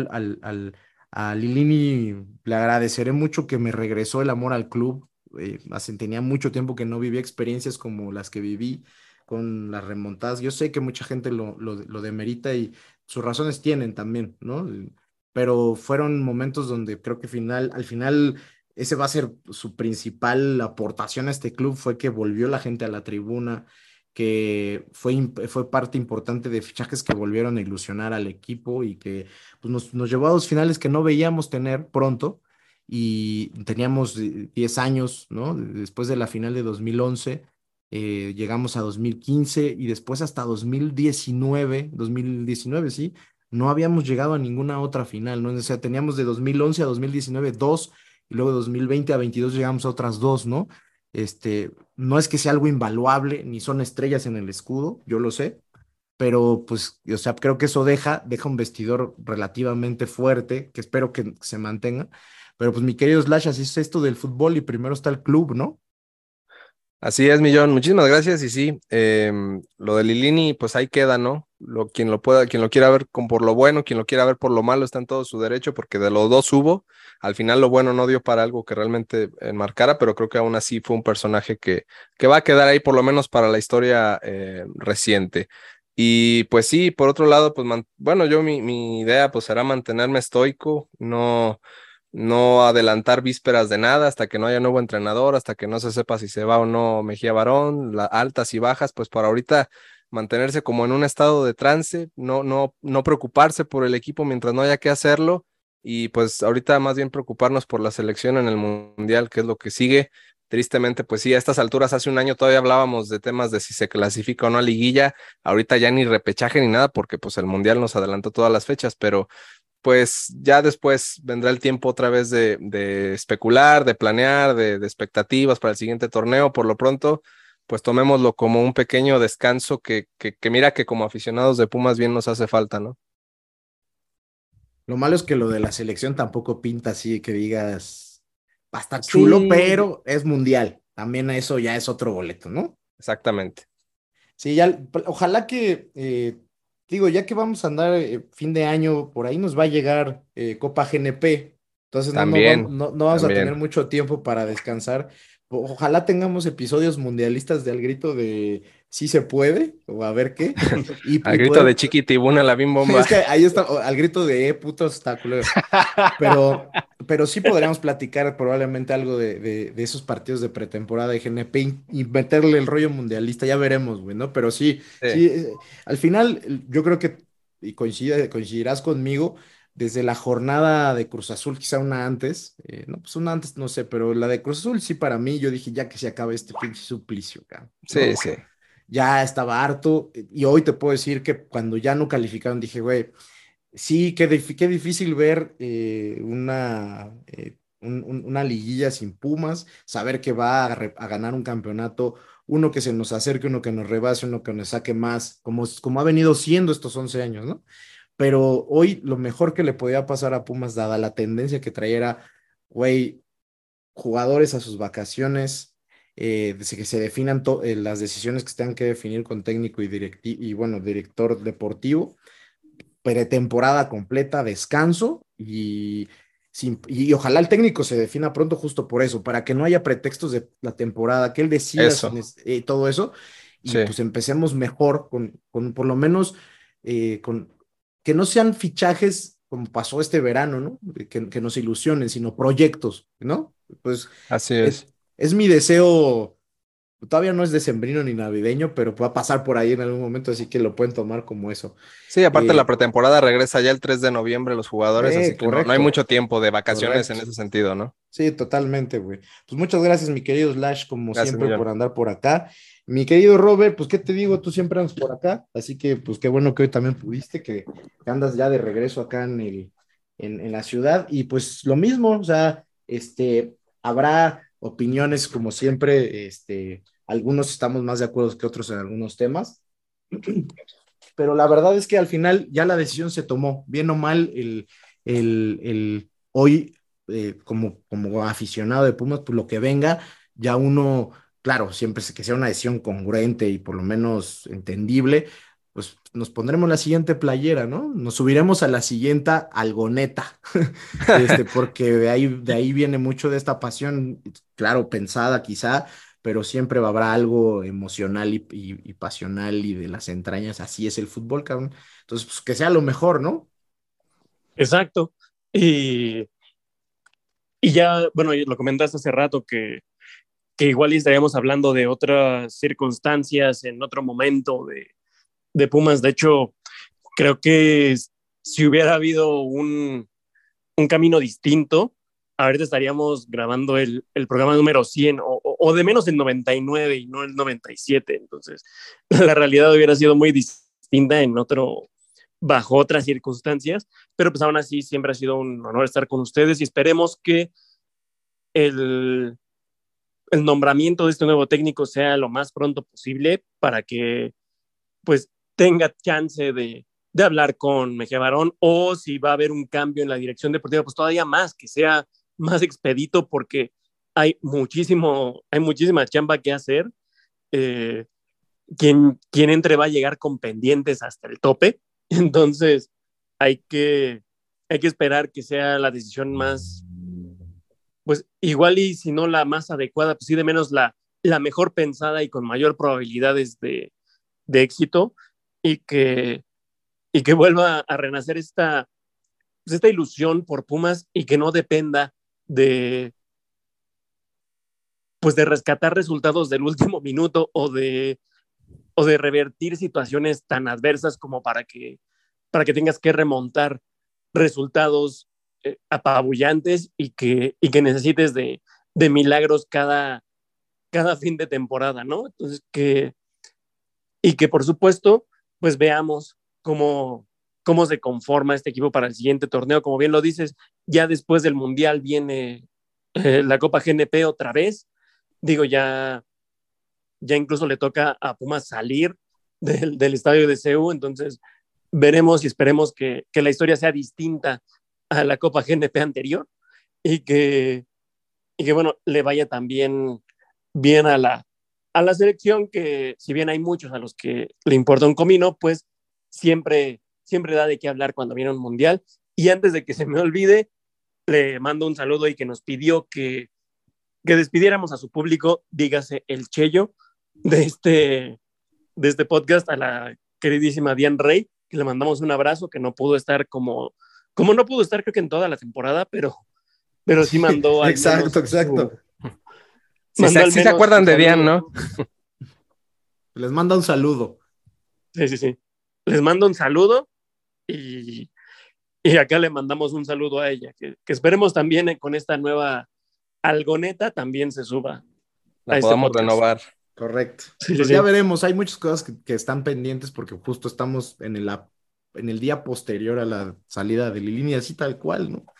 a Lilini le agradeceré mucho que me regresó el amor al club. Tenía mucho tiempo que no vivía experiencias como las que viví con las remontadas. Yo sé que mucha gente lo demerita y sus razones tienen también, ¿no? Pero fueron momentos donde creo que al final ese va a ser su principal aportación a este club, fue que volvió la gente a la tribuna, que fue parte importante de fichajes que volvieron a ilusionar al equipo y que pues, nos llevó a dos finales que no veíamos tener pronto y teníamos 10 años, ¿no? Después de la final de 2011 llegamos a 2015 y después hasta 2019, sí, no habíamos llegado a ninguna otra final, ¿no? O sea, teníamos de 2011 a 2019 dos, y luego de 2020 a 22 llegamos a otras dos, ¿no? No es que sea algo invaluable, ni son estrellas en el escudo, yo lo sé, pero pues, o sea, creo que eso deja un vestidor relativamente fuerte, que espero que se mantenga. Pero pues mi querido Slash, así es esto del fútbol y primero está el club, ¿no? Así es, Millón. Muchísimas gracias. Y sí, lo de Lilini, pues ahí queda, ¿no? Quien lo pueda, quien lo quiera ver por lo bueno, quien lo quiera ver por lo malo, está en todo su derecho, porque de los dos hubo. Al final lo bueno no dio para algo que realmente enmarcara, pero creo que aún así fue un personaje que va a quedar ahí por lo menos para la historia reciente. Y pues sí, por otro lado, pues bueno, mi idea pues será mantenerme estoico, no adelantar vísperas de nada hasta que no haya nuevo entrenador, hasta que no se sepa si se va o no Mejía Barón, altas y bajas, pues por ahorita mantenerse como en un estado de trance, no preocuparse por el equipo mientras no haya que hacerlo, y pues ahorita más bien preocuparnos por la selección en el Mundial, que es lo que sigue. Tristemente, pues sí, a estas alturas hace un año todavía hablábamos de temas de si se clasifica o no a liguilla, ahorita ya ni repechaje ni nada, porque pues el Mundial nos adelantó todas las fechas, pero pues ya después vendrá el tiempo otra vez de especular, de planear, de expectativas para el siguiente torneo. Por lo pronto, pues tomémoslo como un pequeño descanso que mira que como aficionados de Pumas bien nos hace falta, ¿no? Lo malo es que lo de la selección tampoco pinta así que digas, va a estar chulo, Sí, pero es mundial. También eso ya es otro boleto, ¿no? exactamente. Sí, ya, ojalá que, digo, ya que vamos a andar fin de año, por ahí nos va a llegar Copa GNP, entonces También, no vamos a tener también. mucho tiempo para descansar. Ojalá tengamos episodios mundialistas de al grito de sí se puede, o a ver qué, Al y grito poder, de Chiquitibuna, la Bim es Bomba. que ahí está, al grito de puto obstáculo. Pero, pero sí podríamos platicar probablemente algo de esos partidos de pretemporada de GNP y meterle el rollo mundialista, ya veremos, güey, ¿no? Pero sí, Sí, sí, al final yo creo que, y coincidirás conmigo, desde la jornada de Cruz Azul, quizá una antes, no, pues una antes, no sé, pero la de Cruz Azul sí para mí, yo dije ya que se acabe este pinche suplicio, cabrón, ¿no? sí, sí. Ya estaba harto y hoy te puedo decir que cuando ya no calificaron dije, güey, sí, qué difícil ver una liguilla sin Pumas, saber que va a ganar un campeonato, uno que se nos acerque, uno que nos rebase, uno que nos saque más, como ha venido siendo estos 11 años, ¿no? Pero hoy lo mejor que le podía pasar a Pumas, dada la tendencia que traía, era, güey, jugadores a sus vacaciones, desde que se definan las decisiones que se tengan que definir con técnico y bueno, director deportivo, pretemporada completa, descanso y ojalá el técnico se defina pronto justo por eso, para que no haya pretextos de la temporada, que él decida Eso, todo eso y sí. pues empecemos mejor con por lo menos con que no sean fichajes como pasó este verano, ¿no? Que nos ilusionen, sino proyectos, ¿no? Pues Así es, es. es mi deseo. Todavía no es decembrino ni navideño, pero va a pasar por ahí en algún momento, así que lo pueden tomar como eso. Sí, aparte la Eh, pretemporada regresa ya el 3 de noviembre los jugadores, así que no hay correcto, mucho tiempo de vacaciones en correcto. ese sentido, ¿no? Sí, totalmente, güey. Pues muchas gracias, mi querido Slash, como Gracias, siempre, por Millón. andar por acá. Mi querido Robert, pues, ¿qué te digo? Tú siempre andas por acá, así que, pues, qué bueno que hoy también pudiste, que andas ya de regreso acá en la ciudad. Y pues lo mismo, o sea, habrá opiniones como siempre, algunos estamos más de acuerdo que otros en algunos temas, pero la verdad es que al final ya la decisión se tomó, bien o mal, hoy, como aficionado de Pumas, pues lo que venga, ya uno, claro, siempre que sea una decisión congruente y por lo menos entendible, pues nos pondremos la siguiente playera, ¿no? Nos subiremos a la siguiente algoneta, porque de ahí viene mucho de esta pasión, claro, pensada quizá, pero siempre habrá algo emocional y pasional y de las entrañas, así es el fútbol, cabrón. Entonces, pues que sea lo mejor, ¿no? Exacto. Y, y ya, bueno, lo comentaste hace rato que igual estaríamos hablando de otras circunstancias en otro momento de Pumas. De hecho, creo que si hubiera habido un camino distinto, ahorita estaríamos grabando el programa número 100 o o de menos en 99 y no en 97. Entonces, la realidad hubiera sido muy distinta bajo otras circunstancias, pero pues aún así siempre ha sido un honor estar con ustedes y esperemos que el nombramiento de este nuevo técnico sea lo más pronto posible para que pues tenga chance de hablar con Mejía Barón, o si va a haber un cambio en la dirección deportiva, pues todavía más, que sea más expedito, porque hay muchísima chamba que hacer. Quien entre va a llegar con pendientes hasta el tope, entonces hay que esperar que sea la decisión más, pues igual, y si no la más adecuada, pues sí de menos la mejor pensada y con mayor probabilidades de éxito, y que vuelva a renacer esta ilusión por Pumas, y que no dependa de rescatar resultados del último minuto, o de revertir situaciones tan adversas como para que tengas que remontar resultados apabullantes, y que necesites de milagros cada fin de temporada, ¿no? Entonces, que por supuesto, pues veamos cómo se conforma este equipo para el siguiente torneo. Como bien lo dices, ya después del Mundial viene la Copa GNP otra vez. Digo, ya incluso le toca a Pumas salir del estadio de CU, entonces veremos y esperemos que la historia sea distinta a la Copa GNP anterior, y que bueno, le vaya también bien a la selección, que si bien hay muchos a los que le importa un comino, pues siempre da de qué hablar cuando viene un mundial. Y antes de que se me olvide, le mando un saludo, y que nos pidió que despidiéramos a su público, dígase el Cheyo de este podcast, a la queridísima Diane Rey, que le mandamos un abrazo, que no pudo estar como no pudo estar creo que en toda la temporada, pero sí mandó al exacto. Sí, se acuerdan de Diane, ¿no? Les manda un saludo. Sí. Les mando un saludo, y acá le mandamos un saludo a ella, que esperemos también con esta nueva algoneta también se suba. La podamos renovar. Correcto. Sí, pues sí. Ya veremos, hay muchas cosas que están pendientes, porque justo estamos en el día posterior a la salida de Lilini, así tal cual, ¿no?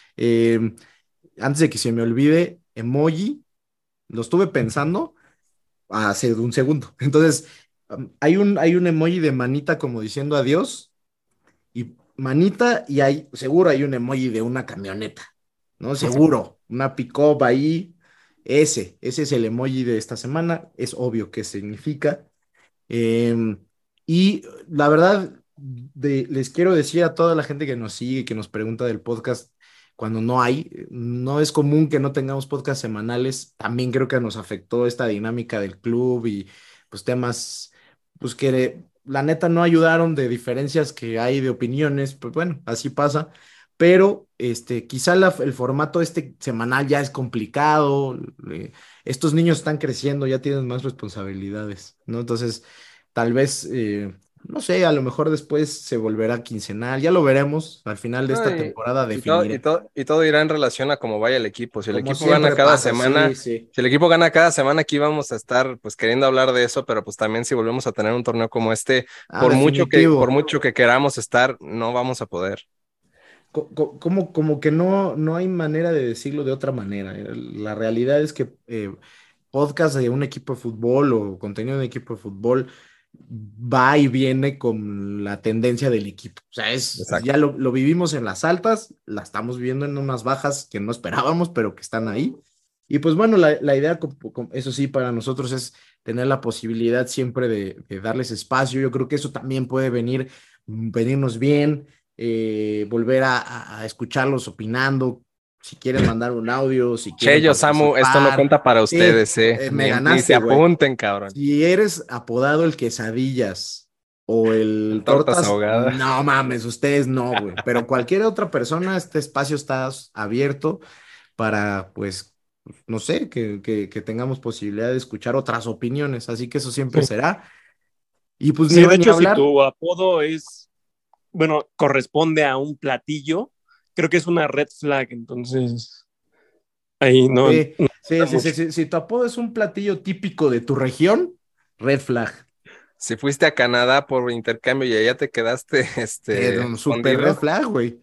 Antes de que se me olvide, emoji, lo estuve pensando hace un segundo. Entonces, hay un emoji de manita como diciendo adiós, y manita, y seguro hay un emoji de una camioneta, ¿no? Seguro, una pick-up ahí. Ese es el emoji de esta semana, es obvio qué significa. Y la verdad, les quiero decir a toda la gente que nos sigue, que nos pregunta del podcast, cuando no es común que no tengamos podcast semanales. También creo que nos afectó esta dinámica del club, y pues temas, pues que la neta no ayudaron, de diferencias que hay de opiniones, pues bueno, así pasa. Pero quizá el formato semanal ya es complicado. Estos niños están creciendo, ya tienen más responsabilidades, ¿no? Entonces, tal vez, no sé, a lo mejor después se volverá quincenal, ya lo veremos al final de esta temporada, definiré. Y todo irá en relación a cómo vaya el equipo. Si el Como equipo gana siempre cada pasa, semana, sí. si el equipo gana cada semana, aquí vamos a estar pues queriendo hablar de eso, pero pues también si volvemos a tener un torneo como este, por mucho que queramos estar, no vamos a poder. Como que no hay manera de decirlo de otra manera. La realidad es que podcast de un equipo de fútbol o contenido de un equipo de fútbol va y viene con la tendencia del equipo. O sea, ya lo vivimos en las altas, la estamos viendo en unas bajas que no esperábamos, pero que están ahí. Y pues bueno, la idea, eso sí, para nosotros es tener la posibilidad siempre de darles espacio. Yo creo que eso también puede venirnos bien. Volver a escucharlos opinando, si quieren mandar un audio, si quieren Cheyo, Samu, esto no cuenta para ustedes, me ganaste, ni se apunten, cabrón. Si eres apodado el Quesadillas o el Tortas ahogadas, no mames, ustedes no, güey, pero cualquier otra persona, este espacio está abierto para, pues, no sé, que tengamos posibilidad de escuchar otras opiniones, así que eso siempre será. Y pues sí, de hecho, si tu apodo corresponde a un platillo, creo que es una red flag, entonces Ahí no. Sí. Si tu apodo es un platillo típico de tu región, red flag. Si fuiste a Canadá por intercambio y allá te quedaste Un super red escondido. flag, güey.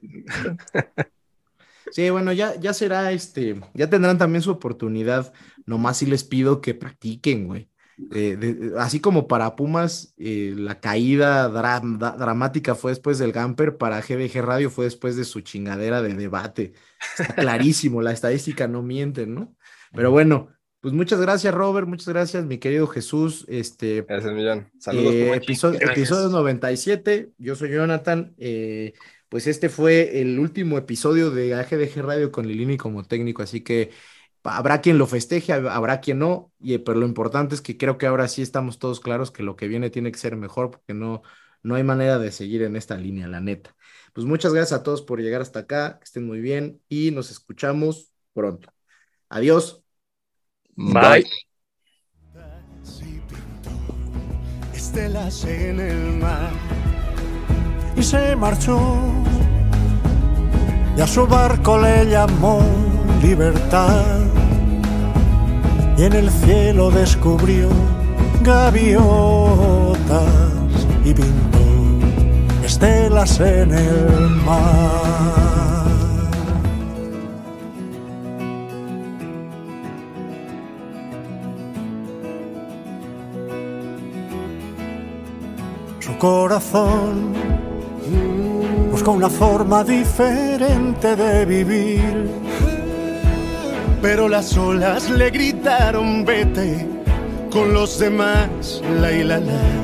Sí, bueno, ya será ya tendrán también su oportunidad. Nomás sí les pido que practiquen, güey. Así como para Pumas, la caída dramática fue después del Gamper, para GBG Radio fue después de su chingadera de debate. Está clarísimo, la estadística no miente, ¿no? Pero bueno, pues muchas gracias, Robert, muchas gracias, mi querido Jesús. Gracias, Millón. Saludos, Pumachi. Episodio 97, yo soy Jonathan. Pues este fue el último episodio de AGDG Radio con Lilini como técnico, así que habrá quien lo festeje, habrá quien no, pero lo importante es que creo que ahora sí estamos todos claros que lo que viene tiene que ser mejor, porque no hay manera de seguir en esta línea, la neta. Pues muchas gracias a todos por llegar hasta acá, que estén muy bien y nos escuchamos pronto. Adiós. Bye. Estelas en el mar. Y se marchó, y a su barco le llamó Libertad, y en el cielo descubrió gaviotas y pintó estelas en el mar. Su corazón buscó una forma diferente de vivir, pero las olas le gritaron vete con los demás, la,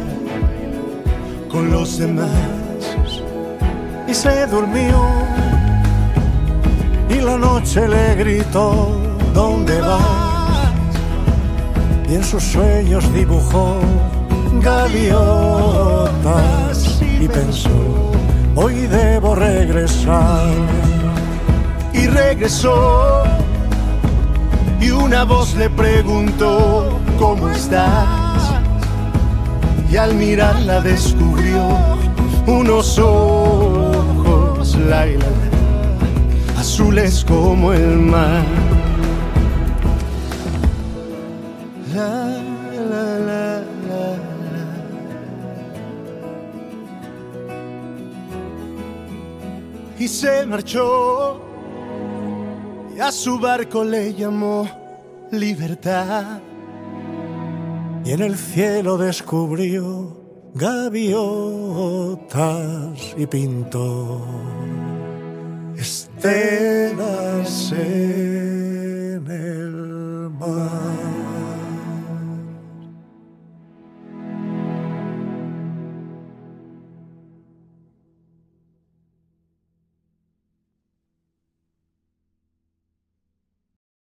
con los demás. Y se durmió, y la noche le gritó ¿dónde vas? Y en sus sueños dibujó gaviotas y pensó hoy debo regresar. Y regresó, y una voz le preguntó ¿cómo estás? Y al mirarla descubrió unos ojos, la, azules como el mar. La. Y se marchó, y a su barco le llamó Libertad, y en el cielo descubrió gaviotas y pintó estelas.